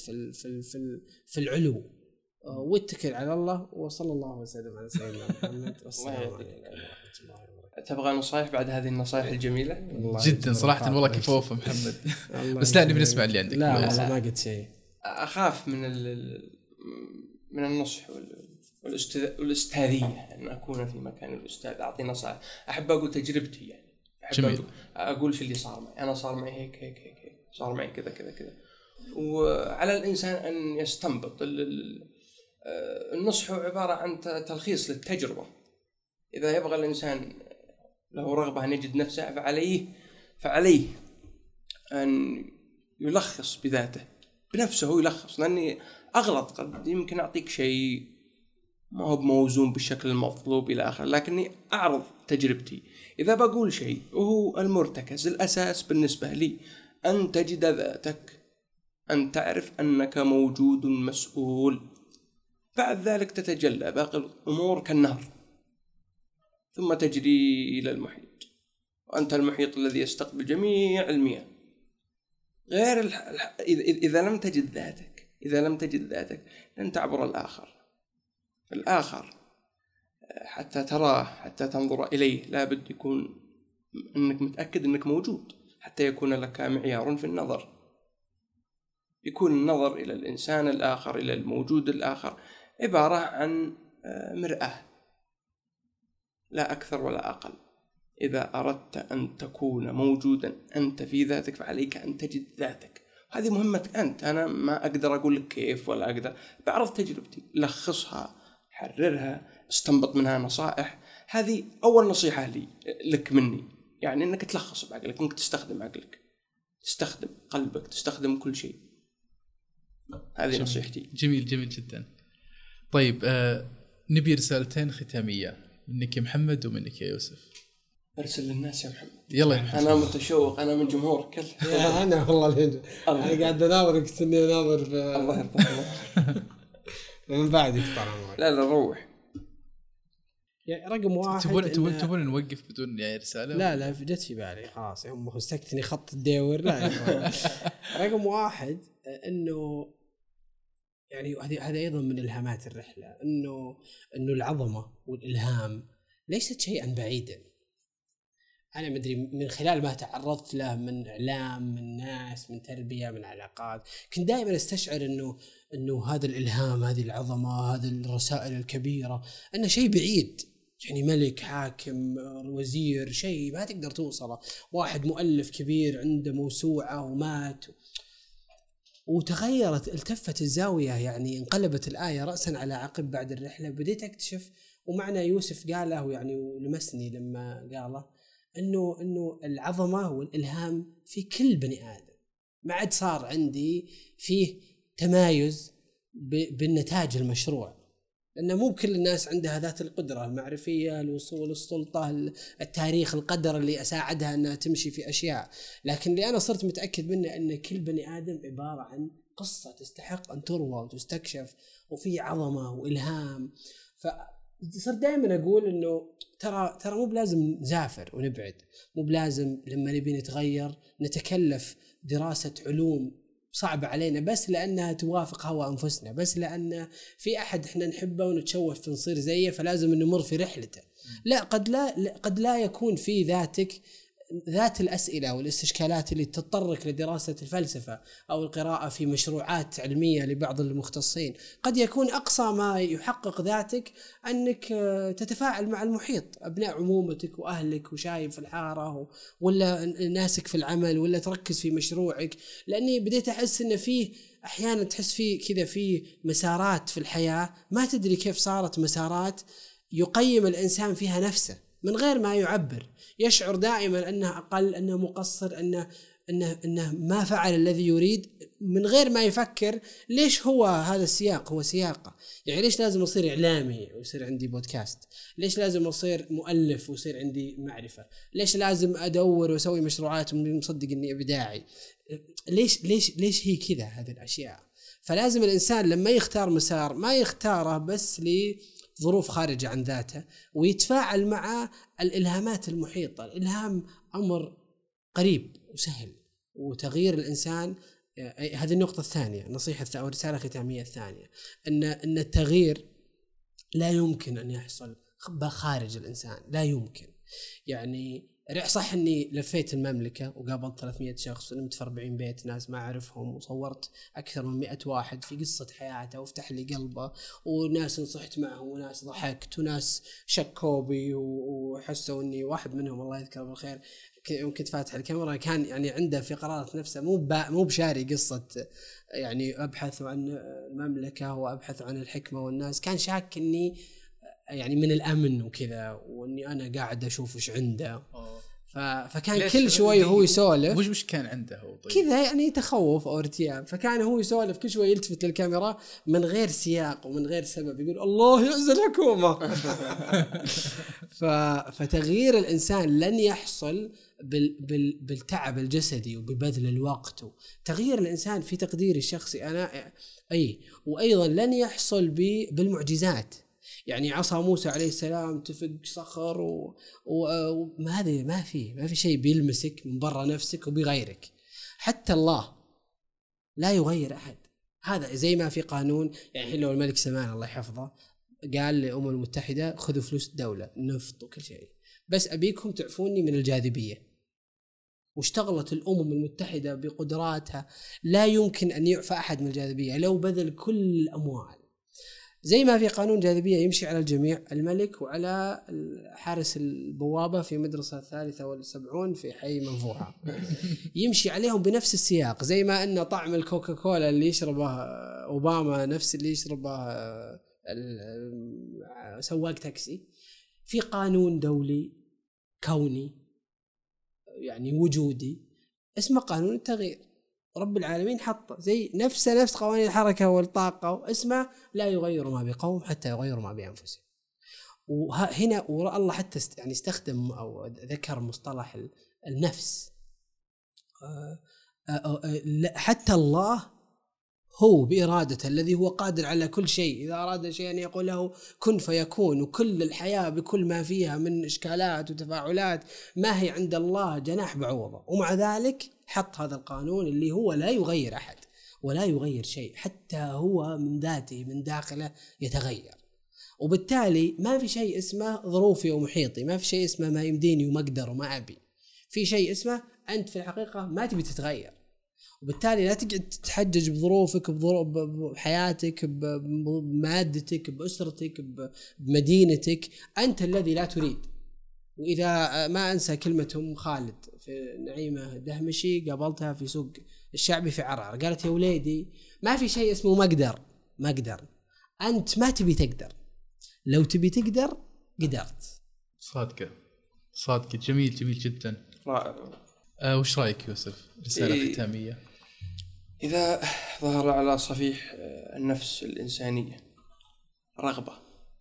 في العلو، واتكل على الله. وصلى الله وسلم على سيدنا محمد. والسلام عليكم ورحمة الله وبركاته. تبغى نصايح بعد هذه النصائح الجميلة؟ جدا صراحة والله كفوفة محمد. بس لا نبي نسمع اللي عندك. لا والله ما قلت شيء. أخاف من النصح والاستاذية، أن أكون في مكان الأستاذ أعطي نصائح. أحب أقول تجربتي، يعني أحب أقول شو اللي صار معي. أنا صار معي هيك صار معي كذا. وعلى الإنسان أن يستنبط. النصح عبارة عن تلخيص للتجربة. إذا يبغى الإنسان له رغبة أن يجد نفسه فعليه أن يلخص بذاته بنفسه، يلخص. لأني أغلط، قد يمكن أعطيك شيء ما هو موزون بالشكل المطلوب إلى آخر، لكني أعرض تجربتي. إذا بقول شيء وهو المرتكز الأساس بالنسبة لي أن تجد ذاتك، أن تعرف أنك موجود مسؤول. بعد ذلك تتجلى باقي الأمور كالنهر، ثم تجري إلى المحيط، وأنت المحيط الذي يستقبل جميع المياه. غير إذا لم تجد ذاتك لن تعبر الآخر حتى تراه، حتى تنظر إليه. لابد يكون أنك متأكد أنك موجود حتى يكون لك معيار في النظر. يكون النظر إلى الإنسان الآخر، إلى الموجود الآخر، عبارة عن مرآة، لا أكثر ولا أقل. إذا أردت أن تكون موجودا أنت في ذاتك فعليك أن تجد ذاتك. هذه مهمتك أنت. أنا ما أقدر أقول لك كيف ولا أقدر، بعرض تجربتي، لخصها، حررها، استنبط منها نصائح. هذه أول نصيحة لي لك مني، يعني أنك تلخص بعقلك، أنك تستخدم عقلك، تستخدم قلبك، تستخدم كل شيء. هذه نصيحتي. جميل جميل جدا. طيب نبي رسالتين ختامية منك يا محمد ومنك يا يوسف. أرسل للناس يا محمد. يلا يا محمد. أنا متشوق، أنا من جمهورك. أنا والله أنا قاعد أناظرك إني أناظر الله يرضى من بعدك طبعا. لا روح. يعني رقم واحد تبون نوقف بدون يعني رسالة؟ لا جت في بالي خلاص هم هستكتني خط الديور. لا رقم واحد إنه يعني هذا أيضا من إلهامات الرحلة، إنه العظمة والإلهام ليست شيئا بعيدا. أنا مدري من خلال ما تعرضت له من إعلام، من ناس، من تربية، من علاقات، كنت دائما أستشعر إنه هذا الإلهام، هذه العظمة، هذه الرسائل الكبيرة، أنه شيء بعيد. يعني ملك، حاكم، وزير، شيء ما تقدر توصله. واحد مؤلف كبير عنده موسوعة ومات وتغيرت، التفت الزاوية، يعني انقلبت الآية رأسا على عقب بعد الرحلة. بديت أكتشف، ومعنى يوسف قاله يعني ولمسني لما قاله، إنه العظمة والإلهام في كل بني آدم. ما عاد صار عندي فيه تمايز بالنتاج المشروع، لأن مو كل الناس عندها ذات القدرة المعرفية، الوصول، السلطة، التاريخ، القدر اللي أساعدها أنها تمشي في أشياء. لكن اللي أنا صرت متأكد منه أن كل بني آدم عبارة عن قصة تستحق أن تروى وتستكشف، وفي عظمة وإلهام. فصرت دائما أقول أنه ترى مو بلازم نزافر ونبعد، مو بلازم لما نبي نتغير نتكلف دراسة علوم صعبة علينا بس لأنها توافق هوا أنفسنا، بس لأن في أحد إحنا نحبه ونتشوف نصير زيه فلازم نمر في رحلته. لا، قد لا يكون في ذات الأسئلة والاستشكالات اللي تتطرق لدراسة الفلسفة أو القراءة في مشروعات علمية لبعض المختصين. قد يكون أقصى ما يحقق ذاتك أنك تتفاعل مع المحيط، أبناء عمومتك وأهلك وشايف الحارة ولا ناسك في العمل، ولا تركز في مشروعك. لأني بديت أحس أن فيه أحيانا تحس فيه كذا فيه مسارات في الحياة ما تدري كيف صارت مسارات يقيم الإنسان فيها نفسه من غير ما يعبر، يشعر دائما أنه أقل، أنه مقصر، أنه ما فعل الذي يريد، من غير ما يفكر ليش هو هذا السياق هو سياقه. يعني ليش لازم أصير إعلامي ويصير عندي بودكاست؟ ليش لازم أصير مؤلف ويصير عندي معرفة؟ ليش لازم أدور وأسوي مشروعات ومصدق أني إبداعي؟ ليش هي كذا هذه الأشياء؟ فلازم الإنسان لما يختار مسار ما يختاره بس ظروف خارجة عن ذاته، ويتفاعل مع الإلهامات المحيطة. الإلهام أمر قريب وسهل، وتغيير الإنسان. هذه النقطة الثانية، نصيحة أو رسالة ختامية الثانية، أن التغيير لا يمكن أن يحصل خارج الإنسان، لا يمكن. يعني صح أني لفيت المملكة وقابلت 300 شخص ونمت في 40 بيت ناس ما أعرفهم، وصورت أكثر من 100 واحد في قصة حياته وفتح لي قلبه، وناس نصحت معهم، وناس ضحكت، وناس شكوا بي وحسوا أني واحد منهم الله يذكره بالخير يوم كنت فاتح الكاميرا كان يعني عنده في قرارة نفسه مو بشاري قصة يعني أبحث عن المملكة وأبحث عن الحكمة والناس، كان شاك أني يعني من الأمن وكذا، وأني أنا قاعد أشوف إيش عنده. فكان كل شوي هو يسولف. وش كان عنده هو؟ طيب كذا يعني تخوف أو ارتياب، فكان هو يسولف كل شوي يلتفت للكاميرا من غير سياق ومن غير سبب، يقول الله يعز الحكومة. فتغيير الإنسان لن يحصل بالتعب الجسدي وببذل الوقت. تغيير الإنسان في تقديري الشخصي أنا وأيضا لن يحصل بالمعجزات. يعني عصا موسى عليه السلام تفق صخر وما هذا ما في شيء بيلمسك من برا نفسك وبيغيرك. حتى الله لا يغير أحد. هذا زي ما في قانون، يعني لو الملك سلمان الله يحفظه قال للأمم المتحدة خذوا فلوس الدولة نفط وكل شيء، بس أبيكم تعفوني من الجاذبية. واشتغلت الأمم المتحدة بقدراتها، لا يمكن أن يعفى أحد من الجاذبية لو بذل كل الأموال. زي ما في قانون جاذبية يمشي على الجميع، الملك وعلى حارس البوابة في مدرسة 73 في حي منفوحة يمشي عليهم بنفس السياق. زي ما أن طعم الكوكاكولا اللي يشربه أوباما نفس اللي يشربه سواق تاكسي، في قانون دولي كوني يعني وجودي اسمه قانون التغيير، رب العالمين حطه زي نفس قوانين الحركة والطاقة، اسمه لا يغير ما بقوم حتى يغيروا ما بأنفسهم. وهنا الله حتى يعني استخدم أو ذكر مصطلح النفس. حتى الله هو بإرادته الذي هو قادر على كل شيء، إذا أراد شيئا يقول له كن فيكون، وكل الحياة بكل ما فيها من إشكالات وتفاعلات ما هي عند الله جناح بعوضة، ومع ذلك حط هذا القانون اللي هو لا يغير أحد ولا يغير شيء، حتى هو من ذاته من داخله يتغير. وبالتالي ما في شيء اسمه ظروفي ومحيطي، ما في شيء اسمه ما يمديني وما أقدر وما أبي، في شيء اسمه أنت في الحقيقة ما تبي تتغير. وبالتالي لا تقعد تتحجج بظروفك، بحياتك، بمادتك، بأسرتك، بمدينتك، أنت الذي لا تريد. وإذا ما أنسى كلمة أم خالد في نعيمة دهمشي قابلتها في سوق الشعبي في عرعر، قالت يا وليدي ما في شيء اسمه ما أقدر، أنت ما تبي تقدر، لو تبي تقدر قدرت. صادقة جميل جدا. وش رأيك يوسف؟ رسالة ختامية. إذا ظهر على صفيح النفس الإنسانية رغبة،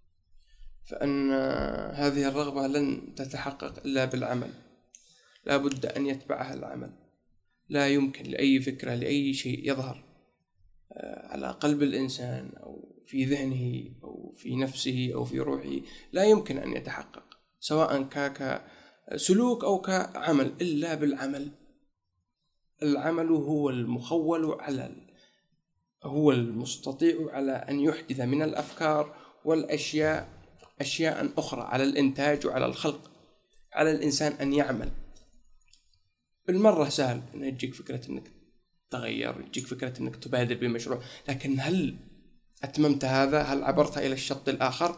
فإن هذه الرغبة لن تتحقق إلا بالعمل، لا بد أن يتبعها العمل. لا يمكن لأي فكرة لأي شيء يظهر على قلب الإنسان أو في ذهنه أو في نفسه أو في روحه، لا يمكن أن يتحقق سواء كسلوك أو كعمل إلا بالعمل. العمل هو المخول هو المستطيع على أن يحدث من الأفكار والأشياء أشياء أخرى، على الإنتاج وعلى الخلق. على الإنسان أن يعمل. بالمرة سهل أن يجيك فكرة أنك تغير، يجيك فكرة أنك تبادر بمشروع، لكن هل أتممت هذا؟ هل عبرت إلى الشط الآخر؟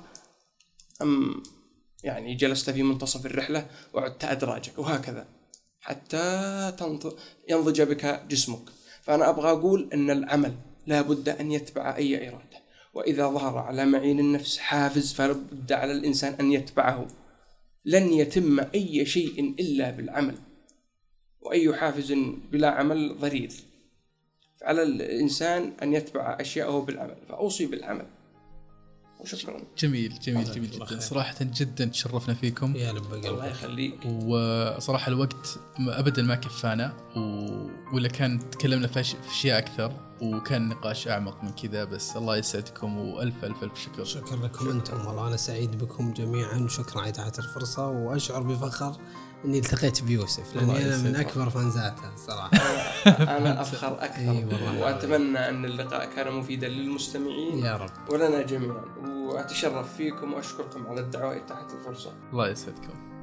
أم يعني جلست في منتصف الرحلة وعدت أدراجك، وهكذا حتى ينضج بك جسمك. فأنا أبغى أقول أن العمل لا بد أن يتبع أي إرادة، وإذا ظهر على معين النفس حافز فلا بد على الإنسان أن يتبعه. لن يتم أي شيء إلا بالعمل، وأي حافز بلا عمل ضرير. فعلى الإنسان أن يتبع أشياءه بالعمل، فأوصي بالعمل. وشكرا. جميل جدا صراحة، جدا تشرفنا فيكم. يا لب الله يخليك. وصراحة الوقت أبدا ما كفانا، ولا كان تكلمنا في أشياء أكثر وكان نقاش أعمق من كذا، بس الله يسعدكم وألف ألف ألف شكر. شكرا لكم أنتم، والله أنا سعيد بكم جميعا، وشكرا على إتاحة الفرصة، وأشعر بفخر إني التقيت بيوسف، لأني أنا من أكبر فانزاته صراحة. أنا أفخر أكثر. وأتمنى أن اللقاء كان مفيدا للمستمعين يا رب ولنا جميعا، وأتشرف فيكم وأشكركم على الدعوة تحت الفرصة. الله يسعدكم.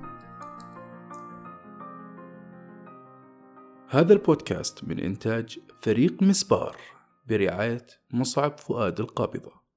هذا البودكاست من إنتاج فريق مسبار برعاية مصعب فؤاد القابضة.